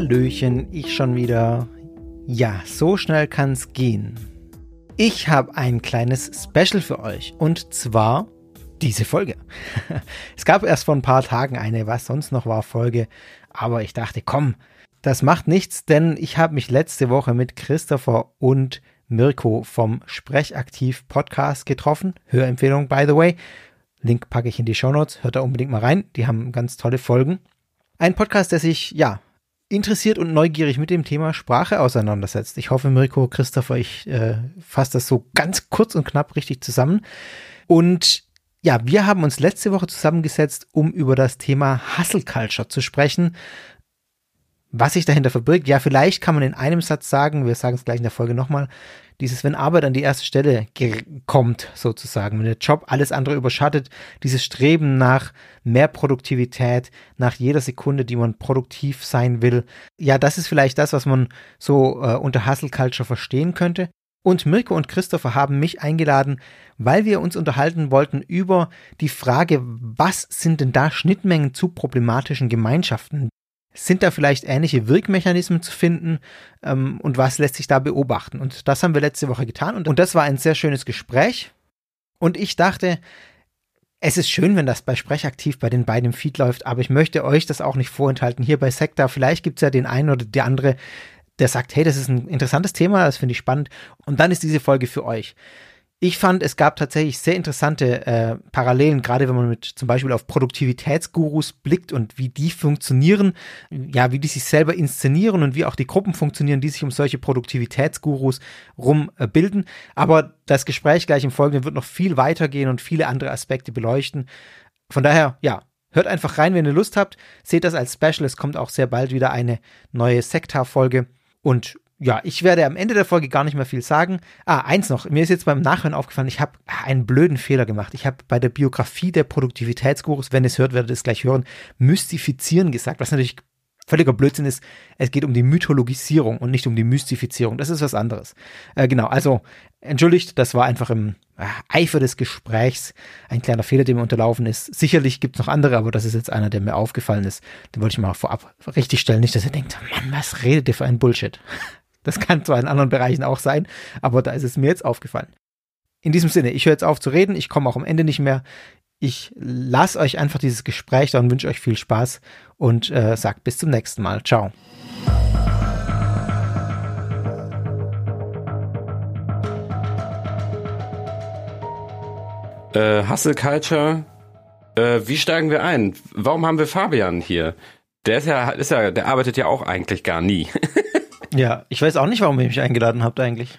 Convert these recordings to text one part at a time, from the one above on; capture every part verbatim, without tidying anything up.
Hallöchen, ich schon wieder. Ja, so schnell kann's gehen. Ich habe ein kleines Special für euch und zwar diese Folge. Es gab erst vor ein paar Tagen eine Was sonst noch war Folge, aber ich dachte, komm, das macht nichts, denn ich habe mich letzte Woche mit Christopher und Mirko vom Sprechaktiv Podcast getroffen. Hörempfehlung, by the way. Link packe ich in die Shownotes, hört da unbedingt mal rein. Die haben ganz tolle Folgen. Ein Podcast, der sich, ja, interessiert und neugierig mit dem Thema Sprache auseinandersetzt. Ich hoffe, Mirko, Christopher, ich äh, fasse das so ganz kurz und knapp richtig zusammen. Und ja, wir haben uns letzte Woche zusammengesetzt, um über das Thema Hustle Culture zu sprechen. Was sich dahinter verbirgt, ja, vielleicht kann man in einem Satz sagen, wir sagen es gleich in der Folge nochmal, dieses, wenn Arbeit an die erste Stelle ge- kommt, sozusagen, wenn der Job alles andere überschattet, dieses Streben nach mehr Produktivität, nach jeder Sekunde, die man produktiv sein will, ja, das ist vielleicht das, was man so äh, unter Hustle Culture verstehen könnte. Und Mirko und Christopher haben mich eingeladen, weil wir uns unterhalten wollten über die Frage, was sind denn da Schnittmengen zu problematischen Gemeinschaften? Sind da vielleicht ähnliche Wirkmechanismen zu finden ähm, und was lässt sich da beobachten? Und das haben wir letzte Woche getan und, und das war ein sehr schönes Gespräch. Und ich dachte, es ist schön, wenn das bei Sprechaktiv bei den beiden im Feed läuft, aber ich möchte euch das auch nicht vorenthalten. Hier bei Sekta, vielleicht gibt es ja den einen oder die andere, der sagt, hey, das ist ein interessantes Thema, das finde ich spannend. Und dann ist diese Folge für euch. Ich fand, es gab tatsächlich sehr interessante äh, Parallelen, gerade wenn man mit zum Beispiel auf Produktivitätsgurus blickt und wie die funktionieren, ja, wie die sich selber inszenieren und wie auch die Gruppen funktionieren, die sich um solche Produktivitätsgurus rum äh, bilden. Aber das Gespräch gleich im Folgenden wird noch viel weitergehen und viele andere Aspekte beleuchten. Von daher, ja, hört einfach rein, wenn ihr Lust habt. Seht das als Special. Es kommt auch sehr bald wieder eine neue Sekta-Folge. Und ja, ich werde am Ende der Folge gar nicht mehr viel sagen. Ah, eins noch. Mir ist jetzt beim Nachhören aufgefallen, ich habe einen blöden Fehler gemacht. Ich habe bei der Biografie der Produktivitätsgurus, wenn ihr es hört, werdet ihr es gleich hören, mystifizieren gesagt, was natürlich völliger Blödsinn ist. Es geht um die Mythologisierung und nicht um die Mystifizierung. Das ist was anderes. Äh, genau, also entschuldigt, das war einfach im äh, Eifer des Gesprächs ein kleiner Fehler, der mir unterlaufen ist. Sicherlich gibt es noch andere, aber das ist jetzt einer, der mir aufgefallen ist. Den wollte ich mal vorab richtig stellen. Nicht, dass ihr denkt, Mann, was redet ihr für ein Bullshit? Das kann zwar in anderen Bereichen auch sein, aber da ist es mir jetzt aufgefallen. In diesem Sinne, ich höre jetzt auf zu reden, ich komme auch am Ende nicht mehr. Ich lasse euch einfach dieses Gespräch da und wünsche euch viel Spaß und äh, sagt bis zum nächsten Mal. Ciao. Äh, Hustle Culture, äh, wie steigen wir ein? Warum haben wir Fabian hier? Der ist ja, ist ja, der arbeitet ja auch eigentlich gar nie. Ja, ich weiß auch nicht, warum ihr mich eingeladen habt eigentlich.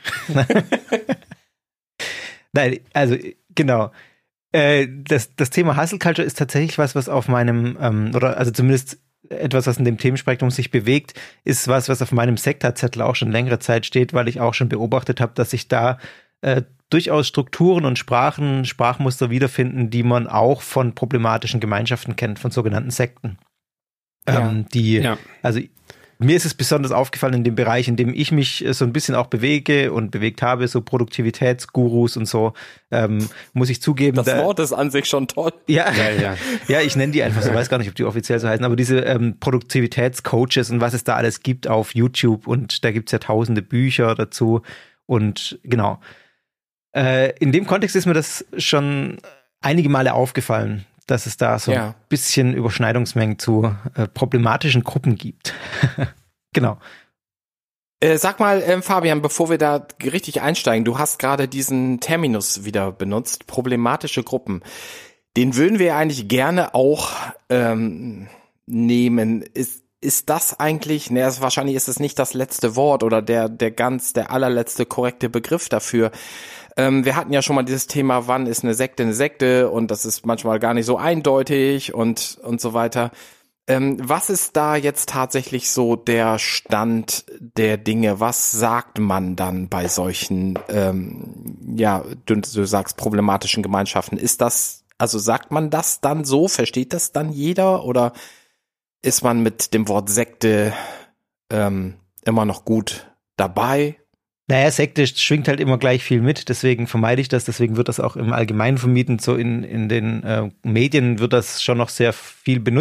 Nein, also genau. Äh, das, das Thema Hustle Culture ist tatsächlich was, was auf meinem, ähm, oder also zumindest etwas, was in dem Themenspektrum sich bewegt, ist was, was auf meinem Sekta-Zettel auch schon längere Zeit steht, weil ich auch schon beobachtet habe, dass sich da äh, durchaus Strukturen und Sprachen, Sprachmuster wiederfinden, die man auch von problematischen Gemeinschaften kennt, von sogenannten Sekten. Ja. Ähm, die, ja. also mir ist es besonders aufgefallen in dem Bereich, in dem ich mich so ein bisschen auch bewege und bewegt habe, so Produktivitätsgurus und so, ähm, muss ich zugeben. Das da, Wort ist an sich schon toll. Ja, ja, ja. ja, ich nenne die einfach so, weiß gar nicht, ob die offiziell so heißen, aber diese ähm, Produktivitätscoaches und was es da alles gibt auf YouTube und da gibt's ja tausende Bücher dazu und genau. Äh, in dem Kontext ist mir das schon einige Male aufgefallen, dass es da so ja. ein bisschen Überschneidungsmengen zu äh, problematischen Gruppen gibt. Genau. Äh, sag mal, ähm, Fabian, bevor wir da richtig einsteigen, du hast gerade diesen Terminus wieder benutzt, problematische Gruppen. Den würden wir eigentlich gerne auch ähm, nehmen. Ist ist das eigentlich, ne, also wahrscheinlich ist es nicht das letzte Wort oder der der ganz, der allerletzte korrekte Begriff dafür. Ähm, wir hatten ja schon mal dieses Thema, wann ist eine Sekte eine Sekte und das ist manchmal gar nicht so eindeutig und und so weiter. Ähm, was ist da jetzt tatsächlich so der Stand der Dinge? Was sagt man dann bei solchen, ähm, ja, du, du sagst problematischen Gemeinschaften? Ist das, also sagt man das dann so? Versteht das dann jeder? Oder ist man mit dem Wort Sekte ähm, immer noch gut dabei? Naja, Sekte schwingt halt immer gleich viel mit, deswegen vermeide ich das, deswegen wird das auch im Allgemeinen vermieden, so in, in den äh, Medien wird das schon noch sehr viel benutzt,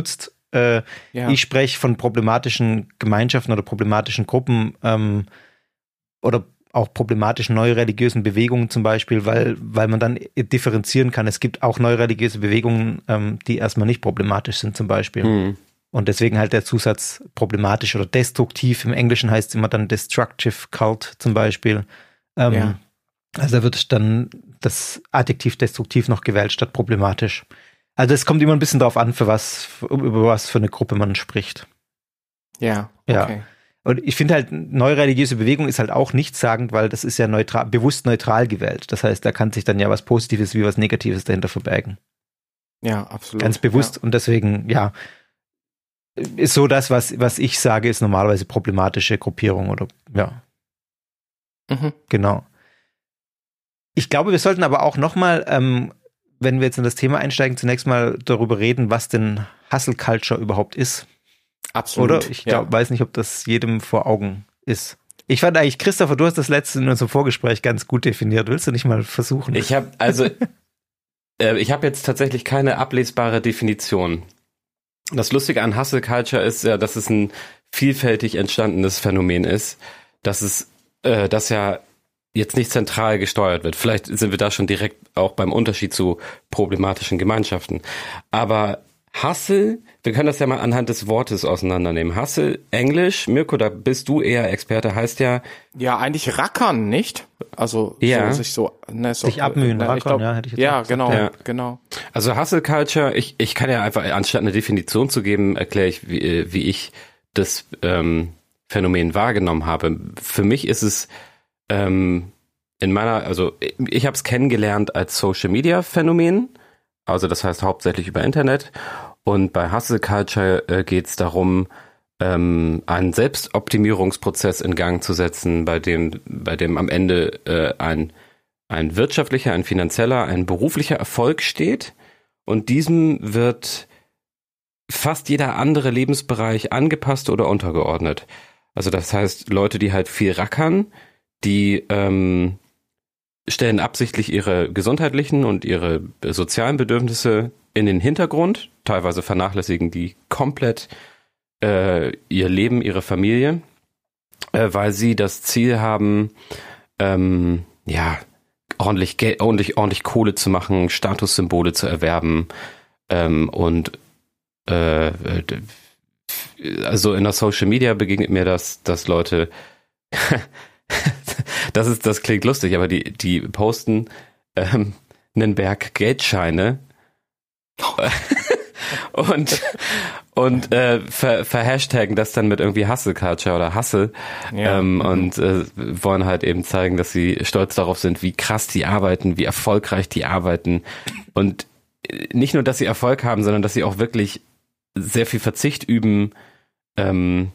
Äh, Ja. Ich spreche von problematischen Gemeinschaften oder problematischen Gruppen ähm, oder auch problematischen neureligiösen Bewegungen zum Beispiel, weil, weil man dann differenzieren kann. Es gibt auch neureligiöse Bewegungen, ähm, die erstmal nicht problematisch sind zum Beispiel. Mhm. Und deswegen halt der Zusatz problematisch oder destruktiv. Im Englischen heißt es immer dann Destructive Cult zum Beispiel. Ähm, Ja. Also da wird dann das Adjektiv destruktiv noch gewählt statt problematisch. Also es kommt immer ein bisschen drauf an, für was, über was für eine Gruppe man spricht. Ja, Ja. okay. Und ich finde halt, neureligiöse Bewegung ist halt auch nichtssagend, weil das ist ja neutral, bewusst neutral gewählt. Das heißt, da kann sich dann ja was Positives wie was Negatives dahinter verbergen. Ja, absolut. Ganz bewusst. Ja. Und deswegen, ja, ist so das, was, was ich sage, ist normalerweise problematische Gruppierung oder, ja, Mhm. genau. Ich glaube, wir sollten aber auch nochmal, ähm, wenn wir jetzt in das Thema einsteigen, zunächst mal darüber reden, was denn Hustle Culture überhaupt ist. Absolut. Oder? Ich glaub, ja. weiß nicht, ob das jedem vor Augen ist. Ich fand eigentlich, Christopher, du hast das letzte in unserem Vorgespräch ganz gut definiert. Willst du nicht mal versuchen? Ich habe also, äh, ich habe jetzt tatsächlich keine ablesbare Definition. Das Lustige an Hustle Culture ist ja, dass es ein vielfältig entstandenes Phänomen ist, dass es, äh, das ja jetzt nicht zentral gesteuert wird. Vielleicht sind wir da schon direkt auch beim Unterschied zu problematischen Gemeinschaften. Aber Hustle, wir können das ja mal anhand des Wortes auseinandernehmen. Hustle, Englisch, Mirko, da bist du eher Experte, heißt ja... Ja, eigentlich rackern, nicht? Also Ja. so, sich so... Ne, so Sich abmühen, ne, rackern, ich glaub, ja, hätte ich jetzt Ja, auch gesagt, genau, ja. genau. Also Hustle Culture, ich, ich kann ja einfach, anstatt eine Definition zu geben, erkläre ich, wie, wie ich das ähm, Phänomen wahrgenommen habe. Für mich ist es ähm, in meiner, also ich, ich habe es kennengelernt als Social Media Phänomen, also das heißt hauptsächlich über Internet. Und bei Hustle Culture äh, geht es darum, ähm, einen Selbstoptimierungsprozess in Gang zu setzen, bei dem, bei dem am Ende äh, ein ein wirtschaftlicher, ein finanzieller, ein beruflicher Erfolg steht und diesem wird fast jeder andere Lebensbereich angepasst oder untergeordnet. Also das heißt, Leute, die halt viel rackern, die ähm, stellen absichtlich ihre gesundheitlichen und ihre sozialen Bedürfnisse in den Hintergrund, teilweise vernachlässigen die komplett äh, ihr Leben, ihre Familie, äh, weil sie das Ziel haben, ähm, ja, ordentlich Geld, ordentlich, ordentlich Kohle zu machen, Statussymbole zu erwerben ähm, und äh, also in der Social Media begegnet mir das, dass Leute das ist, das klingt lustig, aber die, die posten ähm, einen Berg Geldscheine und und äh, ver, verhashtaggen das dann mit irgendwie Hustle Culture oder Hustle Ja. ähm, Mhm. und äh, wollen halt eben zeigen, dass sie stolz darauf sind, wie krass die arbeiten, wie erfolgreich die arbeiten und äh, nicht nur, dass sie Erfolg haben, sondern dass sie auch wirklich sehr viel Verzicht üben ähm,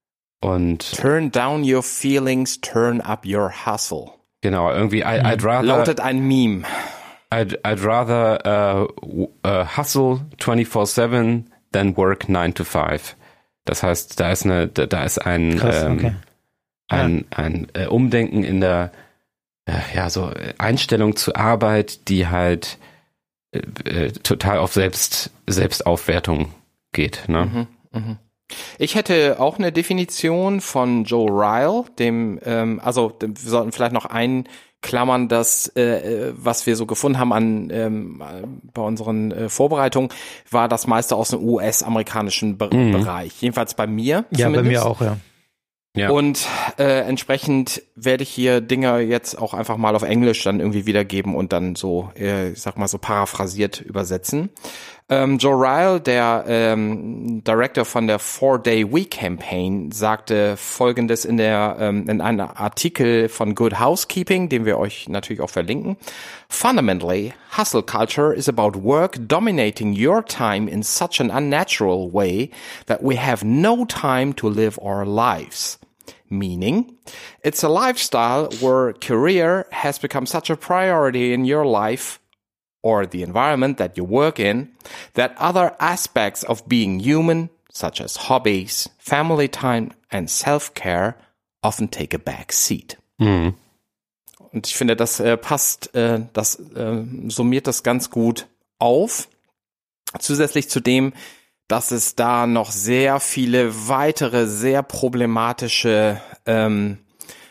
und Turn down your feelings, turn up your hustle. genau, irgendwie I, I'd rather Lautet ein Meme. I'd, I'd rather uh, w- uh, hustle twenty-four seven than work nine to five. Das heißt, da ist eine, da, da ist ein Krass, ähm, okay. ein, ein äh, Umdenken in der äh, ja so Einstellung zur Arbeit, die halt äh, äh, total auf Selbst Selbstaufwertung geht. Ne? Mhm, mhm. Ich hätte auch eine Definition von Joe Ryle, dem, ähm, also wir sollten vielleicht noch einklammern, dass äh, was wir so gefunden haben an ähm, bei unseren äh, Vorbereitungen, war das meiste aus dem U S-amerikanischen Be- Mhm. Bereich. Jedenfalls bei mir. Ja, bei zumindest. mir auch, ja. Ja. Und äh, entsprechend werde ich hier Dinge jetzt auch einfach mal auf Englisch dann irgendwie wiedergeben und dann so, äh, ich sag mal so paraphrasiert übersetzen. Ähm, Joe Ryle, der ähm, Director von der Four-Day-Week-Campaign, sagte Folgendes in der ähm, in einem Artikel von Good Housekeeping, den wir euch natürlich auch verlinken. Fundamentally, hustle culture is about work dominating your time in such an unnatural way that we have no time to live our lives. Meaning, it's a lifestyle where career has become such a priority in your life or the environment that you work in, that other aspects of being human, such as hobbies, family time and self-care, often take a back seat. Mhm. Und ich finde, das äh, passt, äh, das äh, summiert das ganz gut auf. Zusätzlich zu dem, dass es da noch sehr viele weitere, sehr problematische ähm,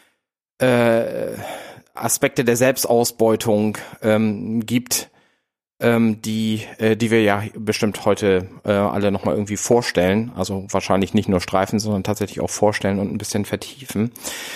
äh, Aspekte der Selbstausbeutung ähm, gibt, ähm, die äh, die wir ja bestimmt heute äh, alle nochmal irgendwie vorstellen. Also wahrscheinlich nicht nur streifen, sondern tatsächlich auch vorstellen und ein bisschen vertiefen.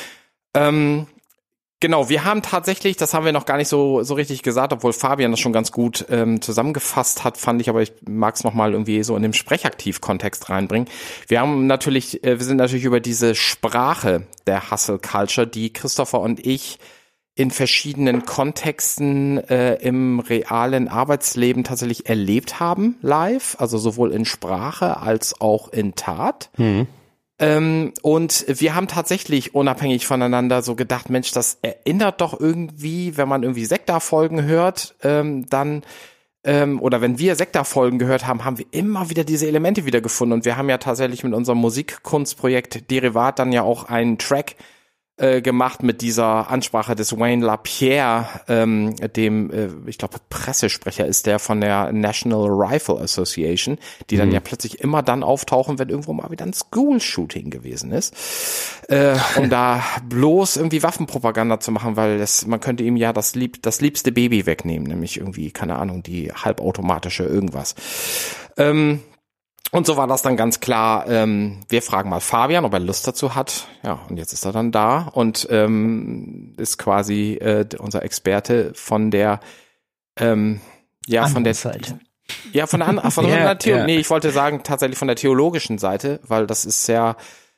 Ähm, Genau, wir haben tatsächlich, das haben wir noch gar nicht so so richtig gesagt, obwohl Fabian das schon ganz gut ähm, zusammengefasst hat, fand ich, aber ich mag es nochmal irgendwie so in dem Sprechaktiv-Kontext reinbringen. Wir haben natürlich, äh, wir sind natürlich über diese Sprache der Hustle Culture, die Christopher und ich in verschiedenen Kontexten äh, im realen Arbeitsleben tatsächlich erlebt haben, live, also sowohl in Sprache als auch in Tat. Mhm. Ähm, und wir haben tatsächlich unabhängig voneinander so gedacht, Mensch, das erinnert doch irgendwie, wenn man irgendwie Sekta-Folgen hört, ähm, dann ähm, oder wenn wir Sekta-Folgen gehört haben, haben wir immer wieder diese Elemente wiedergefunden. Und wir haben ja tatsächlich mit unserem Musikkunstprojekt Derivat dann ja auch einen Track äh, gemacht mit dieser Ansprache des Wayne LaPierre, ähm, dem, äh, ich glaube, Pressesprecher ist der von der National Rifle Association, die dann mhm. ja plötzlich immer dann auftauchen, wenn irgendwo mal wieder ein School-Shooting gewesen ist, äh, um da bloß irgendwie Waffenpropaganda zu machen, weil das, man könnte ihm ja das, lieb, das liebste Baby wegnehmen, nämlich irgendwie, keine Ahnung, die halbautomatische irgendwas. Ähm, Und so war das dann ganz klar, ähm, wir fragen mal Fabian, ob er Lust dazu hat. Ja, und jetzt ist er dann da und ähm, ist quasi äh, unser Experte von der ähm, ja Andere von der Seite. Ja, von der anderen von ja, der Theo- ja. nee, ich wollte sagen tatsächlich von der theologischen Seite, weil das ist ja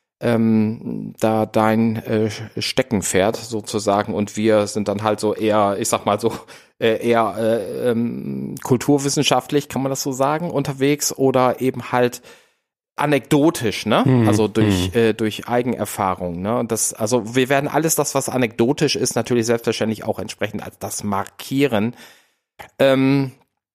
ähm, da dein äh, Steckenpferd sozusagen und wir sind dann halt so eher, ich sag mal so äh, eher äh, ähm, kulturwissenschaftlich, kann man das so sagen, unterwegs oder eben halt anekdotisch, ne? Mhm. Also durch Mhm. äh, durch Eigenerfahrung, ne? Und das, also wir werden alles das, was anekdotisch ist, natürlich selbstverständlich auch entsprechend als das markieren. Ähm,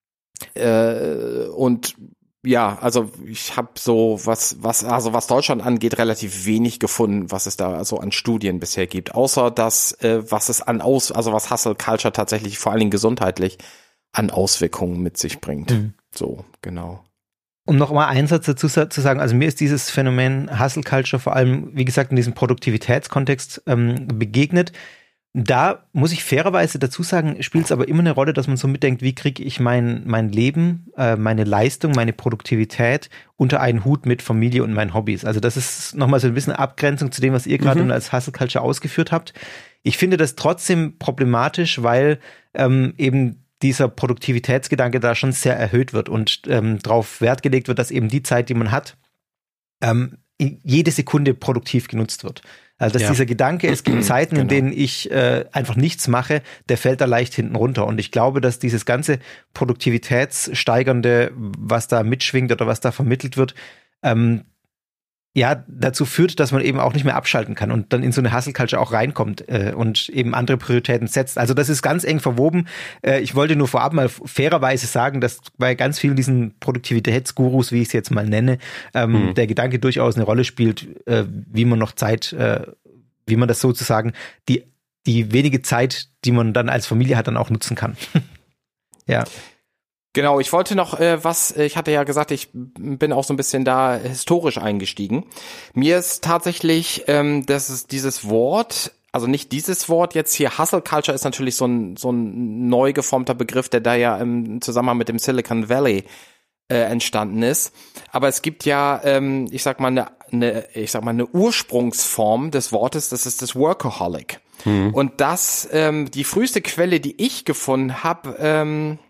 äh, und ja, also ich habe so was, was also was Deutschland angeht, relativ wenig gefunden, was es da so an Studien bisher gibt, außer das, äh, was es an aus, also was Hustle Culture tatsächlich vor allen Dingen gesundheitlich an Auswirkungen mit sich bringt. Mhm. So, genau. Um noch mal einen Satz dazu zu sagen, also mir ist dieses Phänomen Hustle Culture vor allem, wie gesagt, in diesem Produktivitätskontext ähm, begegnet. Da muss ich fairerweise dazu sagen, spielt es aber immer eine Rolle, dass man so mitdenkt, wie kriege ich mein, mein Leben, äh, meine Leistung, meine Produktivität unter einen Hut mit Familie und meinen Hobbys. Also das ist nochmal so ein bisschen Abgrenzung zu dem, was ihr gerade mhm. als Hustle Culture ausgeführt habt. Ich finde das trotzdem problematisch, weil ähm, eben dieser Produktivitätsgedanke da schon sehr erhöht wird und ähm, darauf Wert gelegt wird, dass eben die Zeit, die man hat, ähm, jede Sekunde produktiv genutzt wird. Also dass ja. dieser Gedanke, es gibt Zeiten, genau. in denen ich äh, einfach nichts mache, der fällt da leicht hinten runter. Und ich glaube, dass dieses ganze Produktivitätssteigernde, was da mitschwingt oder was da vermittelt wird, ähm, ja, dazu führt, dass man eben auch nicht mehr abschalten kann und dann in so eine Hustle-Culture auch reinkommt äh, und eben andere Prioritäten setzt. Also das ist ganz eng verwoben. Äh, ich wollte nur vorab mal fairerweise sagen, dass bei ganz vielen diesen Produktivitätsgurus, wie ich es jetzt mal nenne, ähm, mhm. der Gedanke durchaus eine Rolle spielt, äh, wie man noch Zeit, äh, wie man das sozusagen, die, die wenige Zeit, die man dann als Familie hat, dann auch nutzen kann. ja. Genau, ich wollte noch äh, was, ich hatte ja gesagt, ich bin auch so ein bisschen da historisch eingestiegen. Mir ist tatsächlich, ähm, das ist dieses Wort, also nicht dieses Wort jetzt hier, Hustle Culture ist natürlich so ein so ein neu geformter Begriff, der da ja im Zusammenhang mit dem Silicon Valley äh, entstanden ist. Aber es gibt ja, ähm, ich sag mal, eine, eine, ich sag mal, eine Ursprungsform des Wortes, das ist das Workaholic. Hm. Und das, ähm, die früheste Quelle, die ich gefunden habe, ähm,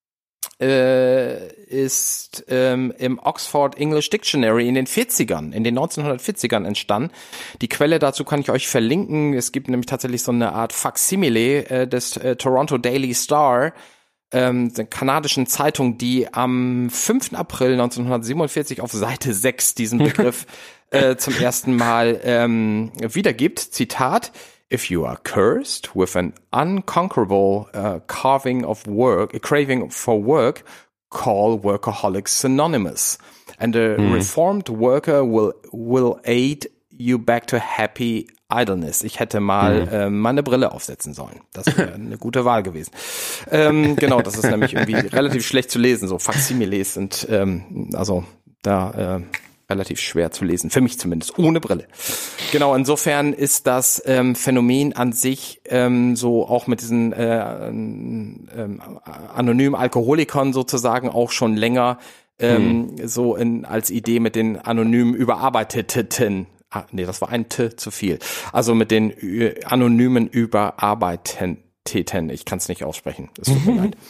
Äh, ist ähm, im Oxford English Dictionary in den vierzigern, in den neunzehnhundertvierzigern entstanden. Die Quelle dazu kann ich euch verlinken. Es gibt nämlich tatsächlich so eine Art Faksimile äh, des äh, Toronto Daily Star, ähm, der kanadischen Zeitung, die am fünften April neunzehnhundertsiebenundvierzig auf Seite sechs diesen Begriff äh, zum ersten Mal ähm, wiedergibt. Zitat: If you are cursed with an unconquerable uh, carving of work, a craving for work, call Workaholics synonymous. And a hm. reformed worker will will aid you back to happy idleness. Ich hätte mal hm. äh, meine Brille aufsetzen sollen. Das wäre eine gute Wahl gewesen. Ähm, genau, das ist nämlich irgendwie relativ schlecht zu lesen. So Faksimiles sind, ähm, also da äh, relativ schwer zu lesen, für mich zumindest, ohne Brille. Genau, insofern ist das ähm, Phänomen an sich ähm, so auch mit diesen äh, ähm, anonymen Alkoholikern sozusagen auch schon länger ähm, hm. so in, als Idee mit den anonymen Überarbeiteten. Ah, nee, das war ein T zu viel. Also mit den äh, anonymen Überarbeiteten. Ich kann es nicht aussprechen, es tut mir leid.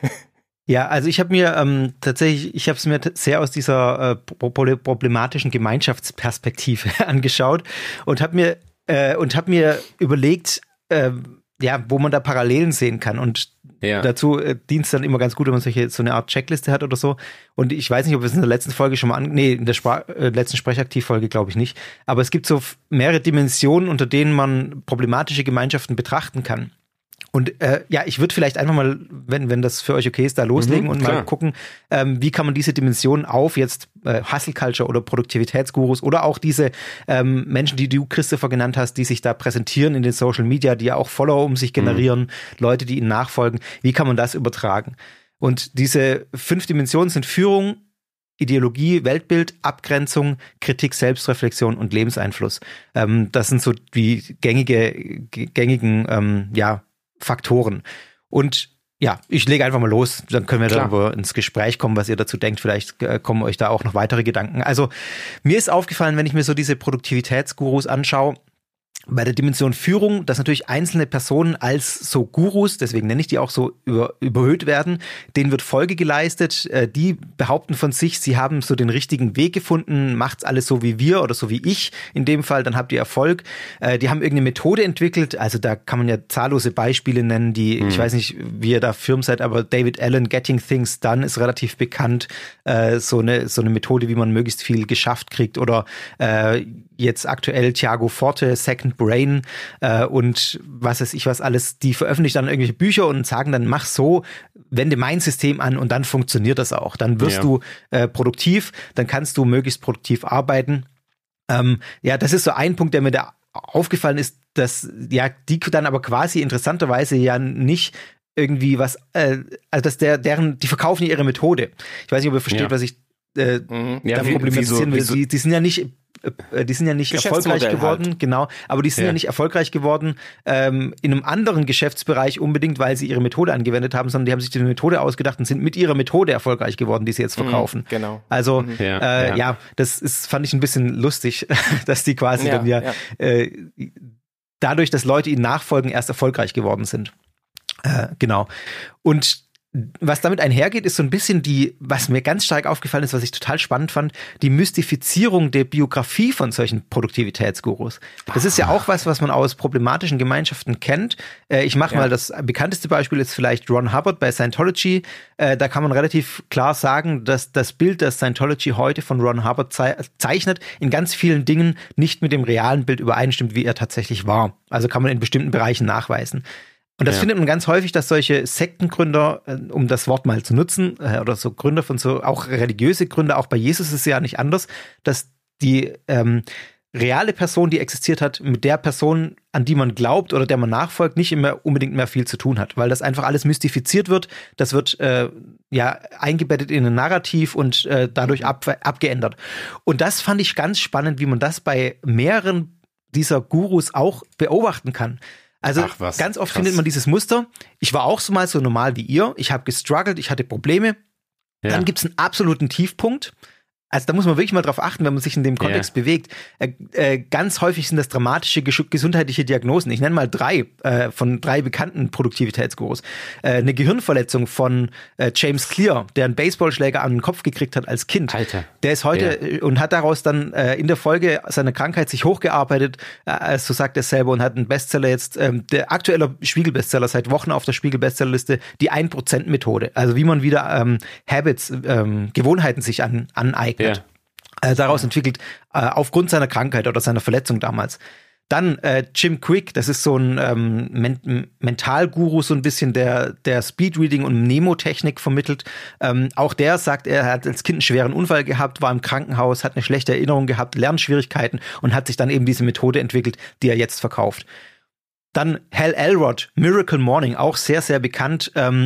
Ja, also ich habe mir ähm, tatsächlich, ich habe es mir t- sehr aus dieser äh, problematischen Gemeinschaftsperspektive angeschaut und habe mir äh, und habe mir überlegt, äh, ja, wo man da Parallelen sehen kann. Und ja. dazu äh, dient es dann immer ganz gut, wenn man solche so eine Art Checkliste hat oder so. Und ich weiß nicht, ob wir es in der letzten Folge schon mal an, nee, in der Spra- äh, letzten Sprechaktivfolge glaube ich nicht. Aber es gibt so f- mehrere Dimensionen, unter denen man problematische Gemeinschaften betrachten kann. Und äh, ja, ich würde vielleicht einfach mal, wenn wenn das für euch okay ist, da loslegen mhm, und klar. mal gucken, ähm, wie kann man diese Dimensionen auf jetzt äh, Hustle Culture oder Produktivitätsgurus oder auch diese ähm, Menschen, die du, Christopher, genannt hast, die sich da präsentieren in den Social Media, die ja auch Follower um sich generieren, mhm. Leute, die ihnen nachfolgen, wie kann man das übertragen? Und diese fünf Dimensionen sind Führung, Ideologie, Weltbild, Abgrenzung, Kritik, Selbstreflexion und Lebenseinfluss. Ähm, das sind so die gängige, gängigen, ähm, ja, Faktoren. Und ja, ich lege einfach mal los, dann können wir Klar. darüber ins Gespräch kommen, was ihr dazu denkt. Vielleicht äh, kommen euch da auch noch weitere Gedanken. Also mir ist aufgefallen, wenn ich mir so diese Produktivitätsgurus anschaue, bei der Dimension Führung, dass natürlich einzelne Personen als so Gurus, deswegen nenne ich die auch so, über, überhöht werden, denen wird Folge geleistet, äh, die behaupten von sich, sie haben so den richtigen Weg gefunden, macht's alles so wie wir oder so wie ich in dem Fall, dann habt ihr Erfolg. Äh, die haben irgendeine Methode entwickelt, also da kann man ja zahllose Beispiele nennen, die, mhm. ich weiß nicht, wie ihr da firm seid, aber David Allen, Getting Things Done ist relativ bekannt, äh, so eine so eine Methode, wie man möglichst viel geschafft kriegt, oder äh, jetzt aktuell Thiago Forte, Second Brain äh, und was weiß ich was alles, die veröffentlichen dann irgendwelche Bücher und sagen dann, mach so, wende mein System an und dann funktioniert das auch. Dann wirst ja. du äh, produktiv, dann kannst du möglichst produktiv arbeiten. Ähm, ja, das ist so ein Punkt, der mir da aufgefallen ist, dass ja die dann aber quasi interessanterweise ja nicht irgendwie was, äh, also dass der, deren, die verkaufen ihre Methode. Ich weiß nicht, ob ihr versteht, ja. was ich äh, mhm. ja, da wie, problematisieren will. Die, die sind ja nicht Die sind ja nicht erfolgreich geworden, halt. genau, aber die sind ja. ja nicht erfolgreich geworden ähm, in einem anderen Geschäftsbereich unbedingt, weil sie ihre Methode angewendet haben, sondern die haben sich die Methode ausgedacht und sind mit ihrer Methode erfolgreich geworden, die sie jetzt verkaufen. Mhm, genau. Also mhm. ja, äh, ja. ja, das ist, fand ich ein bisschen lustig, dass die quasi ja, dann ja, ja. Äh, dadurch, dass Leute ihnen nachfolgen, erst erfolgreich geworden sind. Äh, genau. Und was damit einhergeht, ist so ein bisschen die, was mir ganz stark aufgefallen ist, was ich total spannend fand, die Mystifizierung der Biografie von solchen Produktivitätsgurus. Das ist ja auch was, was man aus problematischen Gemeinschaften kennt. Äh, ich mache ja. mal das bekannteste Beispiel ist vielleicht Ron Hubbard bei Scientology. Äh, da kann man relativ klar sagen, dass das Bild, das Scientology heute von Ron Hubbard ze- zeichnet, in ganz vielen Dingen nicht mit dem realen Bild übereinstimmt, wie er tatsächlich war. Also kann man in bestimmten Bereichen nachweisen. Und das ja. findet man ganz häufig, dass solche Sektengründer, um das Wort mal zu nutzen, oder so Gründer von so, auch religiöse Gründer, auch bei Jesus ist es ja nicht anders, dass die ähm, reale Person, die existiert hat, mit der Person, an die man glaubt oder der man nachfolgt, nicht immer unbedingt mehr viel zu tun hat, weil das einfach alles mystifiziert wird, das wird äh, ja eingebettet in ein Narrativ und äh, dadurch ab, abgeändert. Und das fand ich ganz spannend, wie man das bei mehreren dieser Gurus auch beobachten kann. Also Ach, was, ganz oft krass. Findet man dieses Muster. Ich war auch so mal so normal wie ihr. Ich habe gestruggelt, ich hatte Probleme. Ja. Dann gibt es einen absoluten Tiefpunkt. Also da muss man wirklich mal drauf achten, wenn man sich in dem Kontext yeah. bewegt. Äh, äh, ganz häufig sind das dramatische gesch- gesundheitliche Diagnosen. Ich nenne mal drei äh, von drei bekannten Produktivitätsgurus. Äh, eine Gehirnverletzung von äh, James Clear, der einen Baseballschläger an den Kopf gekriegt hat als Kind. Alter. Der ist heute yeah. und hat daraus dann äh, in der Folge seiner Krankheit sich hochgearbeitet, äh, so sagt er selber, und hat einen Bestseller jetzt, äh, der aktuelle Spiegel-Bestseller seit Wochen auf der Spiegel-Bestsellerliste, die ein Prozent Methode. Also wie man wieder ähm, Habits, ähm, Gewohnheiten sich an, aneignet. Ja. Äh, daraus entwickelt, äh, aufgrund seiner Krankheit oder seiner Verletzung damals. Dann äh, Jim Quick, das ist so ein ähm, Men- Mentalguru, so ein bisschen, der, der Speedreading und Mnemotechnik vermittelt. Ähm, auch der sagt, er hat als Kind einen schweren Unfall gehabt, war im Krankenhaus, hat eine schlechte Erinnerung gehabt, Lernschwierigkeiten und hat sich dann eben diese Methode entwickelt, die er jetzt verkauft. Dann Hal Elrod, Miracle Morning, auch sehr, sehr bekannt. Ähm,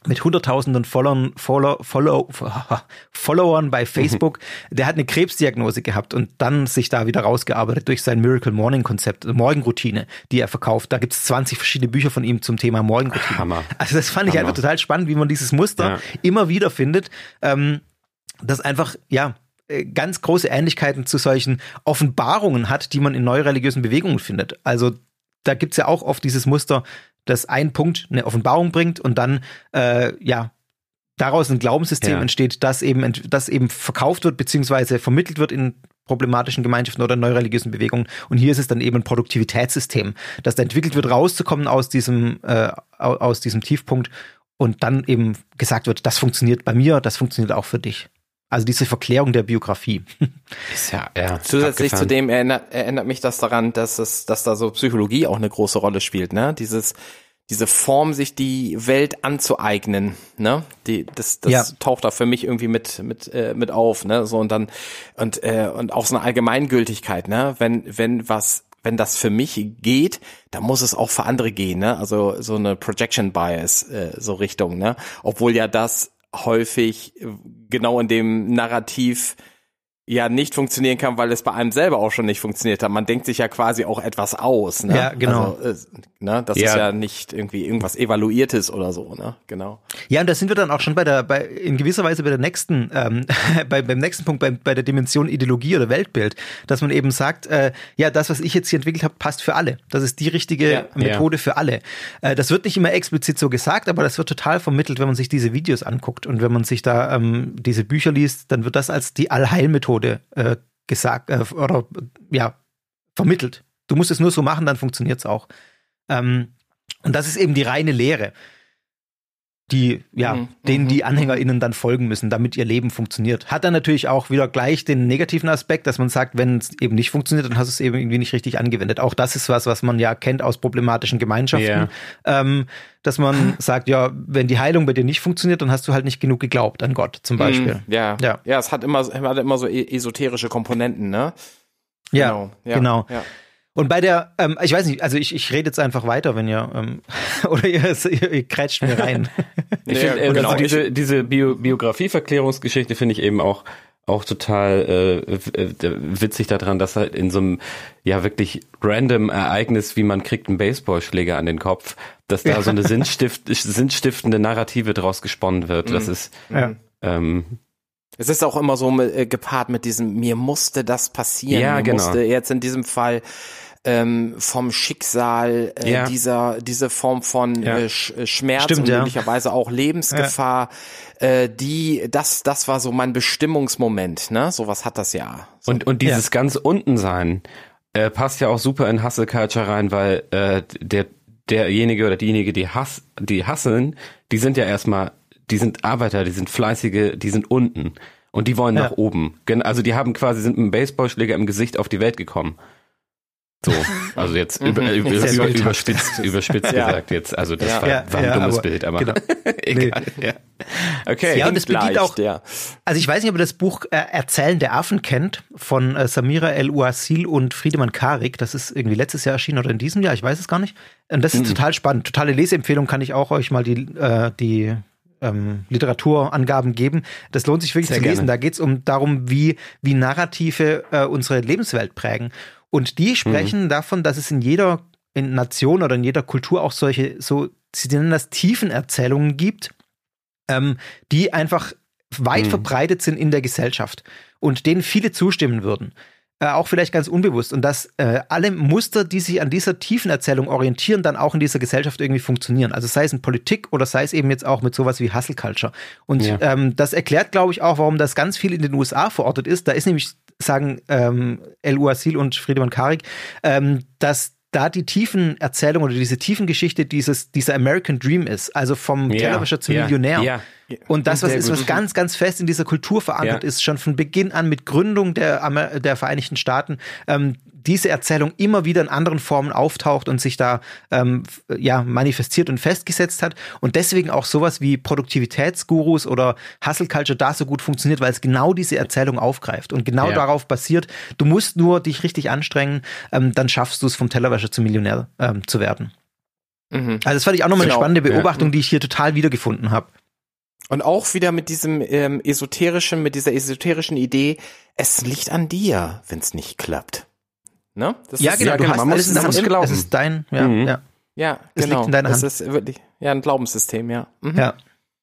mit hunderttausenden Followern, Follow, Follow, Followern bei Facebook, mhm. der hat eine Krebsdiagnose gehabt und dann sich da wieder rausgearbeitet durch sein Miracle Morning Konzept, Morgenroutine, die er verkauft. Da gibt es zwanzig verschiedene Bücher von ihm zum Thema Morgenroutine. Hammer. Also das fand ich Hammer. einfach total spannend, wie man dieses Muster ja. immer wieder findet, ähm, das einfach, ja, ganz große Ähnlichkeiten zu solchen Offenbarungen hat, die man in neureligiösen Bewegungen findet. Also da gibt's ja auch oft dieses Muster, dass ein Punkt eine Offenbarung bringt und dann äh, ja daraus ein Glaubenssystem ja. entsteht, das eben das eben verkauft wird beziehungsweise vermittelt wird in problematischen Gemeinschaften oder neureligiösen Bewegungen. Und hier ist es dann eben ein Produktivitätssystem, das da entwickelt wird, rauszukommen aus diesem äh, aus diesem Tiefpunkt und dann eben gesagt wird, das funktioniert bei mir, das funktioniert auch für dich. Also diese Verklärung der Biografie. Ist ja, ja. Zusätzlich zu dem erinnert, erinnert mich das daran, dass es, dass da so Psychologie auch eine große Rolle spielt, ne? Dieses, diese Form, sich die Welt anzueignen, ne? Die, das, das ja. taucht da für mich irgendwie mit, mit, äh, mit auf, ne? So und dann und äh, und auch so eine Allgemeingültigkeit, ne? Wenn, wenn was Wenn das für mich geht, dann muss es auch für andere gehen, ne? Also so eine Projection Bias, äh, so Richtung, ne? Obwohl ja das häufig genau in dem Narrativ ja nicht funktionieren kann, weil es bei einem selber auch schon nicht funktioniert hat. Man denkt sich ja quasi auch etwas aus, ne? Ja, genau. Also, äh, ne? Das ja. ist ja nicht irgendwie irgendwas Evaluiertes oder so, ne? Genau. Ja, und da sind wir dann auch schon bei der, bei in gewisser Weise bei der nächsten, ähm, bei, beim nächsten Punkt, bei, bei der Dimension Ideologie oder Weltbild, dass man eben sagt, äh, ja, das, was ich jetzt hier entwickelt habe, passt für alle. Das ist die richtige ja. Methode ja. für alle. Äh, das wird nicht immer explizit so gesagt, aber das wird total vermittelt, wenn man sich diese Videos anguckt und wenn man sich da ähm, diese Bücher liest, dann wird das als die Allheilmethode äh, gesagt äh, oder ja vermittelt. Du musst es nur so machen, dann funktioniert's auch. Ähm, und das ist eben die reine Lehre, die ja mhm. denen mhm. die AnhängerInnen dann folgen müssen, damit ihr Leben funktioniert. Hat dann natürlich auch wieder gleich den negativen Aspekt, dass man sagt, wenn es eben nicht funktioniert, dann hast du es eben irgendwie nicht richtig angewendet. Auch das ist was, was man ja kennt aus problematischen Gemeinschaften, yeah. ähm, dass man sagt, ja, wenn die Heilung bei dir nicht funktioniert, dann hast du halt nicht genug geglaubt an Gott zum Beispiel. Mhm. Ja. ja, ja, es hat immer, hat immer so esoterische Komponenten, ne? Ja, genau. Ja. genau. Ja. Und bei der, ähm, ich weiß nicht, also ich, ich rede jetzt einfach weiter, wenn ihr, ähm, oder ihr, ihr, ihr krätscht mir rein. Ich finde, äh, genau. diese, diese Bio, Biografie-Verklärungsgeschichte finde ich eben auch, auch total äh, witzig daran, dass halt in so einem ja wirklich random Ereignis, wie man kriegt einen Baseballschläger an den Kopf, dass da ja. so eine sinnstift, sinnstiftende Narrative draus gesponnen wird. Das ist ja. ähm, es ist auch immer so äh, gepaart mit diesem, mir musste das passieren. Ja, mir genau. musste jetzt in diesem Fall ähm, vom Schicksal äh, ja. dieser diese Form von ja. äh, Sch Schmerz Stimmt, und ja. möglicherweise auch Lebensgefahr, ja. äh, die das das war so mein Bestimmungsmoment, ne? Sowas hat das ja. So. Und und dieses ja. ganz unten sein äh, passt ja auch super in Hustle Culture rein, weil äh, der derjenige oder diejenige, die hass die hasseln, die sind ja erstmal, die sind Arbeiter, die sind fleißige, die sind unten und die wollen ja. nach oben. Also die haben quasi sind mit einem Baseballschläger im Gesicht auf die Welt gekommen. So, also jetzt über, über, über, überspitzt, überspitzt ja. gesagt jetzt, also das ja. war, ja, war ein ja, dummes aber, Bild, aber genau. egal. Nee. Ja. Okay. Ja, und es bedient leicht, auch, ja. also ich weiß nicht, ob ihr das Buch äh, Erzählen der Affen kennt, von äh, Samira El-Ouasil und Friedemann Karik. Das ist irgendwie letztes Jahr erschienen oder in diesem Jahr, ich weiß es gar nicht. Und das ist mhm. total spannend. Totale Leseempfehlung, kann ich auch euch mal die, äh, die ähm, Literaturangaben geben. Das lohnt sich wirklich Sehr zu lesen. gerne. Da geht es um darum, wie, wie Narrative äh, unsere Lebenswelt prägen. Und die sprechen mhm. davon, dass es in jeder in Nation oder in jeder Kultur auch solche, so, sie nennen das Tiefenerzählungen gibt, ähm, die einfach weit mhm. verbreitet sind in der Gesellschaft und denen viele zustimmen würden. Äh, auch vielleicht ganz unbewusst. Und dass äh, alle Muster, die sich an dieser Tiefenerzählung orientieren, dann auch in dieser Gesellschaft irgendwie funktionieren. Also sei es in Politik oder sei es eben jetzt auch mit sowas wie Hustle Culture. Und ja. ähm, das erklärt, glaube ich, auch, warum das ganz viel in den U S A verortet ist. Da ist nämlich, sagen ähm, El-Ouasil und Friedemann Karik, ähm, dass da die tiefen Erzählung oder diese tiefen Geschichte dieses, dieser American Dream ist, also vom ja, Tellerwäscher zum ja, Millionär. Ja, und das, was Sehr ist, gut. was ganz, ganz fest in dieser Kultur verankert ja. ist, schon von Beginn an mit Gründung der, Amer- der Vereinigten Staaten, ähm, diese Erzählung immer wieder in anderen Formen auftaucht und sich da ähm, ja manifestiert und festgesetzt hat und deswegen auch sowas wie Produktivitätsgurus oder Hustle Culture da so gut funktioniert, weil es genau diese Erzählung aufgreift und genau ja. darauf basiert, du musst nur dich richtig anstrengen, ähm, dann schaffst du es vom Tellerwäscher zum Millionär ähm, zu werden. Mhm. Also das fand ich auch nochmal genau. eine spannende Beobachtung, ja. die ich hier total wiedergefunden habe. Und auch wieder mit diesem ähm, esoterischen, mit dieser esoterischen Idee, es liegt an dir, wenn es nicht klappt. Ne? Das ja, ist, genau, ja, du genau. hast Man alles in der Hand. glauben. Das ist dein, ja, mhm. ja. Ja, es genau. liegt in deiner Hand. Das ist wirklich, ja, ein Glaubenssystem, ja. Mhm. Ja.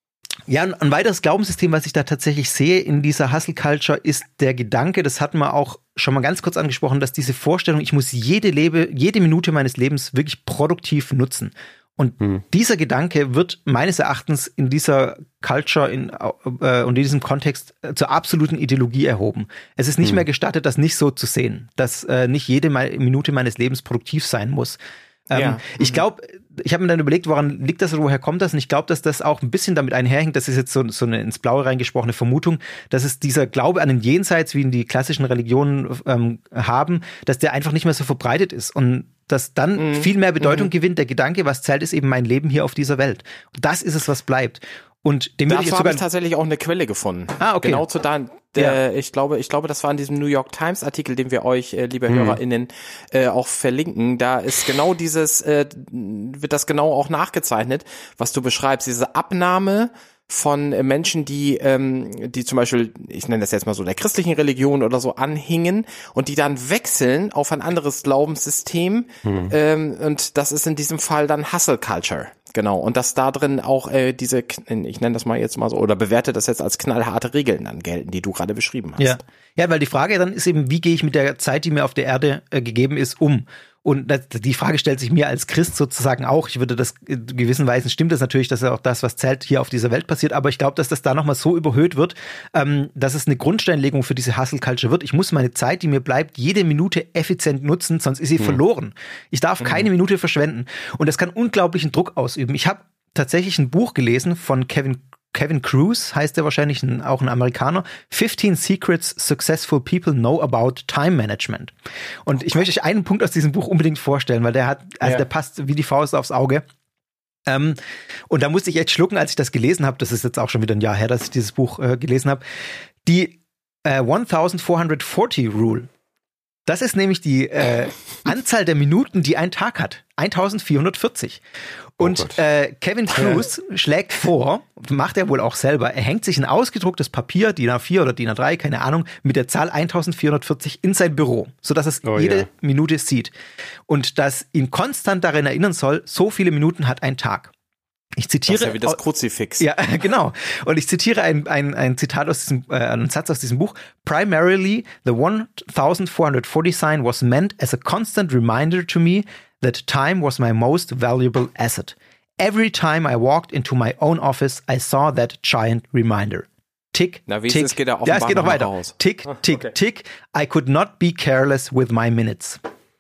Ja, ein weiteres Glaubenssystem, was ich da tatsächlich sehe in dieser Hustle Culture, ist der Gedanke, das hatten wir auch schon mal ganz kurz angesprochen, dass diese Vorstellung, ich muss jede Lebe, jede Minute meines Lebens wirklich produktiv nutzen. Und hm. dieser Gedanke wird meines Erachtens in dieser Culture in, äh, und in diesem Kontext äh, zur absoluten Ideologie erhoben. Es ist nicht hm. mehr gestattet, das nicht so zu sehen, dass äh, nicht jede Minute meines Lebens produktiv sein muss. Ähm, ja. Ich glaube, ich habe mir dann überlegt, woran liegt das oder woher kommt das? Und ich glaube, dass das auch ein bisschen damit einherhängt, das ist jetzt so, so eine ins Blaue reingesprochene Vermutung, dass es dieser Glaube an den Jenseits, wie in die klassischen Religionen ähm, haben, dass der einfach nicht mehr so verbreitet ist und dass dann mhm. viel mehr Bedeutung mhm. gewinnt. Der Gedanke, was zählt, ist eben mein Leben hier auf dieser Welt. Und das ist es, was bleibt. Und dem Dazu würde ich habe sogar ich tatsächlich auch eine Quelle gefunden. Ah, okay. Genau zu deinem, der, ja. ich glaube, ich glaube, das war in diesem New York Times Artikel, den wir euch, äh, liebe hm. HörerInnen, äh, auch verlinken. Da ist genau dieses, äh, wird das genau auch nachgezeichnet, was du beschreibst, diese Abnahme von äh, Menschen, die, ähm, die zum Beispiel, ich nenne das jetzt mal so, der christlichen Religion oder so anhingen und die dann wechseln auf ein anderes Glaubenssystem. Hm. Ähm, und das ist in diesem Fall dann Hustle Culture. Genau, und dass da drin auch äh, diese, ich nenne das mal jetzt mal so, oder bewerte das jetzt als knallharte Regeln dann gelten, die du gerade beschrieben hast. Ja. ja, weil die Frage dann ist eben, wie gehe ich mit der Zeit, die mir auf der Erde äh, gegeben ist, um? Und das, die Frage stellt sich mir als Christ sozusagen auch. Ich würde das in gewissen Weisen stimmt das natürlich, dass ja auch das, was zählt, hier auf dieser Welt passiert. Aber ich glaube, dass das da nochmal so überhöht wird, ähm, dass es eine Grundsteinlegung für diese Hustle Culture wird. Ich muss meine Zeit, die mir bleibt, jede Minute effizient nutzen, sonst ist sie hm. verloren. Ich darf keine hm. Minute verschwenden. Und das kann unglaublichen Druck ausüben. Ich habe tatsächlich ein Buch gelesen von Kevin Kevin Kruse, heißt er wahrscheinlich, ein, auch ein Amerikaner. fifteen Secrets Successful People Know About Time Management. Und ich möchte euch einen Punkt aus diesem Buch unbedingt vorstellen, weil der hat, also ja. der passt wie die Faust aufs Auge. Ähm, und da musste ich echt schlucken, als ich das gelesen habe. Das ist jetzt auch schon wieder ein Jahr her, dass ich dieses Buch äh, gelesen habe. Die äh, vierzehnhundertvierzig Rule. Das ist nämlich die äh, Anzahl der Minuten, die ein Tag hat. vierzehnhundertvierzig. Und oh äh, Kevin Kruse schlägt vor, macht er wohl auch selber, er hängt sich ein ausgedrucktes Papier, D I N A vier oder D I N A drei, keine Ahnung, mit der Zahl vierzehnhundertvierzig in sein Büro, sodass es oh, jede ja. Minute sieht. Und das ihn konstant daran erinnern soll, so viele Minuten hat ein Tag. Ich zitiere. Das ist ja wie das Kruzifix. Ja, genau. Und ich zitiere ein, ein, ein Zitat aus diesem, äh, einen Satz aus diesem Buch. Primarily, the fourteen forty sign was meant as a constant reminder to me that time was my most valuable asset. Every time I walked into my own office, I saw that giant reminder. Tick, Na, wie tick. Es geht ja, ja, es geht noch weiter. Raus. Tick, tick, okay. tick. I could not be careless with my minutes.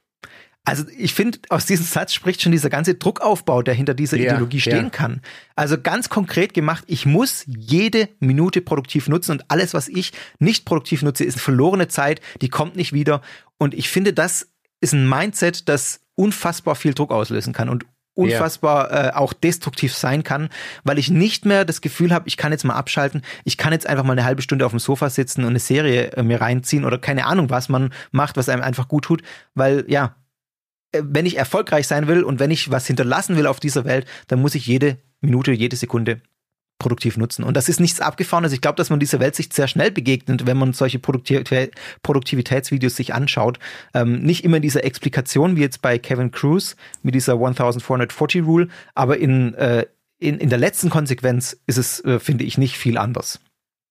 Also ich finde, aus diesem Satz spricht schon dieser ganze Druckaufbau, der hinter dieser ja, Ideologie stehen ja. kann. Also ganz konkret gemacht, ich muss jede Minute produktiv nutzen und alles, was ich nicht produktiv nutze, ist verlorene Zeit, die kommt nicht wieder. Und ich finde, das ist ein Mindset, das unfassbar viel Druck auslösen kann und unfassbar ja. äh, auch destruktiv sein kann, weil ich nicht mehr das Gefühl habe, ich kann jetzt mal abschalten, ich kann jetzt einfach mal eine halbe Stunde auf dem Sofa sitzen und eine Serie äh, mir reinziehen oder keine Ahnung, was man macht, was einem einfach gut tut, weil ja, wenn ich erfolgreich sein will und wenn ich was hinterlassen will auf dieser Welt, dann muss ich jede Minute, jede Sekunde produktiv nutzen. Und das ist nichts Abgefahrenes. Ich glaube, dass man dieser Weltsicht sehr schnell begegnet, wenn man solche Produktivitä- Produktivitätsvideos sich anschaut. Ähm, nicht immer in dieser Explikation, wie jetzt bei Kevin Kruse mit dieser vierzehnhundertvierzig Rule, aber in, äh, in, in der letzten Konsequenz ist es, äh, finde ich, nicht viel anders.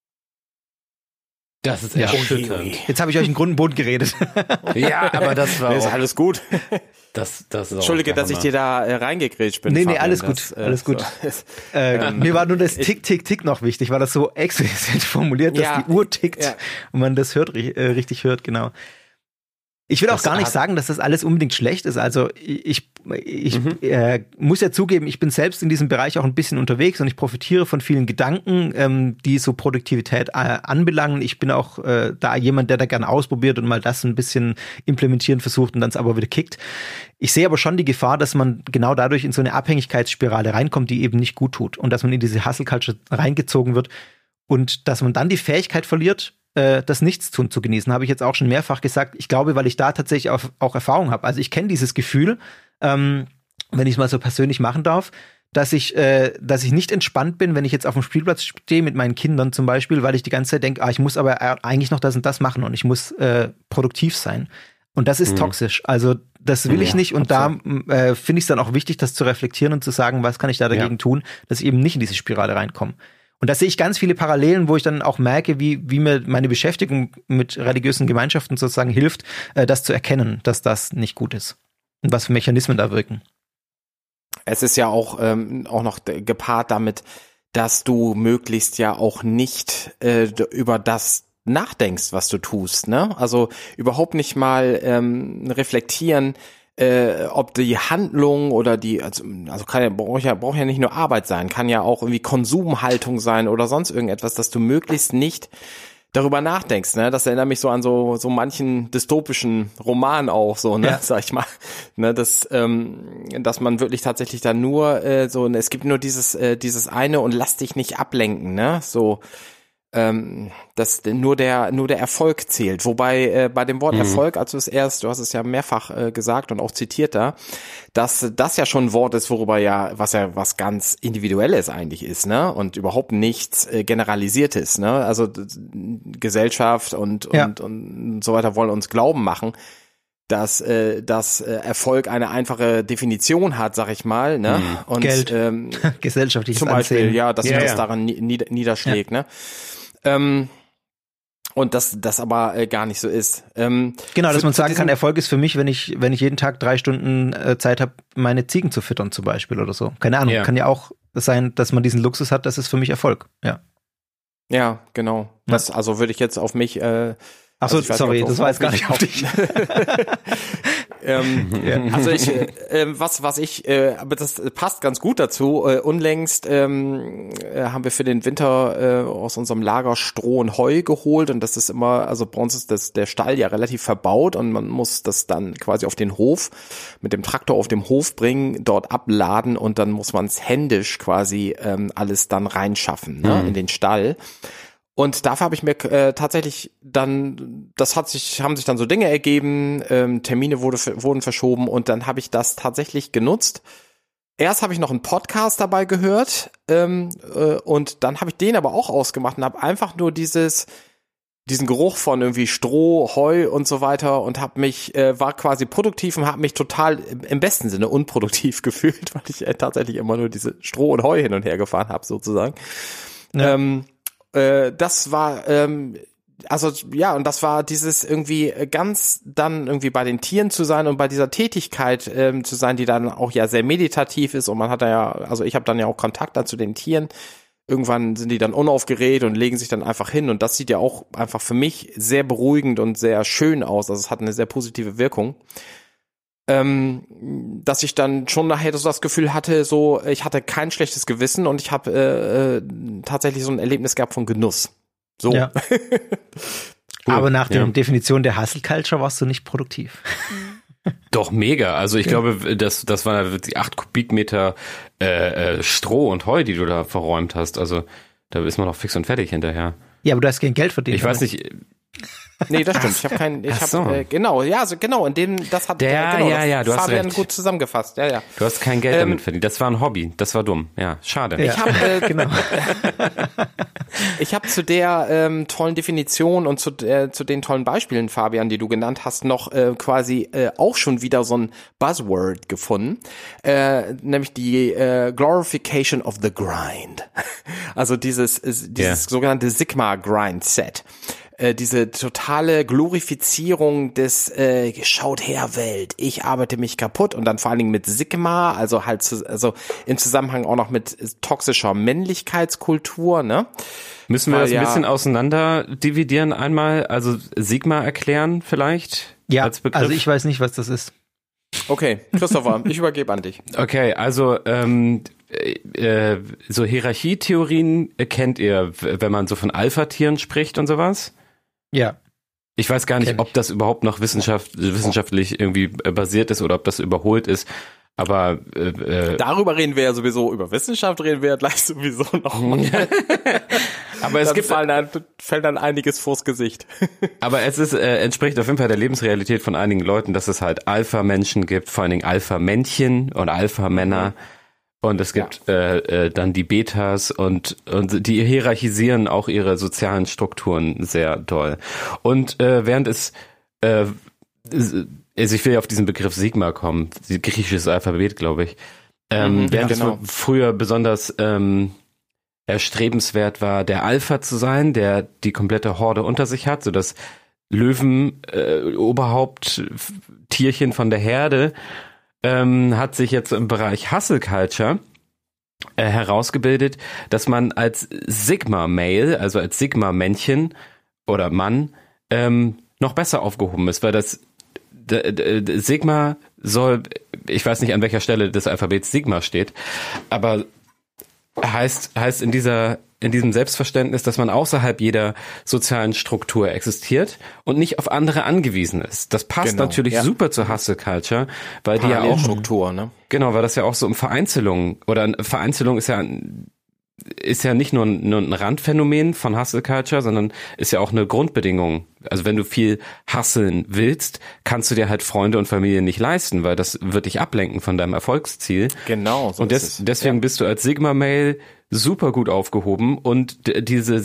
Das ist ja. erschütternd. Jetzt habe ich euch in Grund und Boden geredet. Ja, aber das war nee, ist auch, alles gut. Das, das ist Entschuldige, dass ich dir da äh, reingegrätscht bin. Nee, nee, Fabian, alles das, gut, äh, alles gut. So. Äh, ähm, mir war nur das Tick, Tick, Tick noch wichtig, weil das so explizit formuliert, dass ja, die Uhr tickt ja. und man das hört, äh, richtig hört, genau. Ich will auch das gar nicht sagen, dass das alles unbedingt schlecht ist. Also ich, ich mhm. äh, muss ja zugeben, ich bin selbst in diesem Bereich auch ein bisschen unterwegs und ich profitiere von vielen Gedanken, ähm, die so Produktivität äh, anbelangen. Ich bin auch äh, da jemand, der da gerne ausprobiert und mal das ein bisschen implementieren versucht und dann es aber wieder kickt. Ich sehe aber schon die Gefahr, dass man genau dadurch in so eine Abhängigkeitsspirale reinkommt, die eben nicht gut tut und dass man in diese Hustle Culture reingezogen wird und dass man dann die Fähigkeit verliert, das Nichtstun zu genießen, habe ich jetzt auch schon mehrfach gesagt. Ich glaube, weil ich da tatsächlich auch, auch Erfahrung habe. Also ich kenne dieses Gefühl, ähm, wenn ich es mal so persönlich machen darf, dass ich, äh, dass ich nicht entspannt bin, wenn ich jetzt auf dem Spielplatz stehe mit meinen Kindern zum Beispiel, weil ich die ganze Zeit denke, ah, ich muss aber eigentlich noch das und das machen und ich muss äh, produktiv sein. Und das ist mhm. toxisch. Also das will ich ja, nicht und absolut. Da äh, finde ich es dann auch wichtig, das zu reflektieren und zu sagen, was kann ich da dagegen ja. tun, dass ich eben nicht in diese Spirale reinkomme. Und da sehe ich ganz viele Parallelen, wo ich dann auch merke, wie wie mir meine Beschäftigung mit religiösen Gemeinschaften sozusagen hilft, äh, das zu erkennen, dass das nicht gut ist. Und was für Mechanismen da wirken. Es ist ja auch ähm, auch noch gepaart damit, dass du möglichst ja auch nicht äh, über das nachdenkst, was du tust, ne? Also überhaupt nicht mal ähm, reflektieren, äh, ob die Handlung oder die, also, also kann ja, braucht ja, braucht ja nicht nur Arbeit sein, kann ja auch irgendwie Konsumhaltung sein oder sonst irgendetwas, dass du möglichst nicht darüber nachdenkst, ne? Das erinnert mich so an so so manchen dystopischen Roman auch so, ne, ja. sag ich mal, ne, dass ähm, dass man wirklich tatsächlich da nur äh, so, es gibt nur dieses äh, dieses eine und lass dich nicht ablenken, ne, so. Ähm, dass nur der nur der Erfolg zählt, wobei äh, bei dem Wort mhm. Erfolg, als du es erst, du hast es ja mehrfach äh, gesagt und auch zitiert da, dass das ja schon ein Wort ist, worüber ja was ja was ganz Individuelles eigentlich ist, ne, und überhaupt nichts äh, Generalisiertes, ne, also d- Gesellschaft und ja. und und so weiter wollen uns glauben machen, dass äh, dass äh, Erfolg eine einfache Definition hat, sag ich mal, ne, mhm. und Geld, ähm, gesellschaftliches zum Beispiel, Ansehen. ja, dass ja, sich das ja. daran nieder- niederschlägt, ja. ne. Ähm, und dass das aber äh, gar nicht so ist. Ähm, genau, dass für, man sagen diesen, kann, Erfolg ist für mich, wenn ich wenn ich jeden Tag drei Stunden äh, Zeit habe, meine Ziegen zu füttern zum Beispiel oder so. Keine Ahnung, ja. kann ja auch sein, dass man diesen Luxus hat, das ist für mich Erfolg. Ja, ja genau. Das, also würde ich jetzt auf mich äh, Achso, also sorry, nicht, das war jetzt gar nicht auf dich. ähm, ja. Also ich, äh, was was ich, äh, aber das passt ganz gut dazu. Äh, unlängst ähm, äh, haben wir für den Winter äh, aus unserem Lager Stroh und Heu geholt und das ist immer, also bei uns ist das der Stall ja relativ verbaut und man muss das dann quasi auf den Hof mit dem Traktor auf dem Hof bringen, dort abladen und dann muss man es händisch quasi ähm, alles dann reinschaffen, ne, mhm. in den Stall. Und dafür habe ich mir äh, tatsächlich dann, das hat sich, haben sich dann so Dinge ergeben, ähm, Termine wurde, wurden verschoben und dann habe ich das tatsächlich genutzt. Erst habe ich noch einen Podcast dabei gehört ähm, äh, und dann habe ich den aber auch ausgemacht und habe einfach nur dieses, diesen Geruch von irgendwie Stroh, Heu und so weiter und habe mich, äh, war quasi produktiv und habe mich total im besten Sinne unproduktiv gefühlt, weil ich äh, tatsächlich immer nur diese Stroh und Heu hin und her gefahren habe sozusagen. Ja. Ähm, das war, ähm, also ja, und das war dieses irgendwie ganz dann irgendwie bei den Tieren zu sein und bei dieser Tätigkeit ähm, zu sein, die dann auch ja sehr meditativ ist und man hat da ja, also ich habe dann ja auch Kontakt da zu den Tieren. Irgendwann sind die dann unaufgeregt und legen sich dann einfach hin und das sieht ja auch einfach für mich sehr beruhigend und sehr schön aus, also es hat eine sehr positive Wirkung. Ähm, dass ich dann schon nachher so das Gefühl hatte, so ich hatte kein schlechtes Gewissen und ich habe äh, äh, tatsächlich so ein Erlebnis gehabt von Genuss. So. Ja. Aber nach der ja. Definition der Hustle Culture warst du nicht produktiv. Doch, mega. Also ich ja. glaube, das, das waren die acht Kubikmeter äh, äh, Stroh und Heu, die du da verräumt hast. Also da ist man doch fix und fertig hinterher. Ja, aber du hast kein Geld verdient. Ich weiß nicht... Nee, das stimmt. Ich habe kein, ich so. habe äh, genau, ja, so genau. In dem, das hat der, äh, genau, ja, ja, du Fabian hast recht. gut zusammengefasst. Ja, ja. Du hast kein Geld ähm, damit verdient. Das war ein Hobby. Das war dumm. Ja, schade. Ich habe äh, genau. Ich habe zu der ähm, tollen Definition und zu, äh, zu den tollen Beispielen, Fabian, die du genannt hast, noch äh, quasi äh, auch schon wieder so ein Buzzword gefunden, äh, nämlich die äh, Glorification of the Grind. Also dieses dieses yeah. sogenannte Sigma Grind Set. Äh, diese totale Glorifizierung des äh, schaut her Welt, ich arbeite mich kaputt und dann vor allen Dingen mit Sigma, also halt zu, also im Zusammenhang auch noch mit toxischer Männlichkeitskultur, ne? Müssen wir Weil das ein ja, bisschen auseinander dividieren einmal, also Sigma erklären vielleicht? Ja, als Begriff? Also ich weiß nicht, was das ist. Okay, Christopher, ich übergebe an dich. Okay, also ähm, äh, so Hierarchietheorien kennt ihr, wenn man so von Alpha-Tieren spricht und sowas? Ja. Ich weiß gar nicht, ob das überhaupt noch Wissenschaft, wissenschaftlich irgendwie basiert ist oder ob das überholt ist. Aber äh, äh, darüber reden wir ja sowieso, über Wissenschaft reden wir ja gleich sowieso noch mal. Aber es dann gibt fallen dann, fällt dann einiges vors Gesicht. Aber es ist äh, entspricht auf jeden Fall der Lebensrealität von einigen Leuten, dass es halt Alpha-Menschen gibt, vor allen Dingen Alpha-Männchen und Alpha-Männer. Und es gibt ja. äh, äh, dann die Betas und und die hierarchisieren auch ihre sozialen Strukturen sehr doll. Und äh, während es äh, also ich will ja auf diesen Begriff Sigma kommen, griechisches Alphabet, glaube ich. Ähm, mhm, während ja, genau. es früher besonders ähm, erstrebenswert war, der Alpha zu sein, der die komplette Horde unter sich hat, so das Löwen, äh, Oberhaupt, Tierchen von der Herde, ähm, hat sich jetzt im Bereich Hustle Culture äh, herausgebildet, dass man als Sigma-Male, also als Sigma-Männchen oder Mann, ähm, noch besser aufgehoben ist, weil das d- d- d- Sigma soll, ich weiß nicht, an welcher Stelle des Alphabets Sigma steht, aber heißt heißt in dieser in diesem Selbstverständnis, dass man außerhalb jeder sozialen Struktur existiert und nicht auf andere angewiesen ist. Das passt Genau, natürlich ja. super zur Hustle Culture, weil die ja auch Struktur, ne? Genau, weil das ja auch so um Vereinzelung oder Vereinzelung ist ja ist ja nicht nur ein, nur ein Randphänomen von Hustle Culture, sondern ist ja auch eine Grundbedingung. Also wenn du viel hustlen willst, kannst du dir halt Freunde und Familie nicht leisten, weil das wird dich ablenken von deinem Erfolgsziel. Genau. So und des, ist es. deswegen ja. bist du als Sigma-Male super gut aufgehoben und d- diese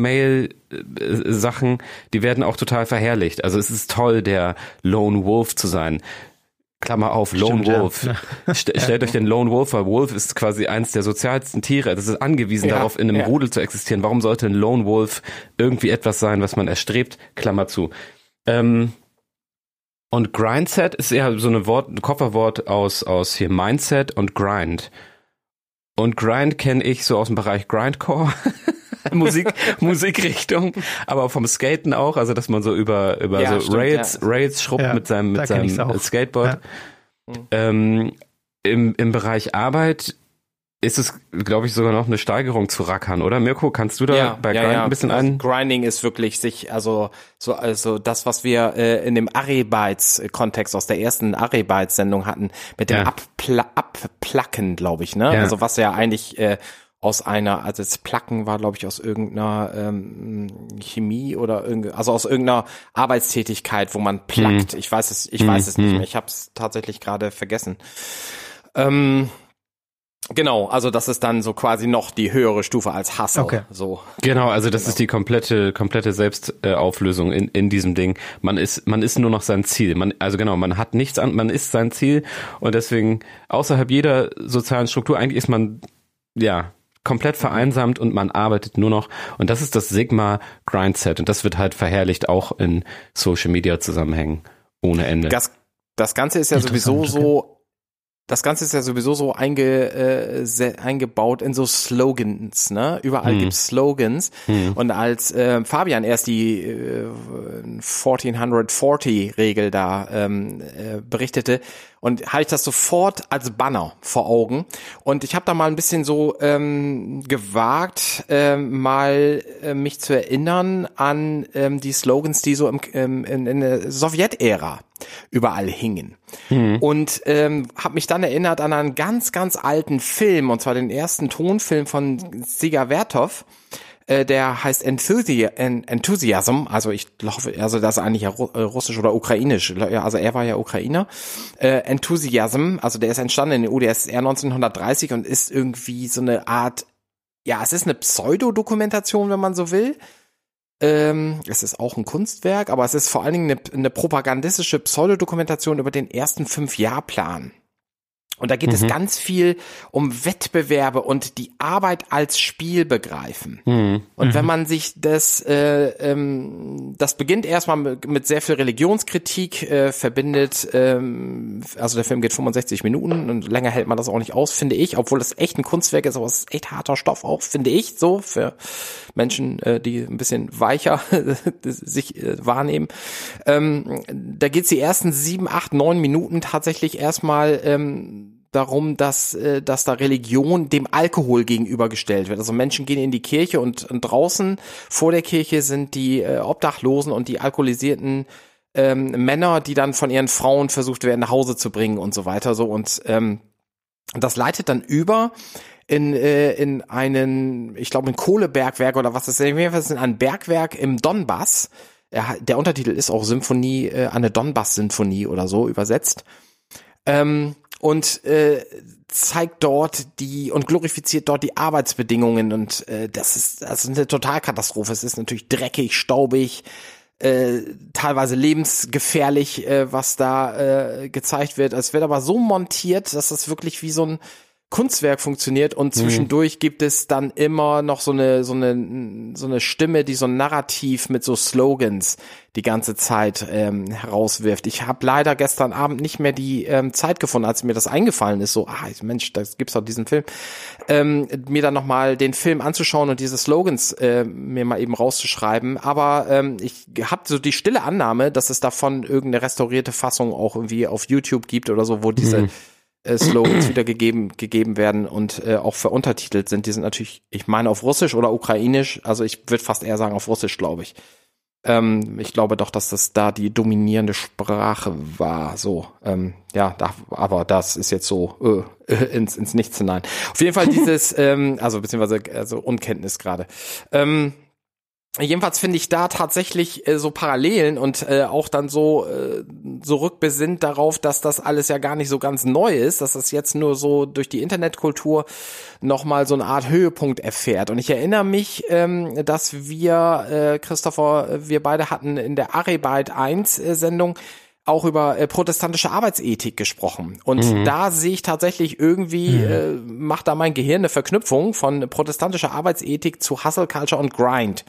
Sigma-Male-Sachen, die werden auch total verherrlicht. Also es ist toll, der Lone Wolf zu sein. Klammer auf, Lone Stimmt, Wolf. ja. St- Stellt euch den Lone Wolf vor. Wolf ist quasi eins der sozialsten Tiere. Das ist angewiesen Ja, darauf, in einem ja. Rudel zu existieren. Warum sollte ein Lone Wolf irgendwie etwas sein, was man erstrebt? Klammer zu. Ähm, und Grindset ist eher so eine Wort, ein Kofferwort aus, aus hier Mindset und Grind. Und Grind kenne ich so aus dem Bereich Grindcore. Musik, Musikrichtung, aber vom Skaten auch, also dass man so über über Ja, so stimmt, Rails ja. Rails schrubbt Ja, mit seinem da mit kenn ich's seinem auch. Skateboard. Ja. Ähm, im im Bereich Arbeit ist es, glaube ich, sogar noch eine Steigerung zu rackern, oder? Mirko, kannst du da ja, bei ja, Grind ja. ein bisschen also ein? Grinding ist wirklich sich, also so also das, was wir äh, in dem Arebytes-Kontext aus der ersten Arebytes-Sendung hatten, mit dem Ja. Abpla Abplacken, glaube ich, ne? Ja. Also was ja eigentlich äh, aus einer, also das Placken war, glaube ich, aus irgendeiner ähm, Chemie oder irgend, also aus irgendeiner Arbeitstätigkeit, wo man plackt. Ich weiß es, ich weiß es nicht mehr. Ich habe es tatsächlich gerade vergessen. Ähm, genau, also das ist dann so quasi noch die höhere Stufe als Hustle. Okay. So. Genau, also das Genau. ist die komplette komplette Selbstauflösung in in diesem Ding. Man ist man ist nur noch sein Ziel. Man also genau, man hat nichts an, man ist sein Ziel und deswegen außerhalb jeder sozialen Struktur eigentlich ist man ja komplett vereinsamt und man arbeitet nur noch und das ist das Sigma Grindset und das wird halt verherrlicht auch in Social Media Zusammenhängen ohne Ende. Das, das Ganze ist ja sowieso Interessant, so, das Ganze ist ja sowieso so einge, äh, sehr, eingebaut in so Slogans, ne? Überall Hm. gibt's Slogans. Hm. Und als äh, Fabian erst die äh, vierzehnhundertvierzig-Regel da ähm, äh, berichtete, und habe ich das sofort als Banner vor Augen. Und ich habe da mal ein bisschen so ähm, gewagt, ähm, mal äh, mich zu erinnern an ähm, die Slogans, die so im, ähm, in, in der Sowjetära überall hingen. Mhm. Und ähm, habe mich dann erinnert an einen ganz, ganz alten Film, und zwar den ersten Tonfilm von Dziga Vertov, äh, der heißt Enthusi- En- Enthusiasm, also ich hoffe, also das ist eigentlich ja Ru- äh, russisch oder ukrainisch, ja, also er war ja Ukrainer. Äh, Enthusiasm, also der ist entstanden in der U d S S R neunzehnhundertdreißig und ist irgendwie so eine Art, ja, es ist eine Pseudodokumentation, wenn man so will. Ähm, es ist auch ein Kunstwerk, aber es ist vor allen Dingen eine, eine propagandistische Pseudodokumentation über den ersten Fünfjahrplan. Und da geht Mhm. es ganz viel um Wettbewerbe und die Arbeit als Spiel begreifen. Mhm. Und wenn man sich das, äh, ähm, das beginnt erstmal mit, mit sehr viel Religionskritik, äh, verbindet, ähm, also der Film geht fünfundsechzig Minuten und länger hält man das auch nicht aus, finde ich, obwohl das echt ein Kunstwerk ist, aber es ist echt harter Stoff auch, finde ich, so für Menschen, äh, die ein bisschen weicher sich äh, wahrnehmen. Ähm, da geht's die ersten sieben, acht, neun Minuten tatsächlich erstmal ähm, darum, dass, äh, dass da Religion dem Alkohol gegenübergestellt wird. Also Menschen gehen in die Kirche und, und draußen vor der Kirche sind die äh, Obdachlosen und die alkoholisierten ähm, Männer, die dann von ihren Frauen versucht werden, nach Hause zu bringen und so weiter. So und ähm, das leitet dann über in äh, in einen, ich glaube, ein Kohlebergwerk oder was ist das? Jedenfalls in ein Bergwerk im Donbass. Er, der Untertitel ist auch Symphonie, äh, eine Donbass-Sinfonie oder so übersetzt. Ähm, und äh, zeigt dort die und glorifiziert dort die Arbeitsbedingungen und äh, das ist das ist eine Totalkatastrophe. Es ist natürlich dreckig, staubig, äh, teilweise lebensgefährlich, äh, was da äh, gezeigt wird. Es wird aber so montiert, dass das wirklich wie so ein Kunstwerk funktioniert und zwischendurch mhm. gibt es dann immer noch so eine so eine so eine Stimme, die so ein Narrativ mit so Slogans die ganze Zeit ähm, herauswirft. Ich habe leider gestern Abend nicht mehr die ähm, Zeit gefunden, als mir das eingefallen ist, so, ah Mensch, da gibt's doch diesen Film, ähm, mir dann nochmal den Film anzuschauen und diese Slogans äh, mir mal eben rauszuschreiben. Aber ähm, ich habe so die stille Annahme, dass es davon irgendeine restaurierte Fassung auch irgendwie auf YouTube gibt oder so, wo diese mhm. Slogans wieder gegeben, gegeben werden und äh, auch veruntertitelt sind. Die sind natürlich, ich meine auf Russisch oder Ukrainisch, also ich würde fast eher sagen auf Russisch, glaube ich. Ähm, ich glaube doch, dass das da die dominierende Sprache war, so. Ähm, ja, da, aber das ist jetzt so äh, äh, ins, ins Nichts hinein. Auf jeden Fall dieses, ähm, also beziehungsweise also Unkenntnis gerade. Ähm, Jedenfalls finde ich da tatsächlich äh, so Parallelen und äh, auch dann so äh, so rückbesinnt darauf, dass das alles ja gar nicht so ganz neu ist, dass das jetzt nur so durch die Internetkultur nochmal so eine Art Höhepunkt erfährt. Und ich erinnere mich, ähm, dass wir, äh, Christopher, wir beide hatten in der Arbeit eins äh, Sendung auch über äh, protestantische Arbeitsethik gesprochen. Und mhm. da sehe ich tatsächlich irgendwie, mhm. äh, macht da mein Gehirn eine Verknüpfung von protestantischer Arbeitsethik zu Hustle Culture und Grind.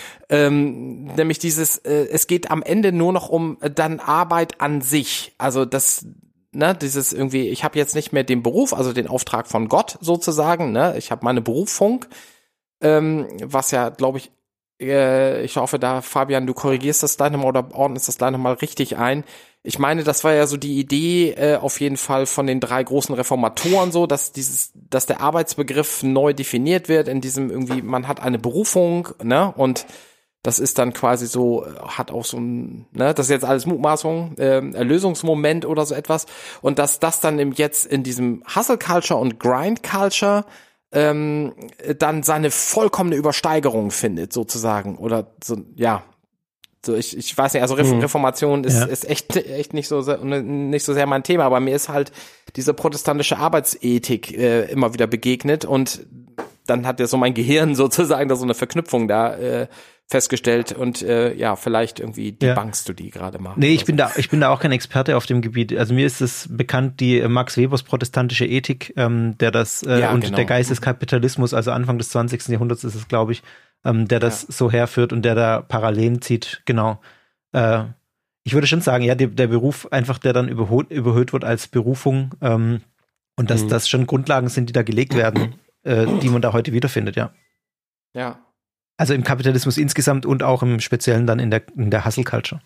Ähm, nämlich dieses, äh, es geht am Ende nur noch um äh, dann Arbeit an sich. Also das, ne, dieses irgendwie, ich habe jetzt nicht mehr den Beruf, also den Auftrag von Gott sozusagen, ne, ich habe meine Berufung, ähm, was ja, glaube ich, ich hoffe da, Fabian, du korrigierst das gleich nochmal oder ordnest das gleich nochmal richtig ein. Ich meine, das war ja so die Idee äh, auf jeden Fall von den drei großen Reformatoren so, dass dieses, dass der Arbeitsbegriff neu definiert wird in diesem irgendwie, man hat eine Berufung, ne, und das ist dann quasi so, hat auch so ein, ne, das ist jetzt alles Mutmaßung, äh, Erlösungsmoment oder so etwas und dass das dann im jetzt in diesem Hustle Culture und Grind Culture Ähm, dann seine vollkommene Übersteigerung findet, sozusagen. Oder so, ja. So, ich, ich weiß nicht, also Re- Reformation ist, ja. ist echt, echt nicht so sehr, nicht so sehr mein Thema, aber mir ist halt diese protestantische Arbeitsethik äh, immer wieder begegnet und dann hat ja so mein Gehirn sozusagen da so eine Verknüpfung da äh, festgestellt und äh, ja, vielleicht irgendwie debunkst ja. du die gerade mal. Nee, ich bin so. da ich bin da auch kein Experte auf dem Gebiet. Also mir ist es bekannt, die äh, Max Webers protestantische Ethik, ähm, der das äh, ja, und genau. der Geist des Kapitalismus, also Anfang des zwanzigsten Jahrhunderts ist es, glaube ich, ähm, der das ja. so herführt und der da Parallelen zieht, genau. Äh, ich würde schon sagen, ja, die, der Beruf einfach, der dann überhöht, überhöht wird als Berufung ähm, und dass mhm. das schon Grundlagen sind, die da gelegt werden, äh, die man da heute wiederfindet, ja. Ja. Also im Kapitalismus insgesamt und auch im Speziellen dann in der, in der Hustle Culture.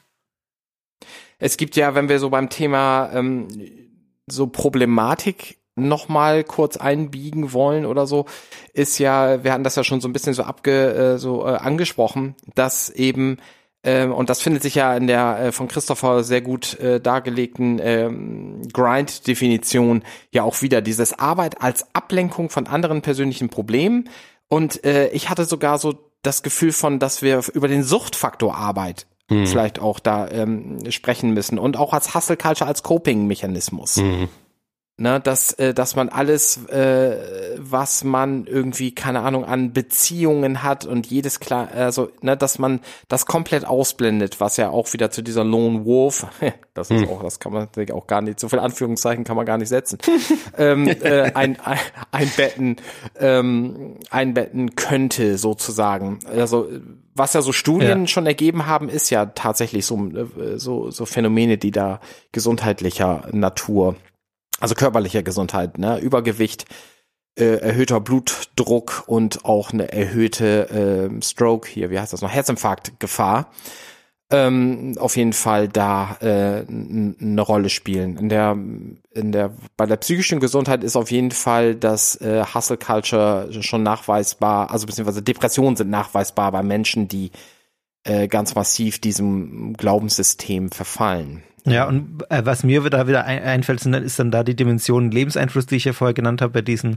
Es gibt ja, wenn wir so beim Thema ähm, so Problematik nochmal kurz einbiegen wollen oder so, ist ja, wir hatten das ja schon so ein bisschen so abge, äh, so äh, angesprochen, dass eben, äh, und das findet sich ja in der äh, von Christopher sehr gut äh, dargelegten ähm, Grind-Definition ja auch wieder, dieses Arbeit als Ablenkung von anderen persönlichen Problemen. Und äh, ich hatte sogar so das Gefühl von, dass wir über den Suchtfaktor Arbeit mhm. vielleicht auch da ähm, sprechen müssen und auch als Hustle Culture als Coping-Mechanismus. Mhm. Ne, dass, äh, dass man alles, äh, was man irgendwie, keine Ahnung, an Beziehungen hat und jedes klar, also, ne, dass man das komplett ausblendet, was ja auch wieder zu dieser Lone Wolf, das ist hm. auch, das kann man auch gar nicht, so viel Anführungszeichen kann man gar nicht setzen, ähm, äh, ein, ein, einbetten, ähm, einbetten könnte, sozusagen. Also, was ja so Studien ja. schon ergeben haben, ist ja tatsächlich so, so, so Phänomene, die da gesundheitlicher Natur, also körperlicher Gesundheit, ne, Übergewicht, äh, erhöhter Blutdruck und auch eine erhöhte äh, Stroke, hier, wie heißt das noch, Herzinfarktgefahr, ähm, auf jeden Fall da äh, n- eine Rolle spielen. In der, in der, bei der psychischen Gesundheit ist auf jeden Fall das äh, Hustle Culture schon nachweisbar, also beziehungsweise Depressionen sind nachweisbar bei Menschen, die äh, ganz massiv diesem Glaubenssystem verfallen. Ja, und äh, was mir da wieder ein, einfällt, sind, ist dann da die Dimension Lebenseinfluss, die ich ja vorher genannt habe, bei diesen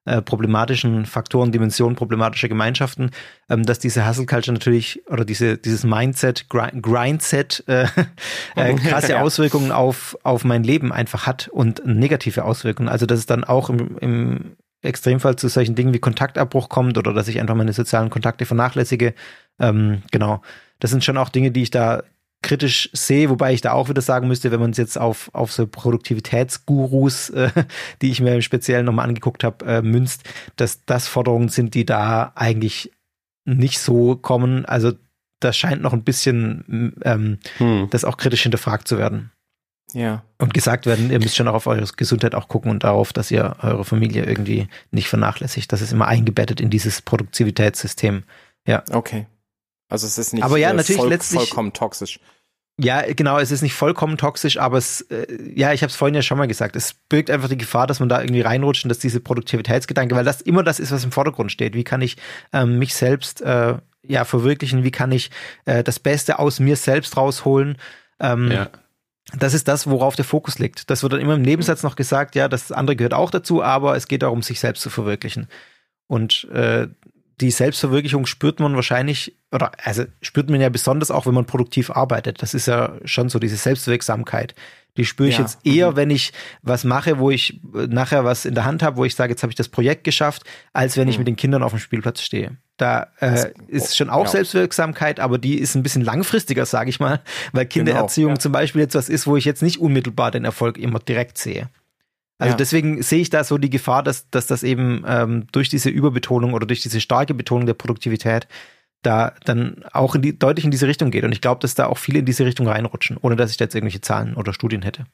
äh, problematischen Faktoren, Dimensionen problematischer Gemeinschaften, ähm, dass diese Hustle Culture natürlich oder diese dieses Mindset, Grind, Grindset äh, äh, krasse ja. Auswirkungen auf auf mein Leben einfach hat und negative Auswirkungen. Also dass es dann auch im, im Extremfall zu solchen Dingen wie Kontaktabbruch kommt oder dass ich einfach meine sozialen Kontakte vernachlässige. Ähm, genau, das sind schon auch Dinge, die ich da kritisch sehe, wobei ich da auch wieder sagen müsste, wenn man es jetzt auf auf so Produktivitätsgurus, äh, die ich mir speziell nochmal angeguckt habe, äh, münzt, dass das Forderungen sind, die da eigentlich nicht so kommen. Also das scheint noch ein bisschen ähm, hm. das auch kritisch hinterfragt zu werden. Ja. Und gesagt werden, ihr müsst schon auch auf eure Gesundheit auch gucken und darauf, dass ihr eure Familie irgendwie nicht vernachlässigt. Das ist immer eingebettet in dieses Produktivitätssystem. Ja. Okay. Also es ist nicht aber ja, äh, natürlich voll, letztlich, vollkommen toxisch. Ja, genau, es ist nicht vollkommen toxisch, aber es, äh, ja, ich habe es vorhin ja schon mal gesagt, es birgt einfach die Gefahr, dass man da irgendwie reinrutscht und dass diese Produktivitätsgedanke, weil das immer das ist, was im Vordergrund steht. Wie kann ich ähm, mich selbst äh, ja verwirklichen? Wie kann ich äh, das Beste aus mir selbst rausholen? Ähm, ja. Das ist das, worauf der Fokus liegt. Das wird dann immer im Nebensatz noch gesagt, ja, das andere gehört auch dazu, aber es geht darum, sich selbst zu verwirklichen. Und äh, die Selbstverwirklichung spürt man wahrscheinlich, oder also spürt man ja besonders auch, wenn man produktiv arbeitet. Das ist ja schon so, diese Selbstwirksamkeit. Die spüre ich ja. jetzt eher, wenn ich was mache, wo ich nachher was in der Hand habe, wo ich sage, jetzt habe ich das Projekt geschafft, als wenn ich mhm. mit den Kindern auf dem Spielplatz stehe. Da äh, ist schon auch ja. Selbstwirksamkeit, aber die ist ein bisschen langfristiger, sage ich mal, weil Kindererziehung genau, ja. zum Beispiel jetzt was ist, wo ich jetzt nicht unmittelbar den Erfolg immer direkt sehe. Also ja. deswegen sehe ich da so die Gefahr, dass, dass das eben ähm, durch diese Überbetonung oder durch diese starke Betonung der Produktivität da dann auch in die, deutlich in diese Richtung geht. Und ich glaube, dass da auch viele in diese Richtung reinrutschen, ohne dass ich da jetzt irgendwelche Zahlen oder Studien hätte.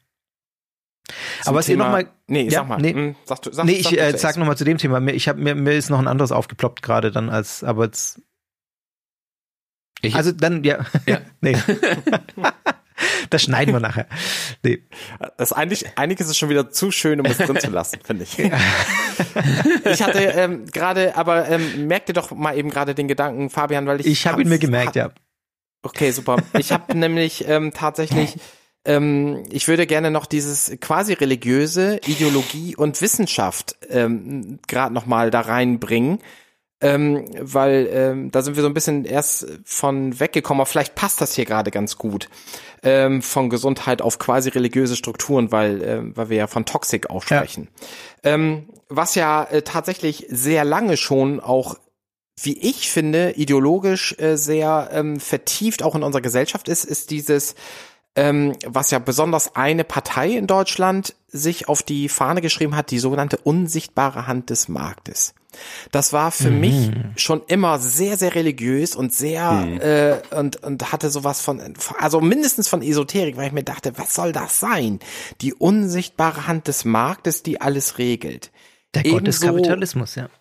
Zum Aber was ihr nochmal. Nee, ja, sag mal. Nee, hm, sag du, sag, nee ich sag äh, sag nochmal zu dem Thema. Mir, ich hab, mir, mir ist noch ein anderes aufgeploppt gerade dann als, aber jetzt. Ich, also dann, ja. ja. nee. Das schneiden wir nachher. Nee. Das eigentlich, eigentlich ist es schon wieder zu schön, um es drin zu lassen, finde ich. Ich hatte ähm, gerade, aber ähm, merk dir doch mal eben gerade den Gedanken, Fabian, weil ich. Ich habe ihn mir gemerkt, ja. Okay, super. Ich habe nämlich ähm, tatsächlich, ähm, ich würde gerne noch dieses quasi religiöse, Ideologie und Wissenschaft ähm, gerade noch mal da reinbringen. Ähm, weil ähm, da sind wir so ein bisschen erst von weggekommen, aber vielleicht passt das hier gerade ganz gut, ähm, von Gesundheit auf quasi religiöse Strukturen, weil äh, weil wir ja von Toxik auch sprechen. Ja. Ähm, was ja äh, tatsächlich sehr lange schon auch, wie ich finde, ideologisch äh, sehr ähm, vertieft auch in unserer Gesellschaft ist, ist dieses, ähm, was ja besonders eine Partei in Deutschland sich auf die Fahne geschrieben hat, die sogenannte unsichtbare Hand des Marktes. Das war für mhm. mich schon immer sehr, sehr religiös und sehr mhm. äh, und und hatte sowas von, also mindestens von Esoterik, weil ich mir dachte, was soll das sein? Die unsichtbare Hand des Marktes, die alles regelt. Der Gott des Kapitalismus, ja.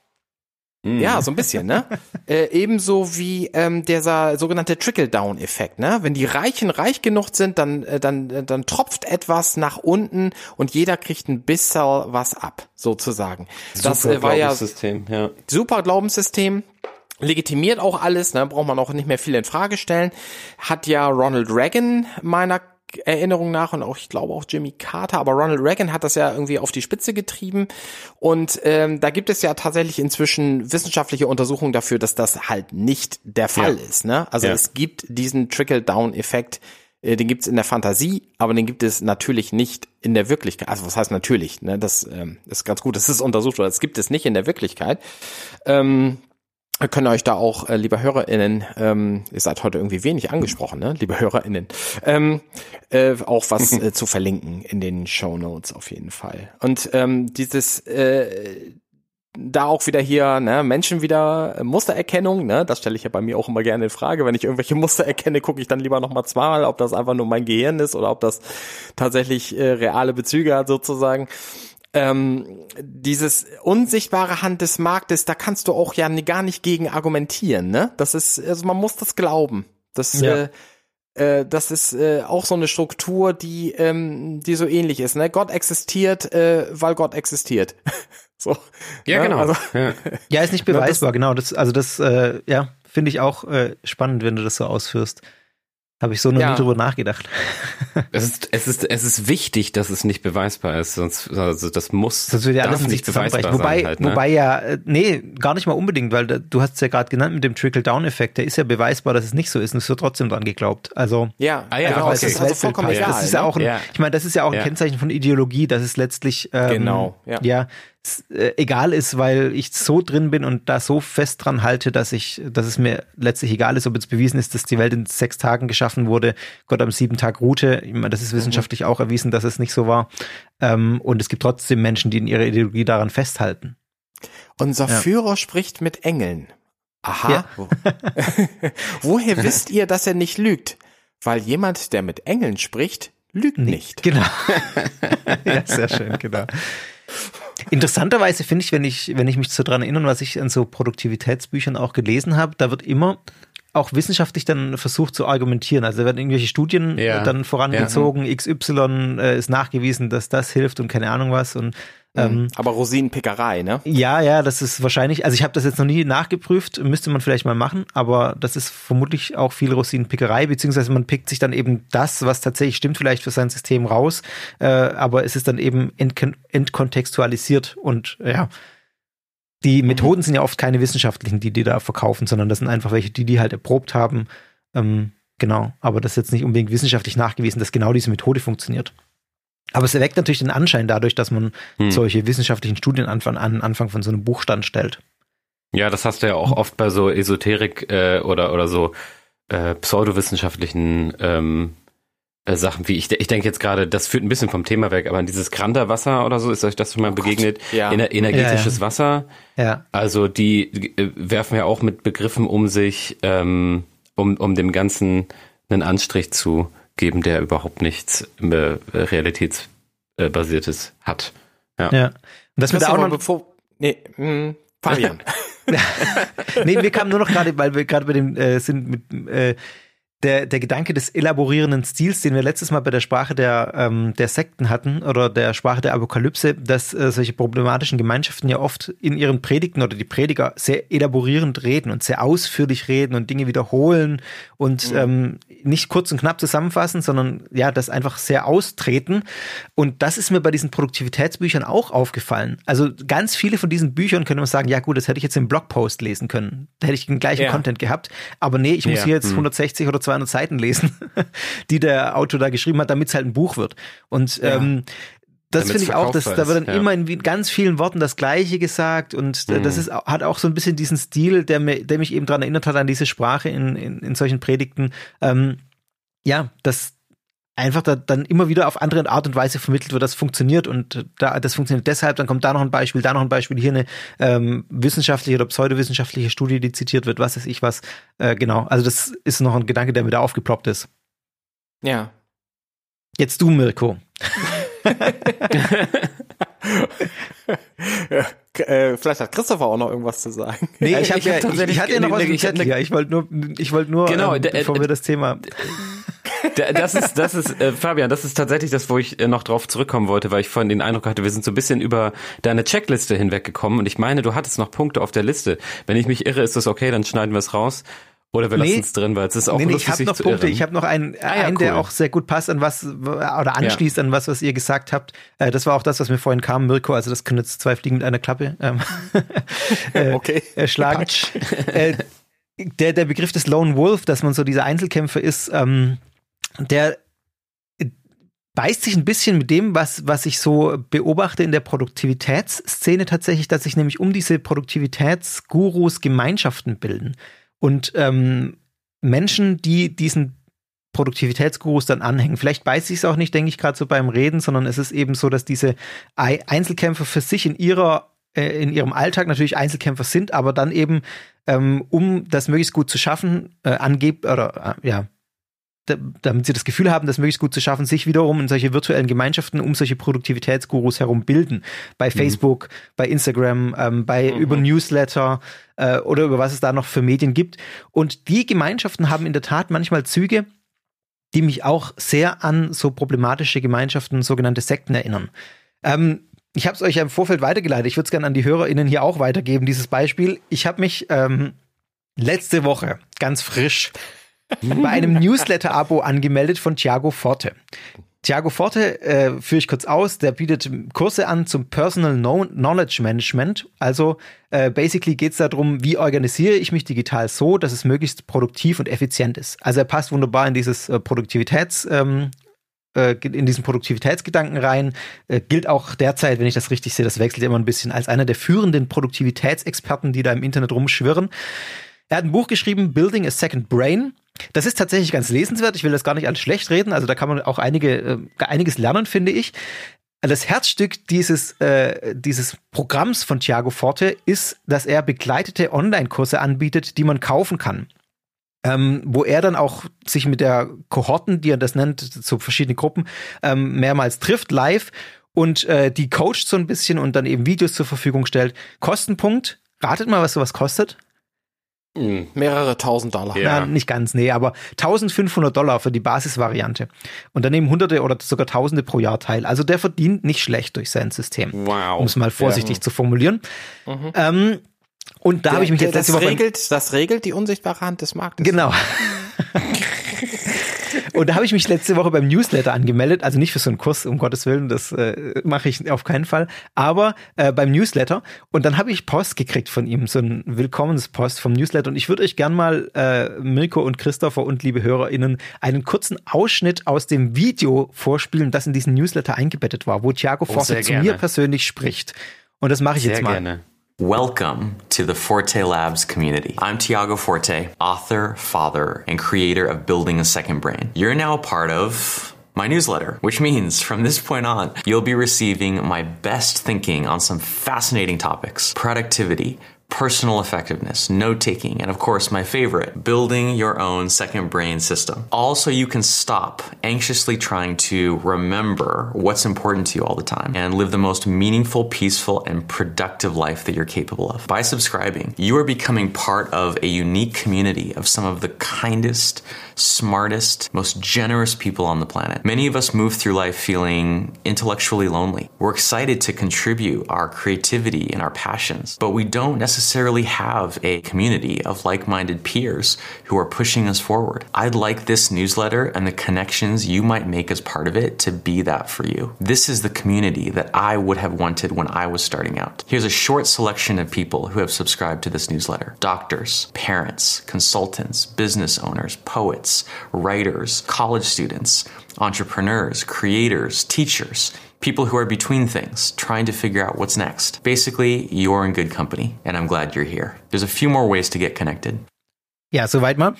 Ja, so ein bisschen, ne? äh, ebenso wie ähm, dieser sogenannte Trickle-Down-Effekt, ne? Wenn die Reichen reich genug sind, dann äh, dann äh, dann tropft etwas nach unten und jeder kriegt ein bisschen was ab, sozusagen. Das super äh, war ja Glaubenssystem, ja. Super Glaubenssystem. Legitimiert auch alles, ne? Braucht man auch nicht mehr viel in Frage stellen. Hat ja Ronald Reagan meiner Erinnerung nach und auch, ich glaube auch Jimmy Carter, aber Ronald Reagan hat das ja irgendwie auf die Spitze getrieben und ähm, da gibt es ja tatsächlich inzwischen wissenschaftliche Untersuchungen dafür, dass das halt nicht der Fall ja. ist, ne? Also ja. es gibt diesen Trickle-Down-Effekt, äh, den gibt's in der Fantasie, aber den gibt es natürlich nicht in der Wirklichkeit. Also was heißt natürlich, ne? Das ähm, ist ganz gut, das ist untersucht, aber es gibt es nicht in der Wirklichkeit. Ähm, Können euch da auch, äh, liebe HörerInnen, ähm, ihr seid heute irgendwie wenig angesprochen, ne, liebe HörerInnen, ähm, äh, auch was äh, zu verlinken in den Shownotes auf jeden Fall. Und ähm, dieses, äh, da auch wieder hier, ne, Menschen wieder, äh, Mustererkennung, ne, das stelle ich ja bei mir auch immer gerne in Frage. Wenn ich irgendwelche Muster erkenne, gucke ich dann lieber nochmal zweimal, ob das einfach nur mein Gehirn ist oder ob das tatsächlich äh, reale Bezüge hat sozusagen. Ähm, dieses unsichtbare Hand des Marktes, da kannst du auch ja gar nicht gegen argumentieren, ne? Das ist, also man muss das glauben. Das, ja. äh, äh, das ist äh, auch so eine Struktur, die, ähm, die so ähnlich ist, ne? Gott existiert, äh, weil Gott existiert. So. Ja, ne? genau. Also, ja. ja, ist nicht beweisbar, genau. Das, also das, äh, ja, finde ich auch äh, spannend, wenn du das so ausführst. Habe ich so noch Ja. nie drüber nachgedacht. Es ist, es ist, es ist wichtig, dass es nicht beweisbar ist, sonst, also das muss, Sonst würde ja alles darf in sich nicht beweisbar zusammenbrechen. Wobei, sein halt, ne? wobei ja, äh, nee, gar nicht mal unbedingt, weil da, du hast es ja gerade genannt mit dem Trickle-Down-Effekt, der ist ja beweisbar, dass es nicht so ist und es wird trotzdem dran geglaubt. Also, Ja, Ah ja, genau, okay. es ist also vollkommen passt. egal. Das ist ja ne? auch ein, Ja. ich meine, das ist ja auch ein Ja. Kennzeichen von Ideologie, dass es letztlich ähm, Genau, ja. ja s- äh, egal ist, weil ich so drin bin und da so fest dran halte, dass ich, dass es mir letztlich egal ist, ob jetzt bewiesen ist, dass die Welt in sechs Tagen geschaffen wurde, Gott am sieben Tag ruhte. Ich meine, das ist wissenschaftlich auch erwiesen, dass es nicht so war. Ähm, und es gibt trotzdem Menschen, die in ihrer Ideologie daran festhalten. Unser Ja. Führer spricht mit Engeln. Aha. Ja. Woher wisst ihr, dass er nicht lügt? Weil jemand, der mit Engeln spricht, lügt nicht. Genau. Ja, sehr schön, genau. Interessanterweise finde ich, wenn ich, wenn ich mich so dran erinnere, was ich an so Produktivitätsbüchern auch gelesen habe, da wird immer auch wissenschaftlich dann versucht zu argumentieren. Also da werden irgendwelche Studien Ja. dann vorangezogen, X Y äh, ist nachgewiesen, dass das hilft und keine Ahnung was. Und ähm, Aber Rosinenpickerei, ne? ja, ja, das ist wahrscheinlich, also ich habe das jetzt noch nie nachgeprüft, müsste man vielleicht mal machen, aber das ist vermutlich auch viel Rosinenpickerei, beziehungsweise man pickt sich dann eben das, was tatsächlich stimmt, vielleicht für sein System raus, äh, aber es ist dann eben entkon- entkontextualisiert und ja, die Methoden sind ja oft keine wissenschaftlichen, die die da verkaufen, sondern das sind einfach welche, die die halt erprobt haben, ähm, genau, aber das ist jetzt nicht unbedingt wissenschaftlich nachgewiesen, dass genau diese Methode funktioniert. Aber es erweckt natürlich den Anschein dadurch, dass man Hm. solche wissenschaftlichen Studien an, an Anfang von so einem Buchstand stellt. Ja, das hast du ja auch oft bei so Esoterik äh, oder oder so äh, pseudowissenschaftlichen ähm, äh, Sachen wie ich. Ich denke jetzt gerade, das führt ein bisschen vom Thema weg, aber an dieses Granda-Wasser oder so, ist euch das schon mal begegnet? Ja. Ener- energetisches Ja, ja. Wasser. Ja, Also die äh, werfen ja auch mit Begriffen um sich, ähm, um um dem Ganzen einen Anstrich zu geben, der überhaupt nichts äh, realitätsbasiertes hat. Ja. ja. Und das mit der Christopher, auch noch, bevor, nee, mh, Fabian. nee, wir kamen nur noch gerade, weil wir gerade bei dem äh, sind mit äh, der, der Gedanke des elaborierenden Stils, den wir letztes Mal bei der Sprache der, ähm, der Sekten hatten oder der Sprache der Apokalypse, dass äh, solche problematischen Gemeinschaften ja oft in ihren Predigten oder die Prediger sehr elaborierend reden und sehr ausführlich reden und Dinge wiederholen und mhm. ähm, nicht kurz und knapp zusammenfassen, sondern ja, das einfach sehr austreten. Und das ist mir bei diesen Produktivitätsbüchern auch aufgefallen. Also ganz viele von diesen Büchern könnte man sagen, ja gut, das hätte ich jetzt im Blogpost lesen können. Da hätte ich den gleichen ja. Content gehabt. Aber nee, ich muss Ja. hier jetzt Hm. hundertsechzig oder zweihundert Seiten lesen, die der Autor da geschrieben hat, damit es halt ein Buch wird. Und Ja. ähm, das Damit's finde ich auch, dass, verkaufbar da wird dann ist, ja. immer in wie- ganz vielen Worten das Gleiche gesagt und äh, Mhm. das ist, hat auch so ein bisschen diesen Stil, der, mir, der mich eben daran erinnert hat, an diese Sprache in, in, in solchen Predigten. Ähm, ja, dass einfach da, dann immer wieder auf andere Art und Weise vermittelt wird, das funktioniert und da, das funktioniert deshalb, dann kommt da noch ein Beispiel, da noch ein Beispiel, hier eine ähm, wissenschaftliche oder pseudowissenschaftliche Studie, die zitiert wird, was weiß ich was. Äh, genau, also das ist noch ein Gedanke, der mir da aufgeploppt ist. Ja. Jetzt du, Mirko. ja. Äh, vielleicht hat Christopher auch noch irgendwas zu sagen. Nee, Ja, ich, hab ich hab ja, ich, tatsächlich- ich hatte ja noch was nee, im ich hab Zettel ne- hier. Ich wollte nur, ich wollte nur, Genau, ähm, der- bevor äh, wir das Thema. Da- Das ist, das ist, äh, Fabian, das ist tatsächlich das, wo ich äh, noch drauf zurückkommen wollte, weil ich vorhin den Eindruck hatte, wir sind so ein bisschen über deine Checkliste hinweggekommen und ich meine, du hattest noch Punkte auf der Liste. Wenn ich mich irre, ist das okay, dann schneiden wir es raus. Oder wir Nee. lassen es drin, weil es ist auch Nee, nee, lustig, ich habe sich noch zu Punkte. irren. Ich habe noch einen, Ah ja, einen der cool. auch sehr gut passt an was oder anschließt an was, was ihr gesagt habt. Äh, das war auch das, was mir vorhin kam, Mirko. Also das können jetzt zwei Fliegen mit einer Klappe ähm, äh, Okay. äh, schlagen. äh, der, der Begriff des Lone Wolf, dass man so dieser Einzelkämpfer ist, ähm, der beißt sich ein bisschen mit dem, was, was ich so beobachte in der Produktivitätsszene tatsächlich, dass sich nämlich um diese Produktivitätsgurus Gemeinschaften bilden. Und ähm, Menschen, die diesen Produktivitätsgurus dann anhängen. Vielleicht beißt sich es auch nicht, denke ich gerade so beim Reden, sondern es ist eben so, dass diese Ei- Einzelkämpfer für sich in ihrer äh, in ihrem Alltag natürlich Einzelkämpfer sind, aber dann eben, ähm, um das möglichst gut zu schaffen, äh, angeb oder äh, ja, da, damit sie das Gefühl haben, das möglichst gut zu schaffen, sich wiederum in solche virtuellen Gemeinschaften um solche Produktivitätsgurus herum bilden. Bei Facebook, bei Instagram, ähm, bei Mhm. über Newsletter äh, oder über was es da noch für Medien gibt. Und die Gemeinschaften haben in der Tat manchmal Züge, die mich auch sehr an so problematische Gemeinschaften, sogenannte Sekten erinnern. Ähm, ich habe es euch ja im Vorfeld weitergeleitet. Ich würde es gerne an die HörerInnen hier auch weitergeben, dieses Beispiel. Ich habe mich ähm, letzte Woche ganz frisch bei einem Newsletter-Abo angemeldet von Tiago Forte. Tiago Forte, äh, führe ich kurz aus, der bietet Kurse an zum Personal Knowledge Management. Also äh, basically geht es darum, wie organisiere ich mich digital so, dass es möglichst produktiv und effizient ist. Also er passt wunderbar in dieses äh, Produktivitäts, ähm, äh, in diesen Produktivitätsgedanken rein. Äh, gilt auch derzeit, wenn ich das richtig sehe, das wechselt immer ein bisschen, als einer der führenden Produktivitätsexperten, die da im Internet rumschwirren. Er hat ein Buch geschrieben, Building a Second Brain. Das ist tatsächlich ganz lesenswert. Ich will das gar nicht alles schlecht reden. Also da kann man auch einige, äh, einiges lernen, finde ich. Das Herzstück dieses, äh, dieses Programms von Tiago Forte ist, dass er begleitete Online-Kurse anbietet, die man kaufen kann. Ähm, wo er dann auch sich mit der Kohorten, die er das nennt, so verschiedene Gruppen, ähm, mehrmals trifft, live und äh, die coacht so ein bisschen und dann eben Videos zur Verfügung stellt. Kostenpunkt, ratet mal, was sowas kostet? Mehrere tausend Dollar. Ja. Na, nicht ganz, nee, aber eintausendfünfhundert Dollar für die Basisvariante. Und dann nehmen Hunderte oder sogar Tausende pro Jahr teil. Also der verdient nicht schlecht durch sein System. Wow. Um es mal vorsichtig ja. zu formulieren. Mhm. Ähm, und da habe ich mich jetzt letzte das Woche... Regelt, das regelt die unsichtbare Hand des Marktes. Genau. Und da habe ich mich letzte Woche beim Newsletter angemeldet, also nicht für so einen Kurs, um Gottes Willen, das äh, mache ich auf keinen Fall, aber äh, beim Newsletter. Und dann habe ich Post gekriegt von ihm, so ein Willkommenspost vom Newsletter. Und ich würde euch gern mal, äh, Mirko und Christopher und liebe HörerInnen, einen kurzen Ausschnitt aus dem Video vorspielen, das in diesen Newsletter eingebettet war, wo Tiago oh, Forte zu mir persönlich spricht. Und das mache ich sehr jetzt mal. Gerne. Welcome to the Forte Labs community. I'm Tiago Forte, author, father, and creator of Building a Second Brain. You're now a part of my newsletter, which means from this point on, you'll be receiving my best thinking on some fascinating topics: productivity, personal effectiveness, note-taking, and of course my favorite, building your own second brain system. Also, you can stop anxiously trying to remember what's important to you all the time and live the most meaningful, peaceful, and productive life that you're capable of. By subscribing, you are becoming part of a unique community of some of the kindest, smartest, most generous people on the planet. Many of us move through life feeling intellectually lonely. We're excited to contribute our creativity and our passions, but we don't necessarily necessarily have a community of like-minded peers who are pushing us forward. I'd like this newsletter and the connections you might make as part of it to be that for you. This is the community that I would have wanted when I was starting out. Here's a short selection of people who have subscribed to this newsletter: doctors, parents, consultants, business owners, poets, writers, college students, entrepreneurs, creators, teachers, people who are between things, trying to figure out what's next. Basically, you're in good company, and I'm glad you're here. There's a few more ways to get connected. Ja, soweit mal.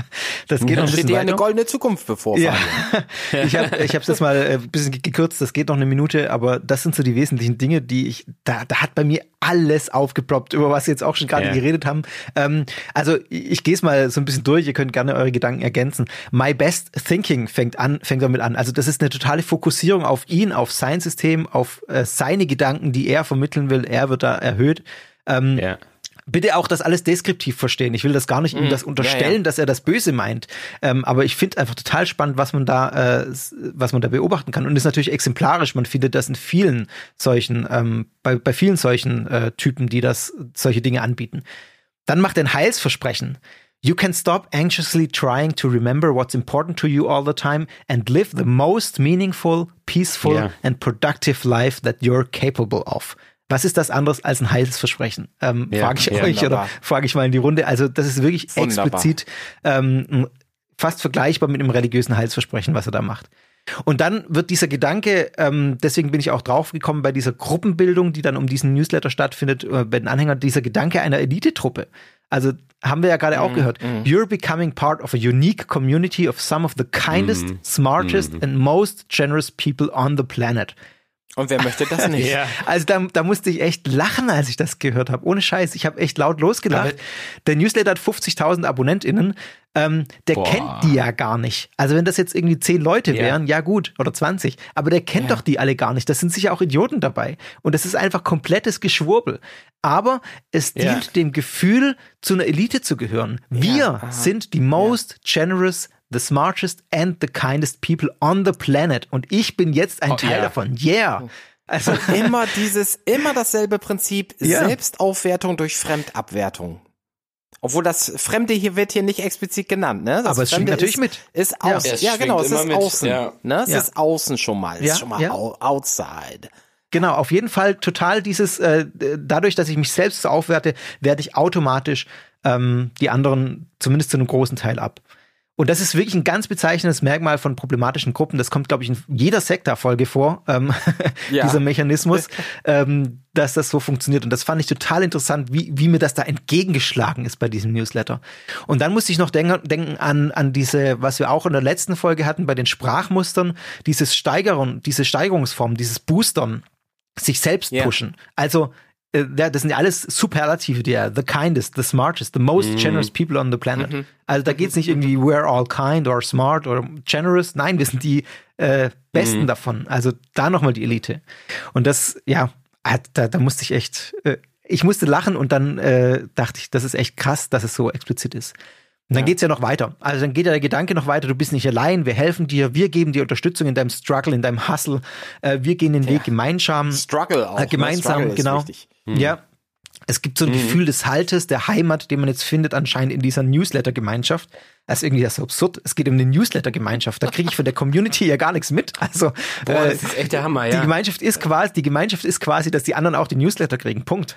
Das geht noch ein bisschen steht dir weiter. eine goldene Zukunft bevor. Ja. Ich habe ich habe es jetzt mal ein bisschen gekürzt, das geht noch eine Minute, aber das sind so die wesentlichen Dinge, die ich, da, da hat bei mir alles aufgeploppt, über was wir jetzt auch schon gerade ja. geredet haben. Ähm, also ich, ich gehe es mal so ein bisschen durch, ihr könnt gerne eure Gedanken ergänzen. My Best Thinking fängt an, fängt damit an. Also das ist eine totale Fokussierung auf ihn, auf sein System, auf äh, seine Gedanken, die er vermitteln will. Er wird da erhöht. Ähm, ja. Bitte auch das alles deskriptiv verstehen. Ich will das gar nicht ihm das unterstellen, ja, ja. dass er das Böse meint. Ähm, aber ich finde einfach total spannend, was man da, äh, was man da beobachten kann. Und ist natürlich exemplarisch. Man findet das in vielen solchen, ähm, bei, bei vielen solchen äh, Typen, die das, solche Dinge anbieten. Dann macht er ein Heilsversprechen. You can stop anxiously trying to remember what's important to you all the time and live the most meaningful, peaceful yeah. and productive life that you're capable of. Was ist das anderes als ein Heilsversprechen? Ähm, ja, frage ich ja, euch wunderbar. Oder frage ich mal in die Runde. Also das ist wirklich wunderbar. explizit ähm, fast vergleichbar mit einem religiösen Heilsversprechen, was er da macht. Und dann wird dieser Gedanke, ähm, deswegen bin ich auch drauf gekommen bei dieser Gruppenbildung, die dann um diesen Newsletter stattfindet, äh, bei den Anhängern, dieser Gedanke einer Elitetruppe. Also haben wir ja gerade mm, auch gehört. Mm. You're becoming part of a unique community of some of the kindest, mm, smartest mm. and most generous people on the planet. Und wer möchte das nicht? Ja. Also da, da musste ich echt lachen, als ich das gehört habe. Ohne Scheiß, ich habe echt laut losgelacht. Aber der Newsletter hat fünfzigtausend AbonnentInnen. Ähm, der Boah. kennt die ja gar nicht. Also wenn das jetzt irgendwie zehn Leute wären, ja, ja gut, oder zwanzig. Aber der kennt ja. doch die alle gar nicht. Das sind sicher auch Idioten dabei. Und das ist einfach komplettes Geschwurbel. Aber es dient ja. dem Gefühl, zu einer Elite zu gehören. Wir ja. sind die most ja. generous, the smartest and the kindest people on the planet. Und ich bin jetzt ein oh, Teil ja. davon. Yeah. Also immer dieses, immer dasselbe Prinzip, ja. Selbstaufwertung durch Fremdabwertung. Obwohl das Fremde hier wird hier nicht explizit genannt, ne? Das aber es schwingt natürlich ist, mit. Ist außen. Ja, es ja, genau, es schwingt ist immer mit, außen. ja. Ne? Es Ja. ist außen schon mal. Es Ja, ist schon mal ja. au- outside. Genau, auf jeden Fall total dieses, äh, dadurch, dass ich mich selbst so aufwerte, werte ich automatisch ähm, die anderen zumindest zu einem großen Teil ab. Und das ist wirklich ein ganz bezeichnendes Merkmal von problematischen Gruppen. Das kommt, glaube ich, in jeder Sekta-Folge vor, ähm, Ja. dieser Mechanismus, ähm, dass das so funktioniert. Und das fand ich total interessant, wie, wie mir das da entgegengeschlagen ist bei diesem Newsletter. Und dann musste ich noch denken, denken an, an diese, was wir auch in der letzten Folge hatten, bei den Sprachmustern, dieses Steigern, diese Steigerungsform, dieses Boostern, sich selbst Ja. pushen. Also, äh, ja, das sind ja alles Superlative, die ja, the kindest, the smartest, the most generous people on the planet. Also da geht's nicht irgendwie we're all kind or smart or generous. Nein, wir sind die äh, Besten davon. Also da nochmal die Elite. Und das, ja, hat- da, da musste ich echt, äh, ich musste lachen und dann äh, dachte ich, das ist echt krass, dass es so explizit ist. Und dann geht's ja noch weiter. Also dann geht ja der Gedanke noch weiter, du bist nicht allein, wir helfen dir, wir geben dir Unterstützung in deinem Struggle, in deinem Hustle, äh, wir gehen den Weg gemeinsam. Struggle auch. Äh, ne? gemeinsam, Struggle ist genau. wichtig. Ja. Es gibt so ein Gefühl des Haltes, der Heimat, den man jetzt findet anscheinend in dieser Newsletter-Gemeinschaft. Das ist irgendwie das so absurd. Es geht um eine Newsletter-Gemeinschaft. Da kriege ich von der Community ja gar nichts mit. Also Boah, äh, das ist echt der Hammer, die ja. Gemeinschaft ist quasi, die Gemeinschaft ist quasi, dass die anderen auch die Newsletter kriegen. Punkt.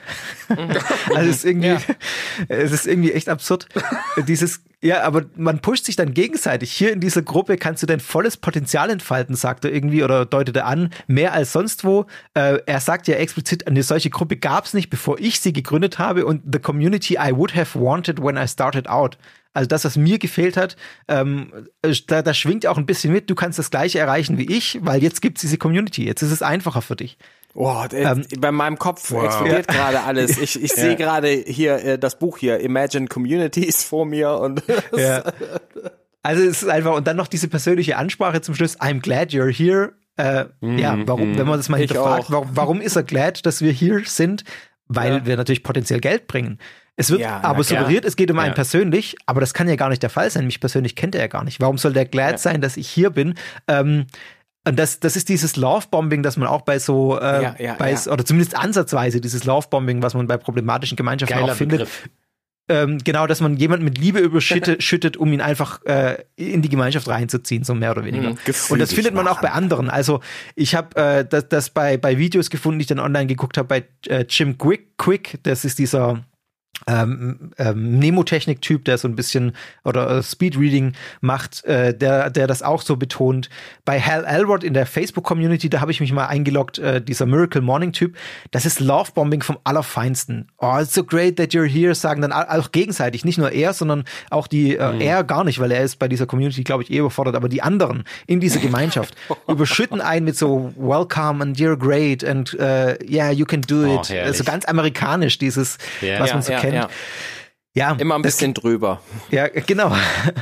Also es ist irgendwie, Ja. es ist irgendwie echt absurd. Dieses, ja, aber man pusht sich dann gegenseitig. Hier in dieser Gruppe kannst du dein volles Potenzial entfalten, sagt er irgendwie oder deutet er an, mehr als sonst wo. Äh, er sagt ja explizit, eine solche Gruppe gab es nicht, bevor ich sie gegründet habe und the community I would have wanted when I started out. Also das, was mir gefehlt hat, ähm, da, da schwingt auch ein bisschen mit, du kannst das Gleiche erreichen wie ich, weil jetzt gibt's diese Community, jetzt ist es einfacher für dich. Boah, äh, Ähm, bei meinem Kopf explodiert gerade alles. Ich, ich sehe gerade hier äh, das Buch hier, Imagine Communities vor mir und Ja. Also es ist einfach, und dann noch diese persönliche Ansprache zum Schluss, I'm glad you're here. Äh, ja, warum, wenn man das mal Ich hinterfragt, auch. warum, warum ist er glad, dass wir hier sind? Weil Ja. wir natürlich potenziell Geld bringen. Es wird Ja, na aber klar. suggeriert, es geht um einen Ja. persönlich, aber das kann ja gar nicht der Fall sein. Mich persönlich kennt er ja gar nicht. Warum soll der glad Ja. sein, dass ich hier bin? Ähm, und das, das ist dieses Love-Bombing, das man auch bei so, äh, Ja, ja, bei, ja. oder zumindest ansatzweise dieses Love-Bombing, was man bei problematischen Gemeinschaften Geiler auch findet. Begriff. Ähm, genau, dass man jemanden mit Liebe überschüttet, schüttet, um ihn einfach äh, in die Gemeinschaft reinzuziehen, so mehr oder weniger. Mhm, gefügig Und das findet man auch bei anderen. Also ich habe äh, das, das bei, bei Videos gefunden, die ich dann online geguckt habe, bei äh, Jim Quick, Quick, das ist dieser ähm, ähm, Mnemotechnik-Typ, der so ein bisschen oder äh, Speedreading macht, äh, der, der das auch so betont. Bei Hal Elrod in der Facebook-Community, da habe ich mich mal eingeloggt, äh, dieser Miracle Morning-Typ, das ist Love-Bombing vom Allerfeinsten. Oh, it's so great that you're here, sagen dann auch gegenseitig, nicht nur er, sondern auch die, äh, er gar nicht, weil er ist bei dieser Community, glaube ich, eh überfordert, aber die anderen in dieser Gemeinschaft überschütten einen mit so Welcome and you're great and uh, yeah, you can do Oh, it. herrlich. So ganz amerikanisch, dieses, Ja. was Ja, man so ja, kennt. ja. Ja, Immer ein das- bisschen drüber. ja, genau.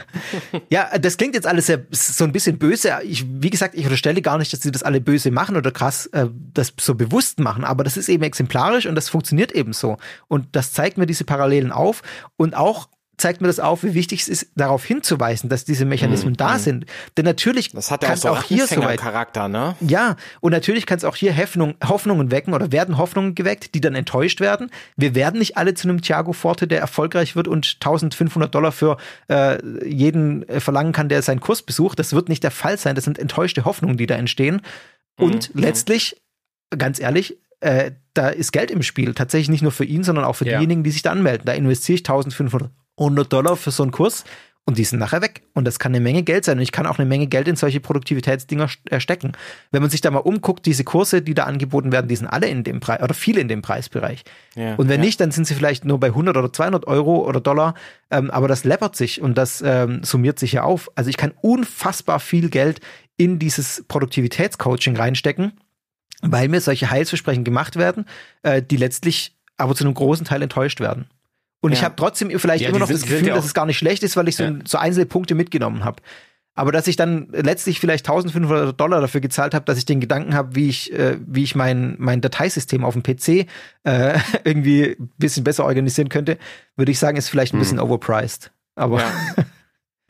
Ja, das klingt jetzt alles sehr, so ein bisschen böse. Ich, wie gesagt, ich unterstelle gar nicht, dass sie das alle böse machen oder krass äh, das so bewusst machen, aber das ist eben exemplarisch und das funktioniert eben so. Und das zeigt mir diese Parallelen auf und auch zeigt mir das auf, wie wichtig es ist, darauf hinzuweisen, dass diese Mechanismen da sind. Denn natürlich Das hat ja kann auch es so auch hier soweit. Charakter, ne? Ja, und natürlich kann es auch hier Hoffnung, Hoffnungen wecken oder werden Hoffnungen geweckt, die dann enttäuscht werden. Wir werden nicht alle zu einem Thiago Forte, der erfolgreich wird und eintausendfünfhundert Dollar für äh, jeden äh, verlangen kann, der seinen Kurs besucht. Das wird nicht der Fall sein. Das sind enttäuschte Hoffnungen, die da entstehen. Und Mhm. letztlich, ganz ehrlich, äh, da ist Geld im Spiel. Tatsächlich nicht nur für ihn, sondern auch für Ja. diejenigen, die sich da anmelden. Da investiere ich eintausendfünfhundert Dollar für so einen Kurs. Und die sind nachher weg. Und das kann eine Menge Geld sein. Und ich kann auch eine Menge Geld in solche Produktivitätsdinger st- äh, stecken. Wenn man sich da mal umguckt, diese Kurse, die da angeboten werden, die sind alle in dem Preis, oder viele in dem Preisbereich. Ja, und wenn ja. nicht, dann sind sie vielleicht nur bei hundert oder zweihundert Euro oder Dollar. Ähm, aber das läppert sich und das ähm, summiert sich ja auf. Also ich kann unfassbar viel Geld in dieses Produktivitätscoaching reinstecken, weil mir solche Heilsversprechen gemacht werden, äh, die letztlich aber zu einem großen Teil enttäuscht werden. Und ich Ja. habe trotzdem vielleicht Ja, immer die noch sind- das sind Gefühl, ja dass auch- es gar nicht schlecht ist, weil ich so, Ja. so einzelne Punkte mitgenommen habe. Aber dass ich dann letztlich vielleicht eintausendfünfhundert Dollar dafür gezahlt habe, dass ich den Gedanken habe, wie ich, äh, wie ich mein, mein Dateisystem auf dem P C äh, irgendwie ein bisschen besser organisieren könnte, würde ich sagen, ist vielleicht ein bisschen overpriced. Aber Ja.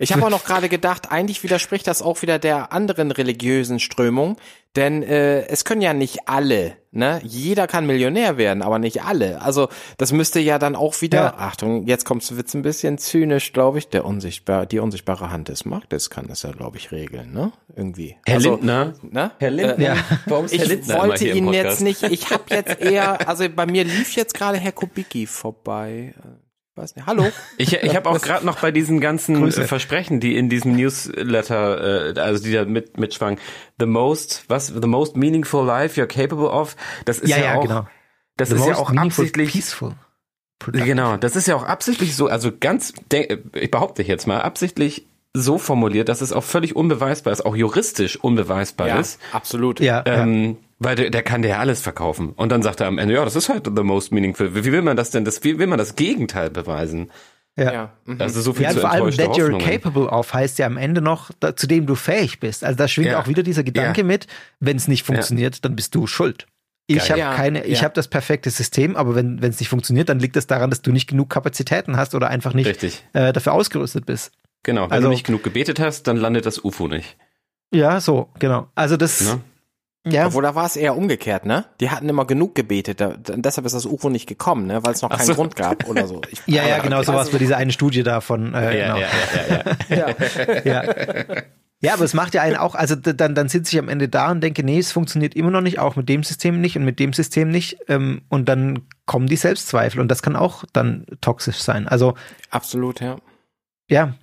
Ich habe auch noch gerade gedacht, eigentlich widerspricht das auch wieder der anderen religiösen Strömung, denn äh, es können ja nicht alle, ne? Jeder kann Millionär werden, aber nicht alle. Also das müsste ja dann auch wieder, ja. Achtung, jetzt kommt's wird's ein bisschen zynisch, glaube ich, der unsichtbar, die unsichtbare Hand des Marktes kann das ja, glaube ich, regeln, ne? Irgendwie. Herr also, Lindner, ne? Herr Lindner, äh, ja. Warum ist Herr ich Lindner wollte immer hier ihn im jetzt Podcast? nicht, ich habe jetzt eher, also bei mir lief jetzt gerade Herr Kubicki vorbei. Weiß nicht. Hallo. Ich, ich habe auch gerade noch bei diesen ganzen Grüße. Versprechen, die in diesem Newsletter, äh, also die da mit mitschwangen, the most, was, the most meaningful life you're capable of, das ist Ja, ja, ja, auch, genau. das The ist ja most auch meaningful, absichtlich, peaceful. Productive. genau, das ist ja auch absichtlich so, also ganz, ich behaupte jetzt mal, absichtlich so formuliert, dass es auch völlig unbeweisbar ist, auch juristisch unbeweisbar Ja, ist. absolut. Ja, Ähm, ja. Weil der, der kann dir ja alles verkaufen. Und dann sagt er am Ende, ja, das ist halt the most meaningful. Wie will man das denn, das, wie will man das Gegenteil beweisen? Ja. Ja. Mhm. Also so viel Ja, und zu vor allem enttäuschte that you're Hoffnungen. capable of heißt ja am Ende noch, da, zu dem du fähig bist. Also da schwingt Ja. auch wieder dieser Gedanke Ja. mit, wenn es nicht funktioniert, dann bist du schuld. Ich Geil. habe Ja, keine, ich ja. habe das perfekte System, aber wenn wenn es nicht funktioniert, dann liegt es daran, dass du nicht genug Kapazitäten hast oder einfach nicht Richtig. äh, dafür ausgerüstet bist. Genau, wenn Also- du nicht genug gebetet hast, dann landet das U F O nicht. Ja, so, genau. Also das, Ne? ja, Obwohl, da war es eher umgekehrt, ne? Die hatten immer genug gebetet, da, da, deshalb ist das U F O nicht gekommen, ne? Weil es noch Ach keinen so. Grund gab oder so. Ich, ja, ja, aber- genau, so war es also- bei dieser eine Studie da von, äh, Ja, genau. ja, ja, ja, ja. Ja. ja. Ja, aber es macht ja einen auch, also d- dann, dann sitze ich am Ende da und denke, nee, es funktioniert immer noch nicht, auch mit dem System nicht und mit dem System nicht. Ähm, und dann kommen die Selbstzweifel und das kann auch dann toxisch sein. Also, Absolut, ja. ja.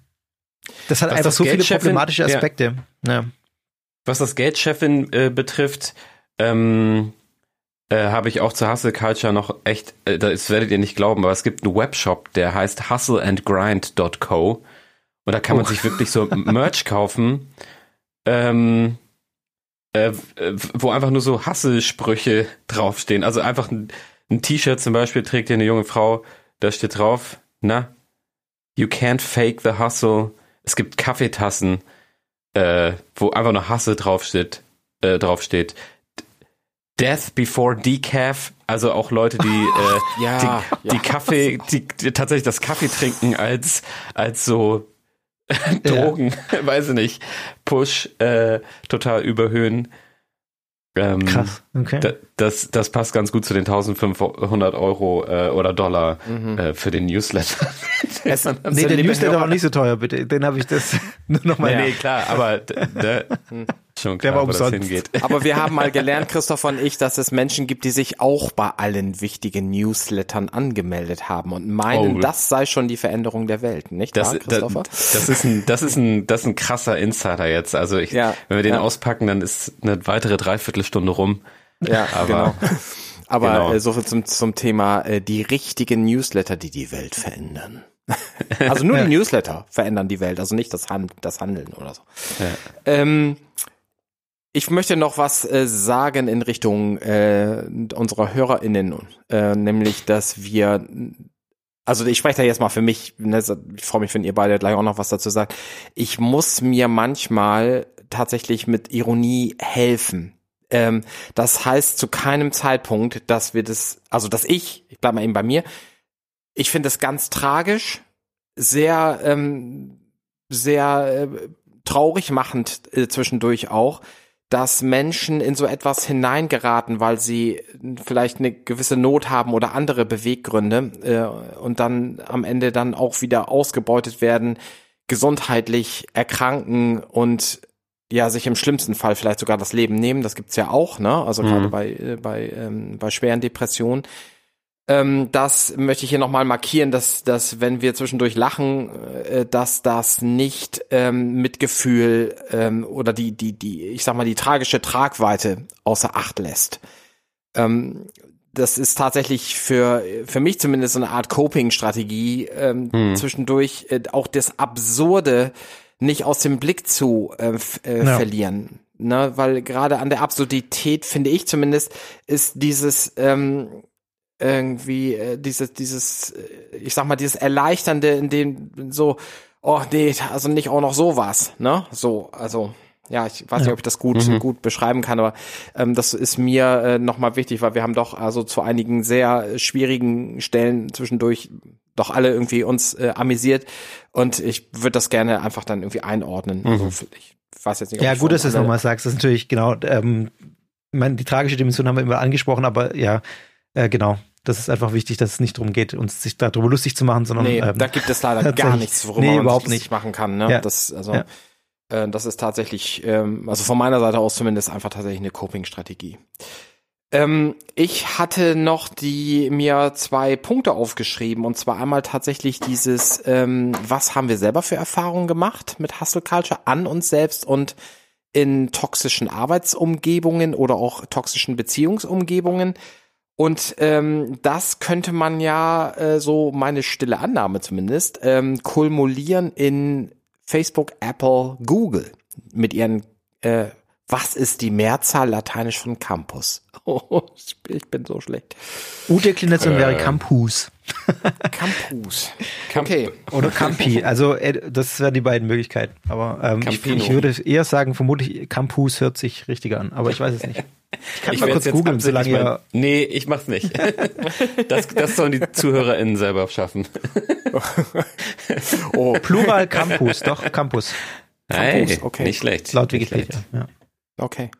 Das hat Was einfach das so viele Geldchefin- problematische ja. Aspekte. Ja. Was das Geldchefin äh, betrifft, ähm, äh, habe ich auch zur Hustle Culture noch echt, äh, das werdet ihr nicht glauben, aber es gibt einen Webshop, der heißt hustle and grind dot co und da kann man Oh. sich wirklich so Merch kaufen, ähm, äh, wo einfach nur so Hustle-Sprüche draufstehen. Also einfach ein, ein T-Shirt zum Beispiel trägt hier eine junge Frau, da steht drauf, na, you can't fake the hustle. Es gibt Kaffeetassen, äh, wo einfach nur Hustle draufsteht, äh, draufsteht. Death before decaf, also auch Leute, die, äh, Ja, die, die Kaffee, die, die tatsächlich das Kaffee trinken als, als so Drogen, weiß ich nicht, Push, äh, total überhöhen. Ähm, Krass. Okay. da- Das, das passt ganz gut zu den eintausendfünfhundert Euro äh, oder Dollar Mhm. äh, für den Newsletter. Es, Nee, der liebe Newsletter Hörer, war nicht so teuer, bitte. Den habe ich das nur noch mal. Nee, nee, klar, aber d- d- schon Der klar, war wo das umsonst. hingeht. Aber wir haben mal gelernt, Christopher und ich, dass es Menschen gibt, die sich auch bei allen wichtigen Newslettern angemeldet haben und meinen, Oh. das sei schon die Veränderung der Welt, nicht Das, wahr, das, Christopher? das ist ein, das ist ein, das ist ein krasser Insider jetzt. Also ich, Ja, wenn wir den ja. auspacken, dann ist eine weitere Dreiviertelstunde rum. Ja, aber- genau. Aber genau. äh, so viel zum, zum Thema äh, die richtigen Newsletter, die die Welt verändern. Also nur die Newsletter verändern die Welt, also nicht das, Hand, das Handeln oder so. Ja. Ähm, ich möchte noch was äh, sagen in Richtung äh, unserer HörerInnen, äh, nämlich, dass wir, also ich spreche da jetzt mal für mich, ne, ich freue mich, wenn ihr beide gleich auch noch was dazu sagt. Ich muss mir manchmal tatsächlich mit Ironie helfen. Ähm, das heißt zu keinem Zeitpunkt, dass wir das, also dass ich, ich bleib mal eben bei mir, ich finde es ganz tragisch, sehr, ähm, sehr äh, traurig machend äh, zwischendurch auch, dass Menschen in so etwas hineingeraten, weil sie vielleicht eine gewisse Not haben oder andere Beweggründe äh, und dann am Ende dann auch wieder ausgebeutet werden, gesundheitlich erkranken und ja, sich im schlimmsten Fall vielleicht sogar das Leben nehmen. Das gibt's ja auch, ne? Also Mhm. gerade bei äh, bei ähm, bei schweren Depressionen. Ähm, das möchte ich hier nochmal markieren, dass, dass wenn wir zwischendurch lachen, äh, dass das nicht ähm, Mitgefühl ähm, oder die, die, die, ich sag mal, die tragische Tragweite außer Acht lässt. Ähm, das ist tatsächlich für, für mich zumindest so eine Art Coping-Strategie, ähm, Hm. zwischendurch äh, auch das Absurde nicht aus dem Blick zu äh, f- äh, Ja. verlieren. Ne? Weil gerade an der Absurdität, finde ich zumindest, ist dieses ähm, irgendwie äh, dieses, dieses, äh, ich sag mal, dieses Erleichternde, in dem so, oh nee, also nicht auch noch sowas, ne? So, also, Ja, ich weiß Ja. nicht, ob ich das gut Mhm. gut beschreiben kann, aber ähm, das ist mir äh, nochmal wichtig, weil wir haben doch also zu einigen sehr schwierigen Stellen zwischendurch doch alle irgendwie uns äh, amüsiert und ich würde das gerne einfach dann irgendwie einordnen. Mhm. Also ich weiß jetzt nicht, ob Ja, ich gut, von dass du es alle- nochmal sagst. Das ist natürlich genau, ähm, ich meine, die tragische Dimension haben wir immer angesprochen, aber ja, äh, genau. Das ist einfach wichtig, dass es nicht darum geht, uns sich darüber lustig zu machen, sondern Nee, ähm, da gibt es leider gar tatsächlich- nichts, worüber nee, man überhaupt sich lustig nicht. machen kann. Ne? Ja. Das, also, Ja. äh, das ist tatsächlich, ähm, also von meiner Seite aus zumindest einfach tatsächlich eine Coping-Strategie. Ähm, ich hatte noch die mir zwei Punkte aufgeschrieben und zwar einmal tatsächlich dieses, ähm, was haben wir selber für Erfahrungen gemacht mit Hustle Culture an uns selbst und in toxischen Arbeitsumgebungen oder auch toxischen Beziehungsumgebungen. Und ähm, das könnte man ja, äh, so meine stille Annahme zumindest, ähm, kulmulieren in Facebook, Apple, Google mit ihren, äh, was ist die Mehrzahl lateinisch von Campus? Oh, ich bin so schlecht. U-Deklination Äh. wäre Campus. Campus. Camp- Okay. Oder Campi. Also äh, das wären die beiden Möglichkeiten. Aber ähm, ich, Campino. ich würde eher sagen, vermutlich Campus hört sich richtiger an, aber ich weiß es nicht. Ich kann Ich mal werd's kurz jetzt googeln, absichtlich solange mal- ihr... Nee, ich mach's nicht. Das, das sollen die ZuhörerInnen selber schaffen. Oh, Plural Campus, doch, Campus, Campus, okay. Nicht schlecht. laut nicht Wikipedia. schlecht. Ja. okay.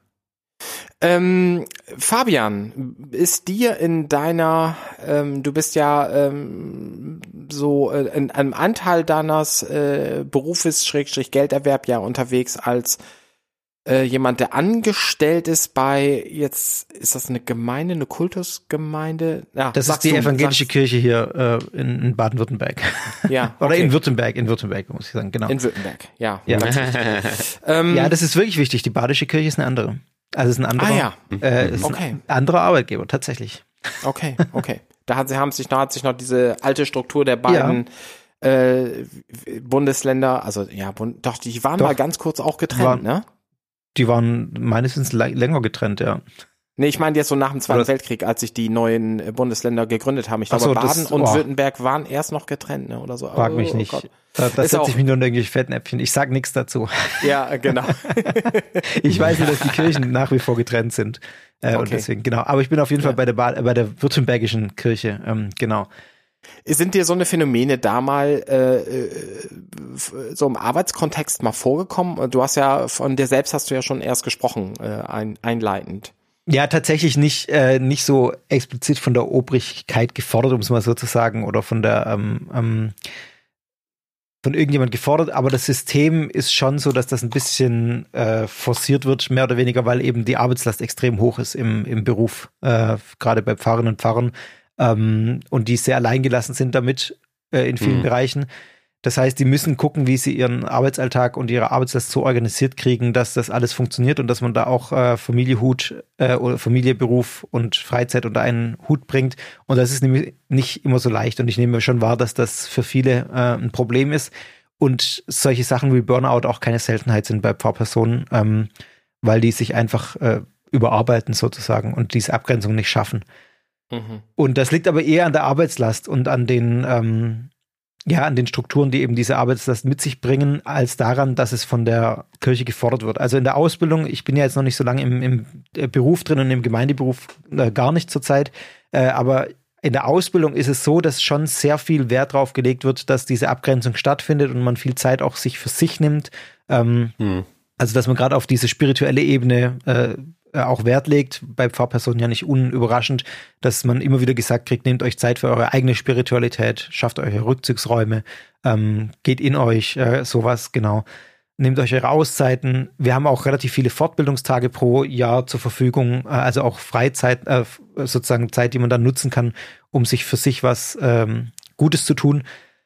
Ähm, Fabian, ist dir in deiner, ähm, du bist ja ähm, so äh, in einem Anteil deines äh, Berufes, Schrägstrich Gelderwerb ja unterwegs als äh, jemand, der angestellt ist bei, jetzt ist das eine Gemeinde, eine Kultusgemeinde? Ja, Das ist sagst die du, evangelische sagst- Kirche hier äh, in, in Baden-Württemberg. Ja, Oder okay. in Württemberg, in Württemberg, muss ich sagen, genau. In Württemberg, ja. Ja. Ähm, Ja, das ist wirklich wichtig. Die badische Kirche ist eine andere. Also es ist ein anderer, Ah, ja. äh, ist Okay. ein anderer Arbeitgeber, tatsächlich. Okay, okay. Da hat, sie haben sich, da hat sich noch diese alte Struktur der beiden äh, Bundesländer, also ja, Bund, doch, die waren Doch. mal ganz kurz auch getrennt, Waren- ne? Die waren meines Wissens le- länger getrennt, ja. Nee, ich meine jetzt so nach dem Zweiten Oder- Weltkrieg, als sich die neuen äh, Bundesländer gegründet haben. Ich Ach glaube, so, das- Baden und oh. Württemberg waren erst noch getrennt, ne? Oder so. Frag Oh, mich oh nicht. Gott. Da, da Ist setze auch- ich mich nur in irgendwelche Fettnäpfchen. Ich sag nichts dazu. Ja, genau. Ich weiß nur, dass die Kirchen nach wie vor getrennt sind. Äh, Und Okay. deswegen, genau. Aber ich bin auf jeden Ja. Fall bei der, ba äh, bei der württembergischen Kirche, ähm, genau. Sind dir so eine Phänomene da mal äh, äh, so im Arbeitskontext mal vorgekommen? Du hast ja, von dir selbst hast du ja schon erst gesprochen, äh, ein, einleitend. Ja, tatsächlich nicht, äh, nicht so explizit von der Obrigkeit gefordert, um es mal so zu sagen, oder von der, ähm, ähm, von irgendjemand gefordert, aber das System ist schon so, dass das ein bisschen äh, forciert wird, mehr oder weniger, weil eben die Arbeitslast extrem hoch ist im, im Beruf, äh, gerade bei Pfarrerinnen und Pfarrern, ähm, und die sehr alleingelassen sind damit äh, in vielen Mhm. Bereichen. Das heißt, die müssen gucken, wie sie ihren Arbeitsalltag und ihre Arbeitslast so organisiert kriegen, dass das alles funktioniert und dass man da auch äh, Familie, Hut, äh, oder Familie, Beruf und Freizeit unter einen Hut bringt. Und das ist nämlich nicht immer so leicht. Und ich nehme schon wahr, dass das für viele äh, ein Problem ist. Und solche Sachen wie Burnout auch keine Seltenheit sind bei Pfarrpersonen, ähm, weil die sich einfach äh, überarbeiten sozusagen und diese Abgrenzung nicht schaffen. Mhm. Und das liegt aber eher an der Arbeitslast und an den, ähm, ja, an den Strukturen, die eben diese Arbeitslast mit sich bringen, als daran, dass es von der Kirche gefordert wird. Also in der Ausbildung, ich bin ja jetzt noch nicht so lange im, im Beruf drin und im Gemeindeberuf äh, gar nicht zurzeit, äh, aber in der Ausbildung ist es so, dass schon sehr viel Wert drauf gelegt wird, dass diese Abgrenzung stattfindet und man viel Zeit auch sich für sich nimmt. Ähm, Hm. Also, dass man gerade auf diese spirituelle Ebene äh, auch Wert legt, bei Pfarrpersonen ja nicht unüberraschend, dass man immer wieder gesagt kriegt, nehmt euch Zeit für eure eigene Spiritualität, schafft eure Rückzugsräume, ähm, geht in euch, äh, sowas, genau. Nehmt euch eure Auszeiten. Wir haben auch relativ viele Fortbildungstage pro Jahr zur Verfügung, äh, also auch Freizeit, äh, sozusagen Zeit, die man dann nutzen kann, um sich für sich was ähm, Gutes zu tun.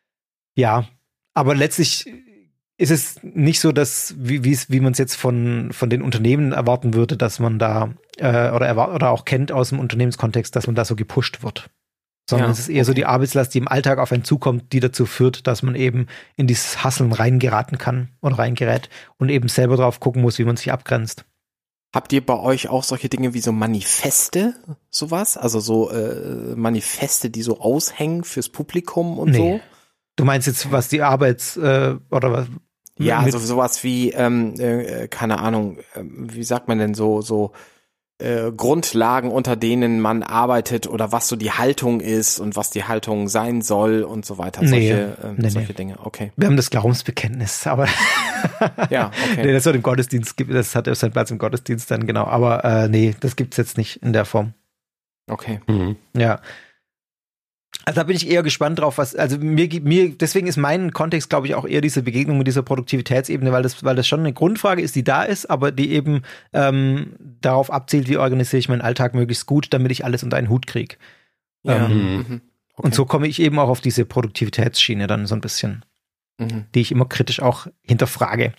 Ja, aber letztlich ist es nicht so, dass, wie, wie, wie man es jetzt von, von den Unternehmen erwarten würde, dass man da, äh, oder, erwart- oder auch kennt aus dem Unternehmenskontext, dass man da so gepusht wird. Sondern Ja, es ist eher so okay. die Arbeitslast, die im Alltag auf einen zukommt, die dazu führt, dass man eben in dieses Hasseln reingeraten kann oder reingerät und eben selber drauf gucken muss, wie man sich abgrenzt. Habt ihr bei euch auch solche Dinge wie so Manifeste, sowas? Also so äh, Manifeste, die so aushängen fürs Publikum und Nee. so? Du meinst jetzt, was die Arbeits- äh, oder was? Ja, mit, so sowas wie, ähm, äh, keine Ahnung, äh, wie sagt man denn so, so äh, Grundlagen, unter denen man arbeitet oder was so die Haltung ist und was die Haltung sein soll und so weiter. Nee, solche äh, nee, solche nee. Dinge, okay. Wir haben das Glaubensbekenntnis, aber Ja, okay. nee, das wird im Gottesdienst, das hat ja seinen Platz im Gottesdienst dann, genau. Aber äh, nee, das gibt's jetzt nicht in der Form. Okay. Mhm. Ja. Also da bin ich eher gespannt drauf, was, also mir, mir, deswegen ist mein Kontext, glaube ich, auch eher diese Begegnung mit dieser Produktivitätsebene, weil das, weil das schon eine Grundfrage ist, die da ist, aber die eben ähm, darauf abzielt, wie organisiere ich meinen Alltag möglichst gut, damit ich alles unter einen Hut kriege. Ja. Ähm, Mhm. Okay. Und so komme ich eben auch auf diese Produktivitätsschiene dann so ein bisschen, Mhm. die ich immer kritisch auch hinterfrage.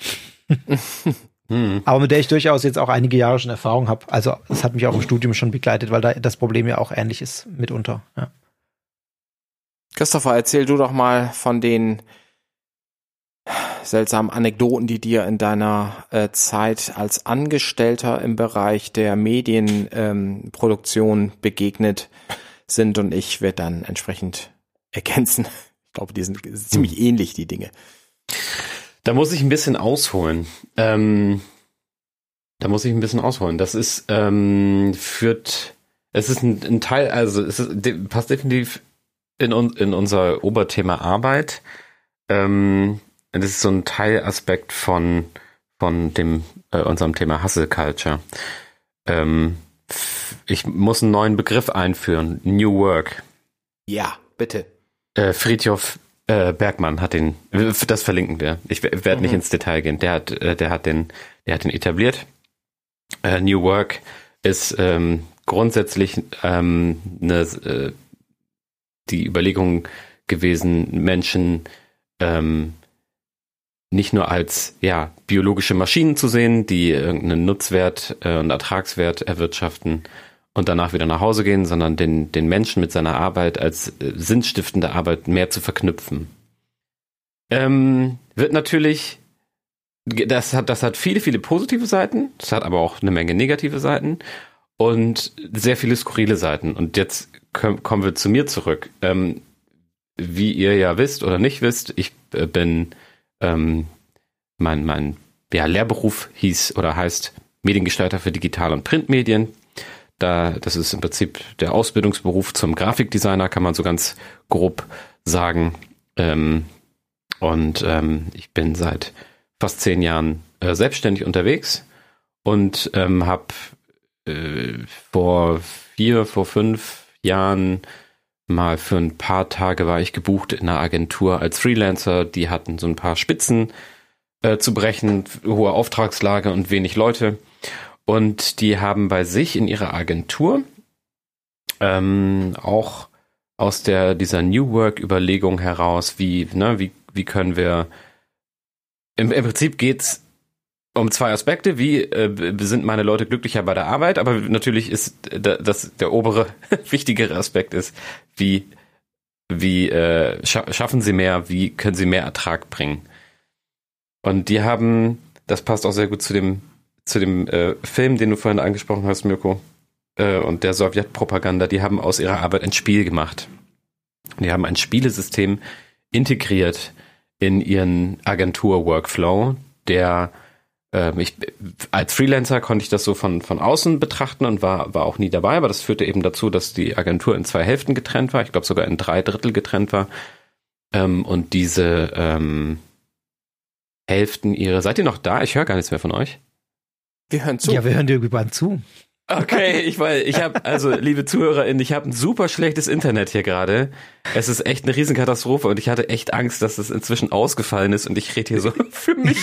Mhm. Aber mit der ich durchaus jetzt auch einige Jahre schon Erfahrung habe. Also es hat mich auch im Studium schon begleitet, weil da das Problem ja auch ähnlich ist mitunter. Ja. Christopher, erzähl du doch mal von den seltsamen Anekdoten, die dir in deiner äh, Zeit als Angestellter im Bereich der Medienproduktion ähm, Produktion begegnet sind, und ich werde dann entsprechend ergänzen. Ich glaube, die sind ziemlich ähnlich, die Dinge. Da muss ich ein bisschen ausholen. Ähm, da muss ich ein bisschen ausholen. Das ist, ähm, führt, es ist ein, ein Teil, also es ist, de, passt definitiv in, un, in unser Oberthema Arbeit. Ähm, das ist so ein Teilaspekt von, von dem, äh, unserem Thema Hustle Culture. Ähm, ich muss einen neuen Begriff einführen. New Work. Ja, bitte. Äh, Friedhof äh, Bergmann hat den, das verlinken wir. Ich werde Mhm. nicht ins Detail gehen. Der hat, äh, der hat den, der hat den etabliert. Äh, New Work ist ähm, grundsätzlich ähm, eine, äh, die Überlegung gewesen, Menschen ähm, nicht nur als ja biologische Maschinen zu sehen, die irgendeinen Nutzwert äh, und Ertragswert erwirtschaften und danach wieder nach Hause gehen, sondern den, den Menschen mit seiner Arbeit als äh, sinnstiftende Arbeit mehr zu verknüpfen. Ähm, wird natürlich, das hat, das hat viele, viele positive Seiten, das hat aber auch eine Menge negative Seiten und sehr viele skurrile Seiten. Und jetzt können, kommen wir zu mir zurück. Ähm, wie ihr ja wisst oder nicht wisst, ich äh, bin, ähm, mein, mein ja, Lehrberuf hieß oder heißt Mediengestalter für Digital- und Printmedien. Da, das ist im Prinzip der Ausbildungsberuf zum Grafikdesigner, kann man so ganz grob sagen. Ähm, und ähm, ich bin seit fast zehn Jahren äh, selbstständig unterwegs und ähm, habe äh, vor vier, vor fünf Jahren mal für ein paar Tage war ich gebucht in einer Agentur als Freelancer. Die hatten so ein paar Spitzen äh, zu brechen, hohe Auftragslage und wenig Leute. Und die haben bei sich in ihrer Agentur ähm, auch aus der dieser New Work-Überlegung heraus, wie, ne, wie, wie können wir, im, im Prinzip geht's um zwei Aspekte, wie äh, sind meine Leute glücklicher bei der Arbeit, aber natürlich ist das der obere, wichtigere Aspekt ist, wie, wie äh, scha- schaffen sie mehr, wie können sie mehr Ertrag bringen. Und die haben, das passt auch sehr gut zu dem zu dem äh, Film, den du vorhin angesprochen hast, Mirko, äh, und der Sowjetpropaganda, die haben aus ihrer Arbeit ein Spiel gemacht. Die haben ein Spielesystem integriert in ihren Agentur-Workflow, der äh, ich als Freelancer konnte ich das so von von außen betrachten und war war auch nie dabei, aber das führte eben dazu, dass die Agentur in zwei Hälften getrennt war, ich glaube sogar in drei Drittel getrennt war, ähm, und diese ähm, Hälften ihre, seid ihr noch da? Ich höre gar nichts mehr von euch. Wir hören zu. Ja, wir hören dir über zu. Okay, ich weil ich habe also liebe ZuhörerInnen, ich habe ein super schlechtes Internet hier gerade. Es ist echt eine Riesenkatastrophe und ich hatte echt Angst, dass es inzwischen ausgefallen ist und ich rede hier so für mich.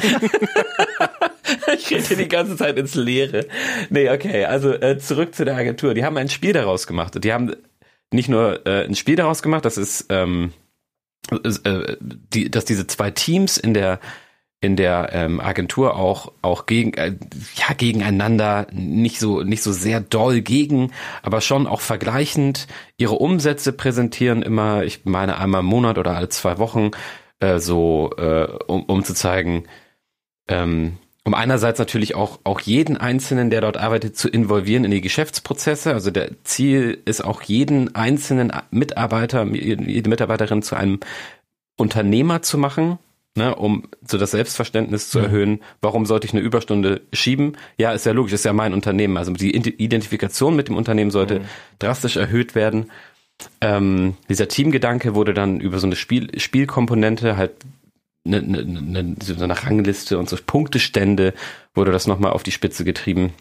Ich rede hier die ganze Zeit ins Leere. Nee, okay, also äh, zurück zu der Agentur. Die haben ein Spiel daraus gemacht und die haben nicht nur äh, ein Spiel daraus gemacht, das ist ähm, äh, die, dass diese zwei Teams in der in der ähm, Agentur auch auch gegen äh, ja gegeneinander nicht so nicht so sehr doll gegen, aber schon auch vergleichend ihre Umsätze präsentieren immer, ich meine einmal im Monat oder alle zwei Wochen äh, so äh, um, um zu zeigen, ähm, um einerseits natürlich auch auch jeden Einzelnen, der dort arbeitet, zu involvieren in die Geschäftsprozesse. Also der Ziel ist auch jeden einzelnen Mitarbeiter, jede Mitarbeiterin zu einem Unternehmer zu machen. ne, um so das Selbstverständnis zu erhöhen. Warum sollte ich eine Überstunde schieben? Ja, ist ja logisch, ist ja mein Unternehmen. Also die Identifikation mit dem Unternehmen sollte mhm. drastisch erhöht werden. Ähm, dieser Teamgedanke wurde dann über so eine Spiel, Spielkomponente halt eine, eine, eine, so eine Rangliste und so Punktestände wurde das nochmal auf die Spitze getrieben.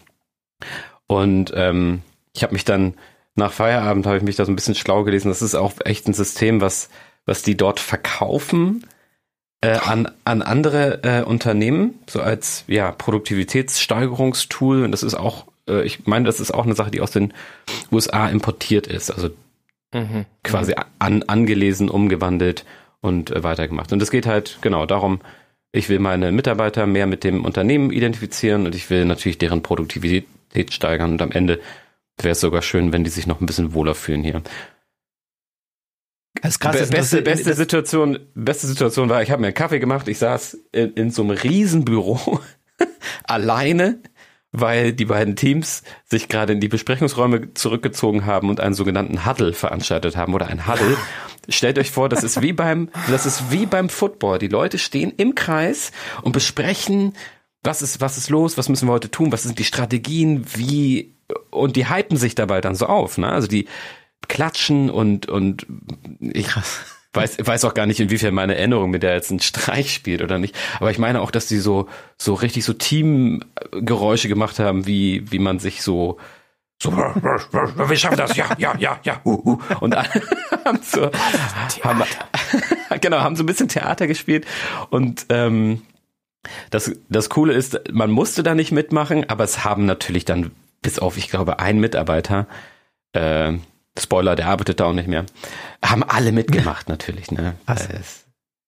Und ähm, ich habe mich dann nach Feierabend habe ich mich da so ein bisschen schlau gelesen. Das ist auch echt ein System, was was die dort verkaufen äh, an an andere äh, Unternehmen, so als ja Produktivitätssteigerungstool. Und das ist auch, äh, ich meine, das ist auch eine Sache, die aus den U S A importiert ist. Also mhm. quasi an, angelesen, umgewandelt und äh, weitergemacht. Und es geht halt genau darum, ich will meine Mitarbeiter mehr mit dem Unternehmen identifizieren und ich will natürlich deren Produktivität steigern. Und am Ende wäre es sogar schön, wenn die sich noch ein bisschen wohler fühlen hier. Das ist krass, das beste, das, beste das, Situation, beste Situation war, ich habe mir einen Kaffee gemacht, ich saß in, in so einem Riesenbüro alleine, weil die beiden Teams sich gerade in die Besprechungsräume zurückgezogen haben und einen sogenannten Huddle veranstaltet haben oder ein Huddle. Stellt euch vor, das ist wie beim, das ist wie beim Football. Die Leute stehen im Kreis und besprechen, was ist, was ist los, was müssen wir heute tun, was sind die Strategien, wie, und die hypen sich dabei dann so auf, ne? Also die klatschen und, und ich weiß, weiß auch gar nicht, inwiefern meine Erinnerung mit der jetzt einen Streich spielt oder nicht. Aber ich meine auch, dass die so, so richtig so Teamgeräusche gemacht haben, wie, wie man sich so, so, wir schaffen das, ja, ja, ja, ja, uh, uh. Und alle haben so, haben, genau, haben so ein bisschen Theater gespielt und, ähm, das, das Coole ist, man musste da nicht mitmachen, aber es haben natürlich dann, bis auf, ich glaube, ein Mitarbeiter, äh, Spoiler, der arbeitet da auch nicht mehr, haben alle mitgemacht natürlich, ne? Es,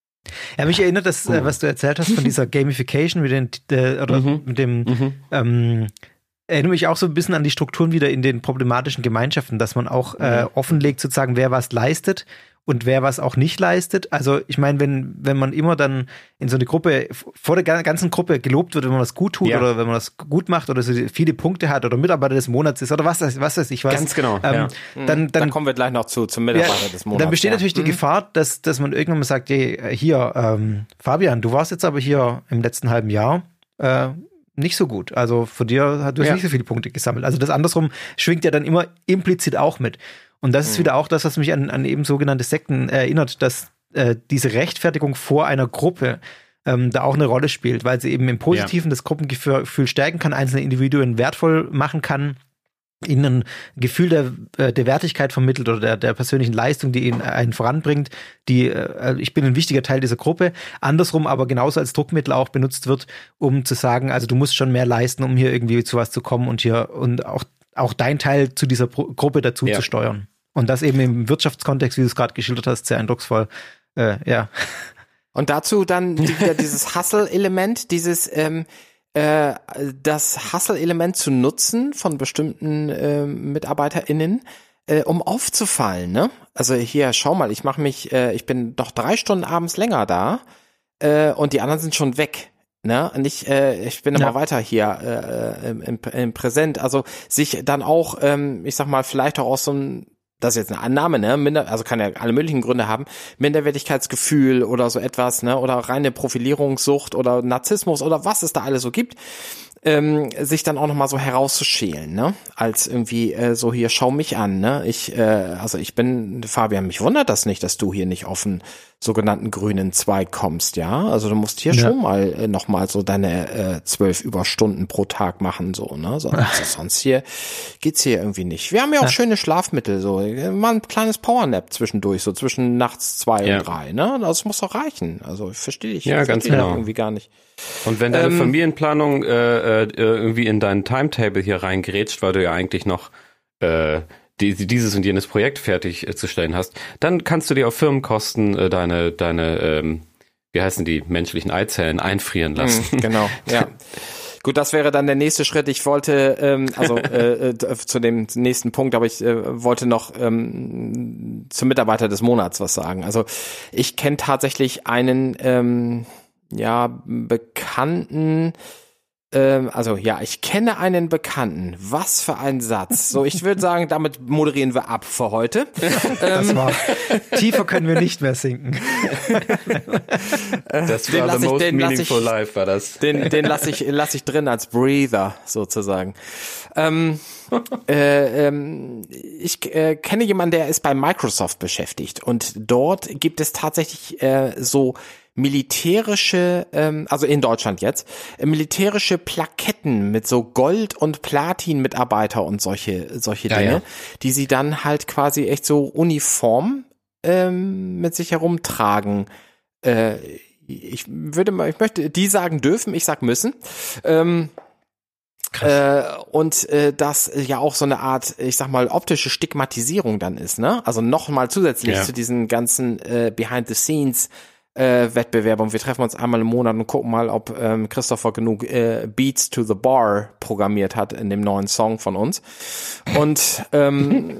ja, mich erinnert das, uh. was du erzählt hast von dieser Gamification mit den, äh, oder mhm. mit dem, mhm. ähm, erinnere mich auch so ein bisschen an die Strukturen wieder in den problematischen Gemeinschaften, dass man auch mhm. äh, offenlegt sozusagen, wer was leistet und wer was auch nicht leistet. Also ich meine, wenn wenn man immer dann in so eine Gruppe, vor der ganzen Gruppe gelobt wird, wenn man das gut tut ja. oder wenn man das gut macht oder so viele Punkte hat oder Mitarbeiter des Monats ist oder was was weiß ich was. Ganz genau. Ähm, ja. dann, dann, da kommen wir gleich noch zu, zum Mitarbeiter ja, des Monats. Dann besteht ja. natürlich die mhm. Gefahr, dass dass man irgendwann mal sagt, hey, hier, ähm, Fabian, du warst jetzt aber hier im letzten halben Jahr äh, nicht so gut. Also von dir, du hast ja. nicht so viele Punkte gesammelt. Also das andersrum schwingt ja dann immer implizit auch mit. Und das ist wieder auch das, was mich an, an eben sogenannte Sekten erinnert, dass äh, diese Rechtfertigung vor einer Gruppe ähm, da auch eine Rolle spielt, weil sie eben im Positiven ja. das Gruppengefühl stärken kann, einzelne Individuen wertvoll machen kann, ihnen ein Gefühl der, der Wertigkeit vermittelt oder der, der persönlichen Leistung, die ihn einen voranbringt, die äh, ich bin ein wichtiger Teil dieser Gruppe, andersrum aber genauso als Druckmittel auch benutzt wird, um zu sagen, also du musst schon mehr leisten, um hier irgendwie zu was zu kommen und hier und auch, auch dein Teil zu dieser Pro- Gruppe dazu ja. zu steuern. Und das eben im Wirtschaftskontext, wie du es gerade geschildert hast, sehr eindrucksvoll. Äh, ja. Und dazu dann wieder dieses Hustle-Element, dieses ähm, äh, das Hustle-Element zu nutzen von bestimmten äh, MitarbeiterInnen, äh, um aufzufallen. Ne? Also hier, schau mal, ich mache mich, äh, ich bin doch drei Stunden abends länger da äh, und die anderen sind schon weg. Ne, und ich, äh, ich bin immer ja. weiter hier äh, im, im, im Präsent. Also sich dann auch, ähm, ich sag mal, vielleicht auch aus so einem, das ist jetzt eine Annahme, ne, Minder, also kann ja alle möglichen Gründe haben, Minderwertigkeitsgefühl oder so etwas, ne, oder reine Profilierungssucht oder Narzissmus oder was es da alles so gibt, ähm, sich dann auch nochmal so herauszuschälen, ne, als irgendwie äh, so hier, schau mich an, ne, ich, äh, also ich bin, Fabian, mich wundert das nicht, dass du hier nicht auf einen sogenannten grünen Zweig kommst, ja, also du musst hier ja. schon mal äh, nochmal so deine äh, zwölf Überstunden pro Tag machen, so, ne, so, also sonst hier geht's hier irgendwie nicht. Wir haben ja auch ja. schöne Schlafmittel, so, mal ein kleines Powernap zwischendurch, so zwischen nachts zwei ja. und drei, ne, das muss doch reichen, also ich verstehe dich ja, ganz genau. irgendwie gar nicht. Und wenn deine ähm, Familienplanung äh, äh, irgendwie in dein Timetable hier reingrätscht, weil du ja eigentlich noch äh, die, dieses und jenes Projekt fertig äh, zu stellen hast, dann kannst du dir auf Firmenkosten äh, deine, deine ähm, wie heißen die, menschlichen Eizellen einfrieren lassen. Genau, ja. Gut, das wäre dann der nächste Schritt. Ich wollte, ähm, also äh, äh, zu dem nächsten Punkt, aber ich äh, wollte noch ähm, zum Mitarbeiter des Monats was sagen. Also ich kenne tatsächlich einen ähm, ja, Bekannten, ähm, also ja, ich kenne einen Bekannten. Was für ein Satz. So, ich würde sagen, damit moderieren wir ab für heute. Das war, tiefer können wir nicht mehr sinken. Das Den war lass the ich- most den lass meaningful ich- life, war das. Den, den lasse ich, lass ich drin als Breather sozusagen. Ähm, äh, ähm, ich äh, kenne jemanden, der ist bei Microsoft beschäftigt und dort gibt es tatsächlich äh, so militärische, ähm, also in Deutschland jetzt, äh, militärische Plaketten mit so Gold- und Platin-Mitarbeiter und solche solche Ja, Dinge, ja. die sie dann halt quasi echt so uniform ähm, mit sich herumtragen. Äh, ich würde mal, ich möchte, die sagen dürfen, ich sag müssen. Ähm, äh, und äh, das ja auch so eine Art, ich sag mal, optische Stigmatisierung dann ist, ne? Also nochmal zusätzlich Ja. zu diesen ganzen äh, Behind-the-Scenes äh, Wettbewerbe und wir treffen uns einmal im Monat und gucken mal, ob ähm, Christopher genug äh, Beats to the Bar programmiert hat in dem neuen Song von uns. Und ähm,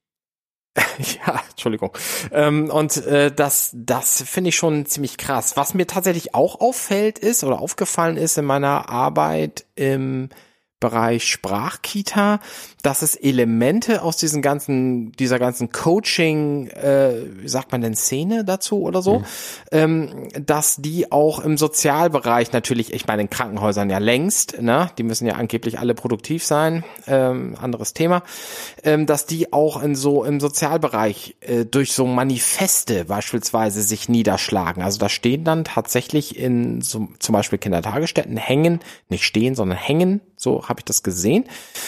ja, Entschuldigung. Ähm, und äh, das, das finde ich schon ziemlich krass. Was mir tatsächlich auch auffällt ist oder aufgefallen ist in meiner Arbeit im Bereich Sprachkita, dass es Elemente aus diesen ganzen, dieser ganzen Coaching, äh, wie sagt man denn, Szene dazu oder so, mhm. ähm, dass die auch im Sozialbereich natürlich, ich meine in Krankenhäusern ja längst, ne, die müssen ja angeblich alle produktiv sein, ähm, anderes Thema, ähm, dass die auch in so im Sozialbereich äh, durch so Manifeste beispielsweise sich niederschlagen. Also da stehen dann tatsächlich in so, zum Beispiel Kindertagesstätten hängen, nicht stehen, sondern hängen, so habe ich das gesehen.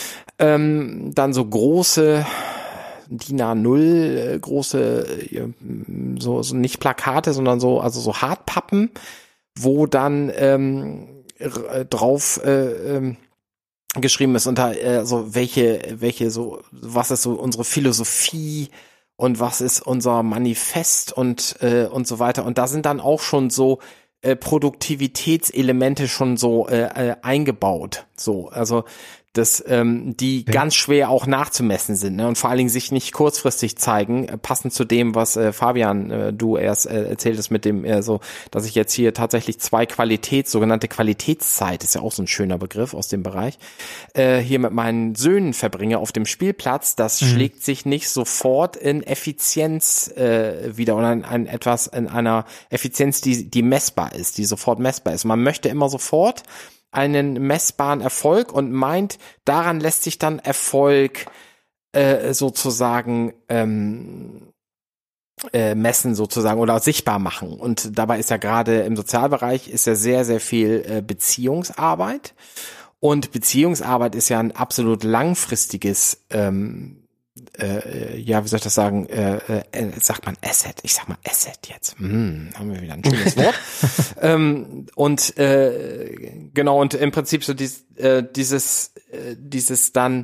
Ähm, dann so große D I N A null, äh, große, äh, so, so nicht Plakate, sondern so, also so Hartpappen, wo dann ähm, r- drauf äh, ähm, geschrieben ist unter äh, so welche, welche so, was ist so unsere Philosophie und was ist unser Manifest und äh, und so weiter. Und da sind dann auch schon so äh, Produktivitätselemente schon so äh, äh, eingebaut. So, also dass ähm, die ja. ganz schwer auch nachzumessen sind, ne? Und vor allen Dingen sich nicht kurzfristig zeigen, äh, passend zu dem, was äh, Fabian, äh, du erst äh, erzähltest mit dem, äh, so, dass ich jetzt hier tatsächlich zwei Qualitäts, sogenannte Qualitätszeit, ist ja auch so ein schöner Begriff aus dem Bereich, äh, hier mit meinen Söhnen verbringe auf dem Spielplatz, das mhm. schlägt sich nicht sofort in Effizienz äh, wieder oder in, in etwas, in einer Effizienz, die, die messbar ist, die sofort messbar ist. Man möchte immer sofort einen messbaren Erfolg und meint, daran lässt sich dann Erfolg äh, sozusagen ähm, äh, messen sozusagen oder sichtbar machen. Und dabei ist ja gerade im Sozialbereich ist ja sehr, sehr viel äh, Beziehungsarbeit. Und Beziehungsarbeit ist ja ein absolut langfristiges ähm, Äh, ja, wie soll ich das sagen, äh, äh, sagt man Asset, ich sag mal Asset jetzt, hm, haben wir wieder ein schönes Wort, ähm, und äh, genau, und im Prinzip so dies, äh, dieses, äh, dieses dann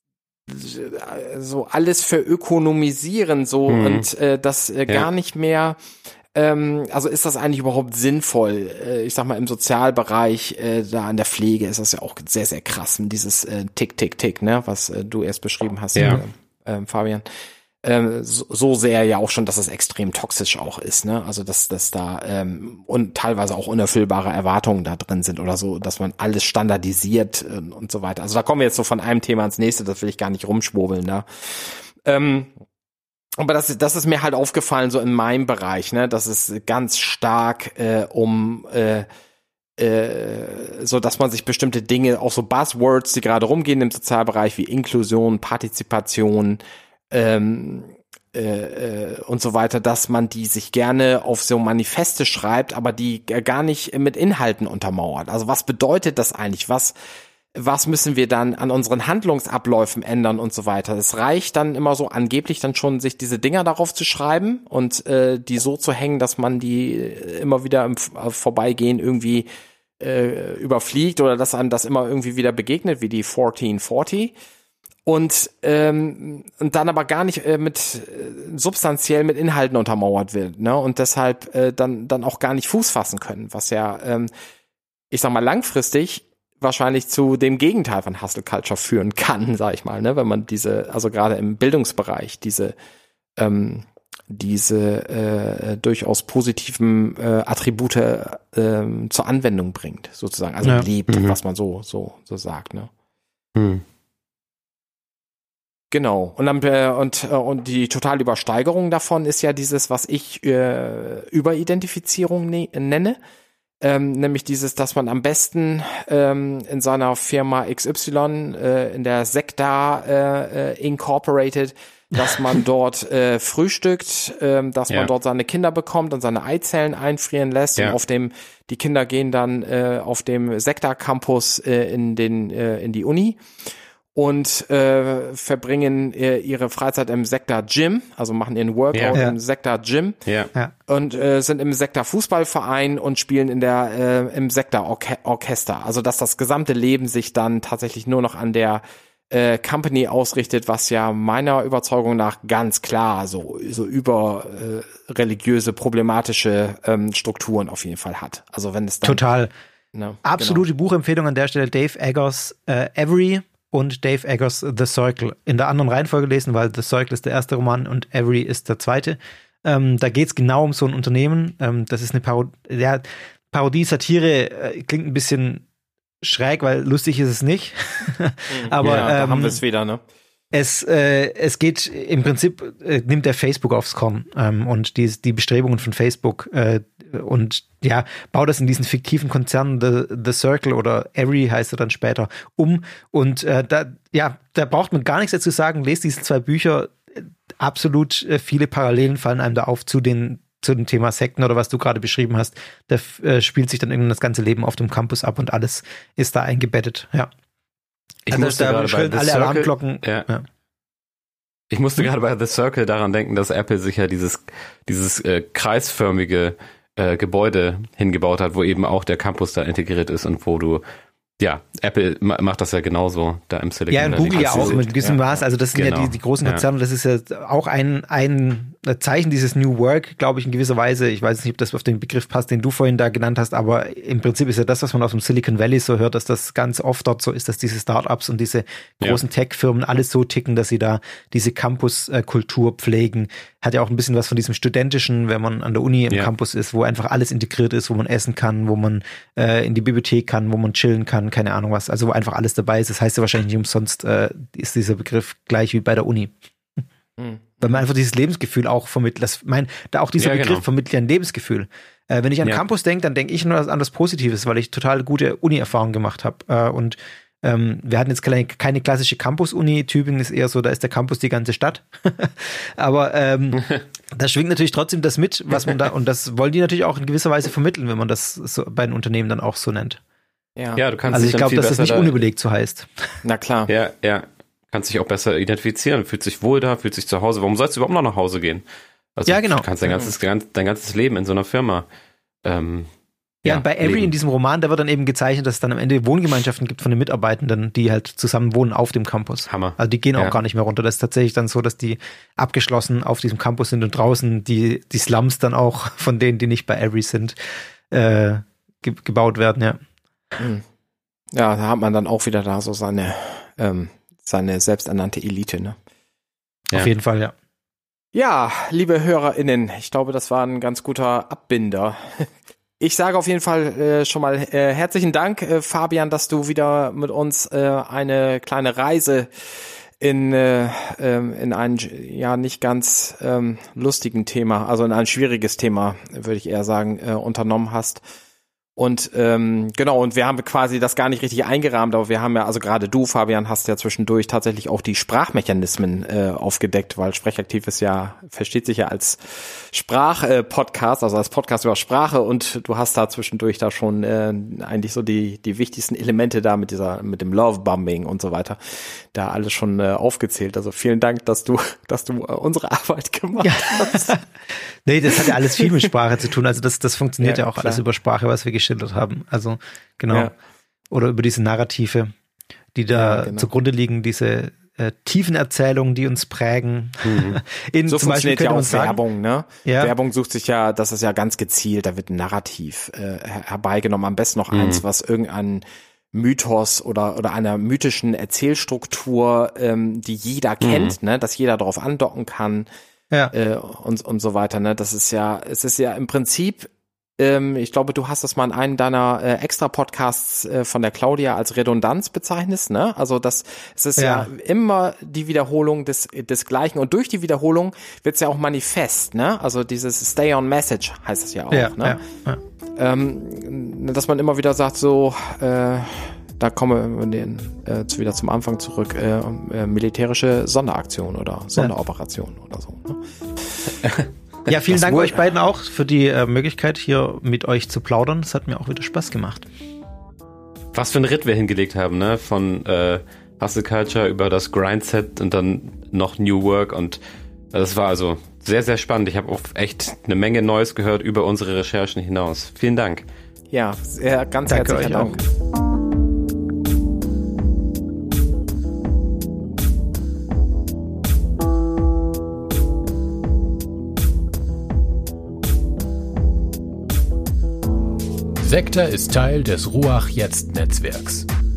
so alles verökonomisieren so mhm. und äh, das äh, gar ja. nicht mehr ähm, also ist das eigentlich überhaupt sinnvoll? Äh, ich sag mal, im Sozialbereich, äh, da an der Pflege ist das ja auch sehr, sehr krass, dieses äh, Tick, Tick, Tick, ne, was äh, du erst beschrieben hast, ja. äh, äh, Fabian. Ähm, so, so sehr ja auch schon, dass es extrem toxisch auch ist, ne? Also dass, dass da ähm, und teilweise auch unerfüllbare Erwartungen da drin sind oder so, dass man alles standardisiert äh, und so weiter. Also da kommen wir jetzt so von einem Thema ans nächste, das will ich gar nicht rumschwurbeln, ne? Ähm, aber das, das ist mir halt aufgefallen, so in meinem Bereich, ne, dass es ganz stark äh, um äh, äh, so, dass man sich bestimmte Dinge, auch so Buzzwords, die gerade rumgehen im Sozialbereich, wie Inklusion, Partizipation ähm, äh, äh, und so weiter, dass man die sich gerne auf so Manifeste schreibt, aber die gar nicht mit Inhalten untermauert. Also was bedeutet das eigentlich? Was was müssen wir dann an unseren Handlungsabläufen ändern und so weiter. Es reicht dann immer so angeblich dann schon, sich diese Dinger darauf zu schreiben und äh, die so zu hängen, dass man die immer wieder im Vorbeigehen irgendwie äh, überfliegt oder dass einem das immer irgendwie wieder begegnet, wie die vierzehn vierzig. Und ähm, und dann aber gar nicht äh, mit äh, substanziell mit Inhalten untermauert wird, ne? Und deshalb äh, dann dann auch gar nicht Fuß fassen können, was ja, ähm, ich sag mal, langfristig wahrscheinlich zu dem Gegenteil von Hustle Culture führen kann, sag ich mal, ne, wenn man diese, also gerade im Bildungsbereich diese ähm, diese äh, durchaus positiven äh, Attribute äh, zur Anwendung bringt, sozusagen. Also Ja. lebt, Mhm. was man so so so sagt, ne? Hm. Genau. Und dann äh, und äh, und die totale Übersteigerung davon ist ja dieses, was ich äh, Überidentifizierung ne- nenne. Ähm, nämlich dieses, dass man am besten ähm, in seiner Firma X Y, äh, in der Sekta äh, äh, Incorporated, dass man dort äh, frühstückt, ähm, dass Ja. man dort seine Kinder bekommt und seine Eizellen einfrieren lässt. Ja. Und auf dem, die Kinder gehen dann äh, auf dem Sekta Campus äh, in den äh, in die Uni und äh, verbringen äh, ihre Freizeit im Sekta Gym, also machen ihren Workout Ja. Ja. im Sekta Gym Ja. Ja. und äh, sind im Sekta Fußballverein und spielen in der äh, im Sekta Orche- Orchester. Also dass das gesamte Leben sich dann tatsächlich nur noch an der äh, Company ausrichtet, was ja meiner Überzeugung nach ganz klar so so über äh, religiöse problematische ähm, Strukturen auf jeden Fall hat. Also wenn es dann Total. ne, Absolute Buchempfehlung an der Stelle, Dave Eggers äh, Avery und Dave Eggers The Circle. In der anderen Reihenfolge lesen, weil The Circle ist der erste Roman und Avery ist der zweite. Ähm, da geht es genau um so ein Unternehmen. Ähm, das ist eine Parod ja, Parodie, Satire, äh, klingt ein bisschen schräg, weil lustig ist es nicht. Genau. Aber ja, da ähm, haben wir es wieder, ne? Es, äh, es geht im Prinzip, äh, nimmt der Facebook aufs Korn ähm, und die, die Bestrebungen von Facebook äh, und ja, baut das in diesen fiktiven Konzern The, The Circle oder Avery heißt er dann später um und äh, da, ja, da braucht man gar nichts dazu sagen, lest diese zwei Bücher, äh, absolut äh, viele Parallelen fallen einem da auf zu den zu dem Thema Sekten oder was du gerade beschrieben hast, da äh, spielt sich dann irgendwann das ganze Leben auf dem Campus ab und alles ist da eingebettet, ja. Ich Also musste da gerade bei schrillen The alle Circle, Alarmglocken. ja. Ja. Ich musste gerade bei The Circle daran denken, dass Apple sich ja dieses, dieses äh, kreisförmige äh, Gebäude hingebaut hat, wo eben auch der Campus da integriert ist und wo du, ja, Apple ma- macht das ja genauso da im Silicon Ja, und Valley. Google ja Kannst du- auch mit gewissem ja. Maß. Also das sind ja Genau. die, die großen Ja. Konzerne. Das ist ja auch ein, ein Zeichen dieses New Work, glaube ich, in gewisser Weise. Ich weiß nicht, ob das auf den Begriff passt, den du vorhin da genannt hast, aber im Prinzip ist ja das, was man aus dem Silicon Valley so hört, dass das ganz oft dort so ist, dass diese Startups und diese großen Tech-Firmen alles so ticken, dass sie da diese Campus-Kultur pflegen. Hat ja auch ein bisschen was von diesem studentischen, wenn man an der Uni im Ja. Campus ist, wo einfach alles integriert ist, wo man essen kann, wo man äh, in die Bibliothek kann, wo man chillen kann, keine Ahnung was. Also wo einfach alles dabei ist. Das heißt ja wahrscheinlich nicht umsonst, äh, ist dieser Begriff gleich wie bei der Uni. Mhm. Weil man einfach dieses Lebensgefühl auch vermittelt. Das, mein, da auch dieser Ja, Begriff genau. vermittelt ja ein Lebensgefühl. Äh, wenn ich an Ja. Campus denke, dann denke ich nur an das Positives, weil ich total gute Uni-Erfahrungen gemacht habe. Äh, und ähm, wir hatten jetzt keine, keine klassische Campus-Uni. Tübingen ist eher so, da ist der Campus die ganze Stadt. Aber ähm, da schwingt natürlich trotzdem das mit, was man da, und das wollen die natürlich auch in gewisser Weise vermitteln, wenn man das so bei den Unternehmen dann auch so nennt. Ja. Ja, du kannst Also dich ich dann glaube, viel dass das besser nicht da- unüberlegt so heißt. Na klar. Ja, ja. Kannst dich auch besser identifizieren, fühlt sich wohl da, fühlt sich zu Hause. Warum sollst du überhaupt noch nach Hause gehen? Also Ja, genau. Du kannst dein ganzes, dein ganzes Leben in so einer Firma ähm, Ja, und bei Avery leben. in diesem Roman, da wird dann eben gezeichnet, dass es dann am Ende Wohngemeinschaften gibt von den Mitarbeitenden, die halt zusammen wohnen auf dem Campus. Hammer. Also die gehen auch Ja. gar nicht mehr runter. Das ist tatsächlich dann so, dass die abgeschlossen auf diesem Campus sind und draußen die, die Slums dann auch von denen, die nicht bei Avery sind, äh, ge gebaut werden, ja. Mhm. Ja, da hat man dann auch wieder da so seine, ähm, seine selbsternannte Elite, ne? Ja. Auf jeden Fall, ja. Ja, liebe HörerInnen, ich glaube, das war ein ganz guter Abbinder. Ich sage auf jeden Fall äh, schon mal äh, herzlichen Dank, äh, Fabian, dass du wieder mit uns äh, eine kleine Reise in äh, ähm, in ein ja nicht ganz ähm, lustigen Thema, also in ein schwieriges Thema, würde ich eher sagen, äh, unternommen hast. Und ähm, genau, und wir haben quasi das gar nicht richtig eingerahmt, aber wir haben ja, also gerade du, Fabian, hast ja zwischendurch tatsächlich auch die Sprachmechanismen äh, aufgedeckt, weil Sprechaktiv ist ja, versteht sich ja als Sprach-Podcast, also als Podcast über Sprache, und du hast da zwischendurch da schon äh, eigentlich so die die wichtigsten Elemente da mit dieser, mit dem Love-Bombing und so weiter, da alles schon äh, aufgezählt. Also vielen Dank, dass du, dass du äh, unsere Arbeit gemacht Ja. hast. Nee, das hat ja alles viel mit Sprache zu tun. Also das, das funktioniert ja, Ja, auch klar. alles über Sprache, was wir geschildert haben. Also genau. Ja. Oder über diese Narrative, die da Ja, genau. zugrunde liegen, diese äh, tiefen Erzählungen, die uns prägen. In, So zum Beispiel funktioniert ja könnte man auch sagen, Werbung, ne? Ja. Werbung sucht sich ja, das ist ja ganz gezielt, da wird ein Narrativ äh, her- herbeigenommen, am besten noch Mhm. eins, was irgendein Mythos oder oder einer mythischen Erzählstruktur, ähm, die jeder kennt, ne, dass jeder darauf andocken kann, ja. äh, und, und so weiter. Ne? Das ist ja, es ist ja im Prinzip, ähm, ich glaube, du hast das mal in einem deiner äh, Extra-Podcasts äh, von der Claudia als Redundanz bezeichnet. Ne? Also das, es ist ja. ja immer die Wiederholung des, des Gleichen und durch die Wiederholung wird es ja auch manifest. Ne? Also dieses Stay on Message heißt es ja auch. Ja, ne? ja, ja. Ähm, dass man immer wieder sagt, so, äh, da kommen wir den, äh, wieder zum Anfang zurück, äh, äh, militärische Sonderaktion oder Sonderoperation ja. oder so. Ne? Ja, vielen das Dank wohl, euch beiden auch für die äh, Möglichkeit, hier mit euch zu plaudern. Das hat mir auch wieder Spaß gemacht. Was für ein Ritt wir hingelegt haben, ne? Von äh, Hustle Culture über das Grindset und dann noch New Work und das war also sehr, sehr spannend. Ich habe auch echt eine Menge Neues gehört über unsere Recherchen hinaus. Vielen Dank. Ja, sehr, ganz Danke herzlichen euch Dank. auch. Sekta ist Teil des Ruach Jetzt Netzwerks.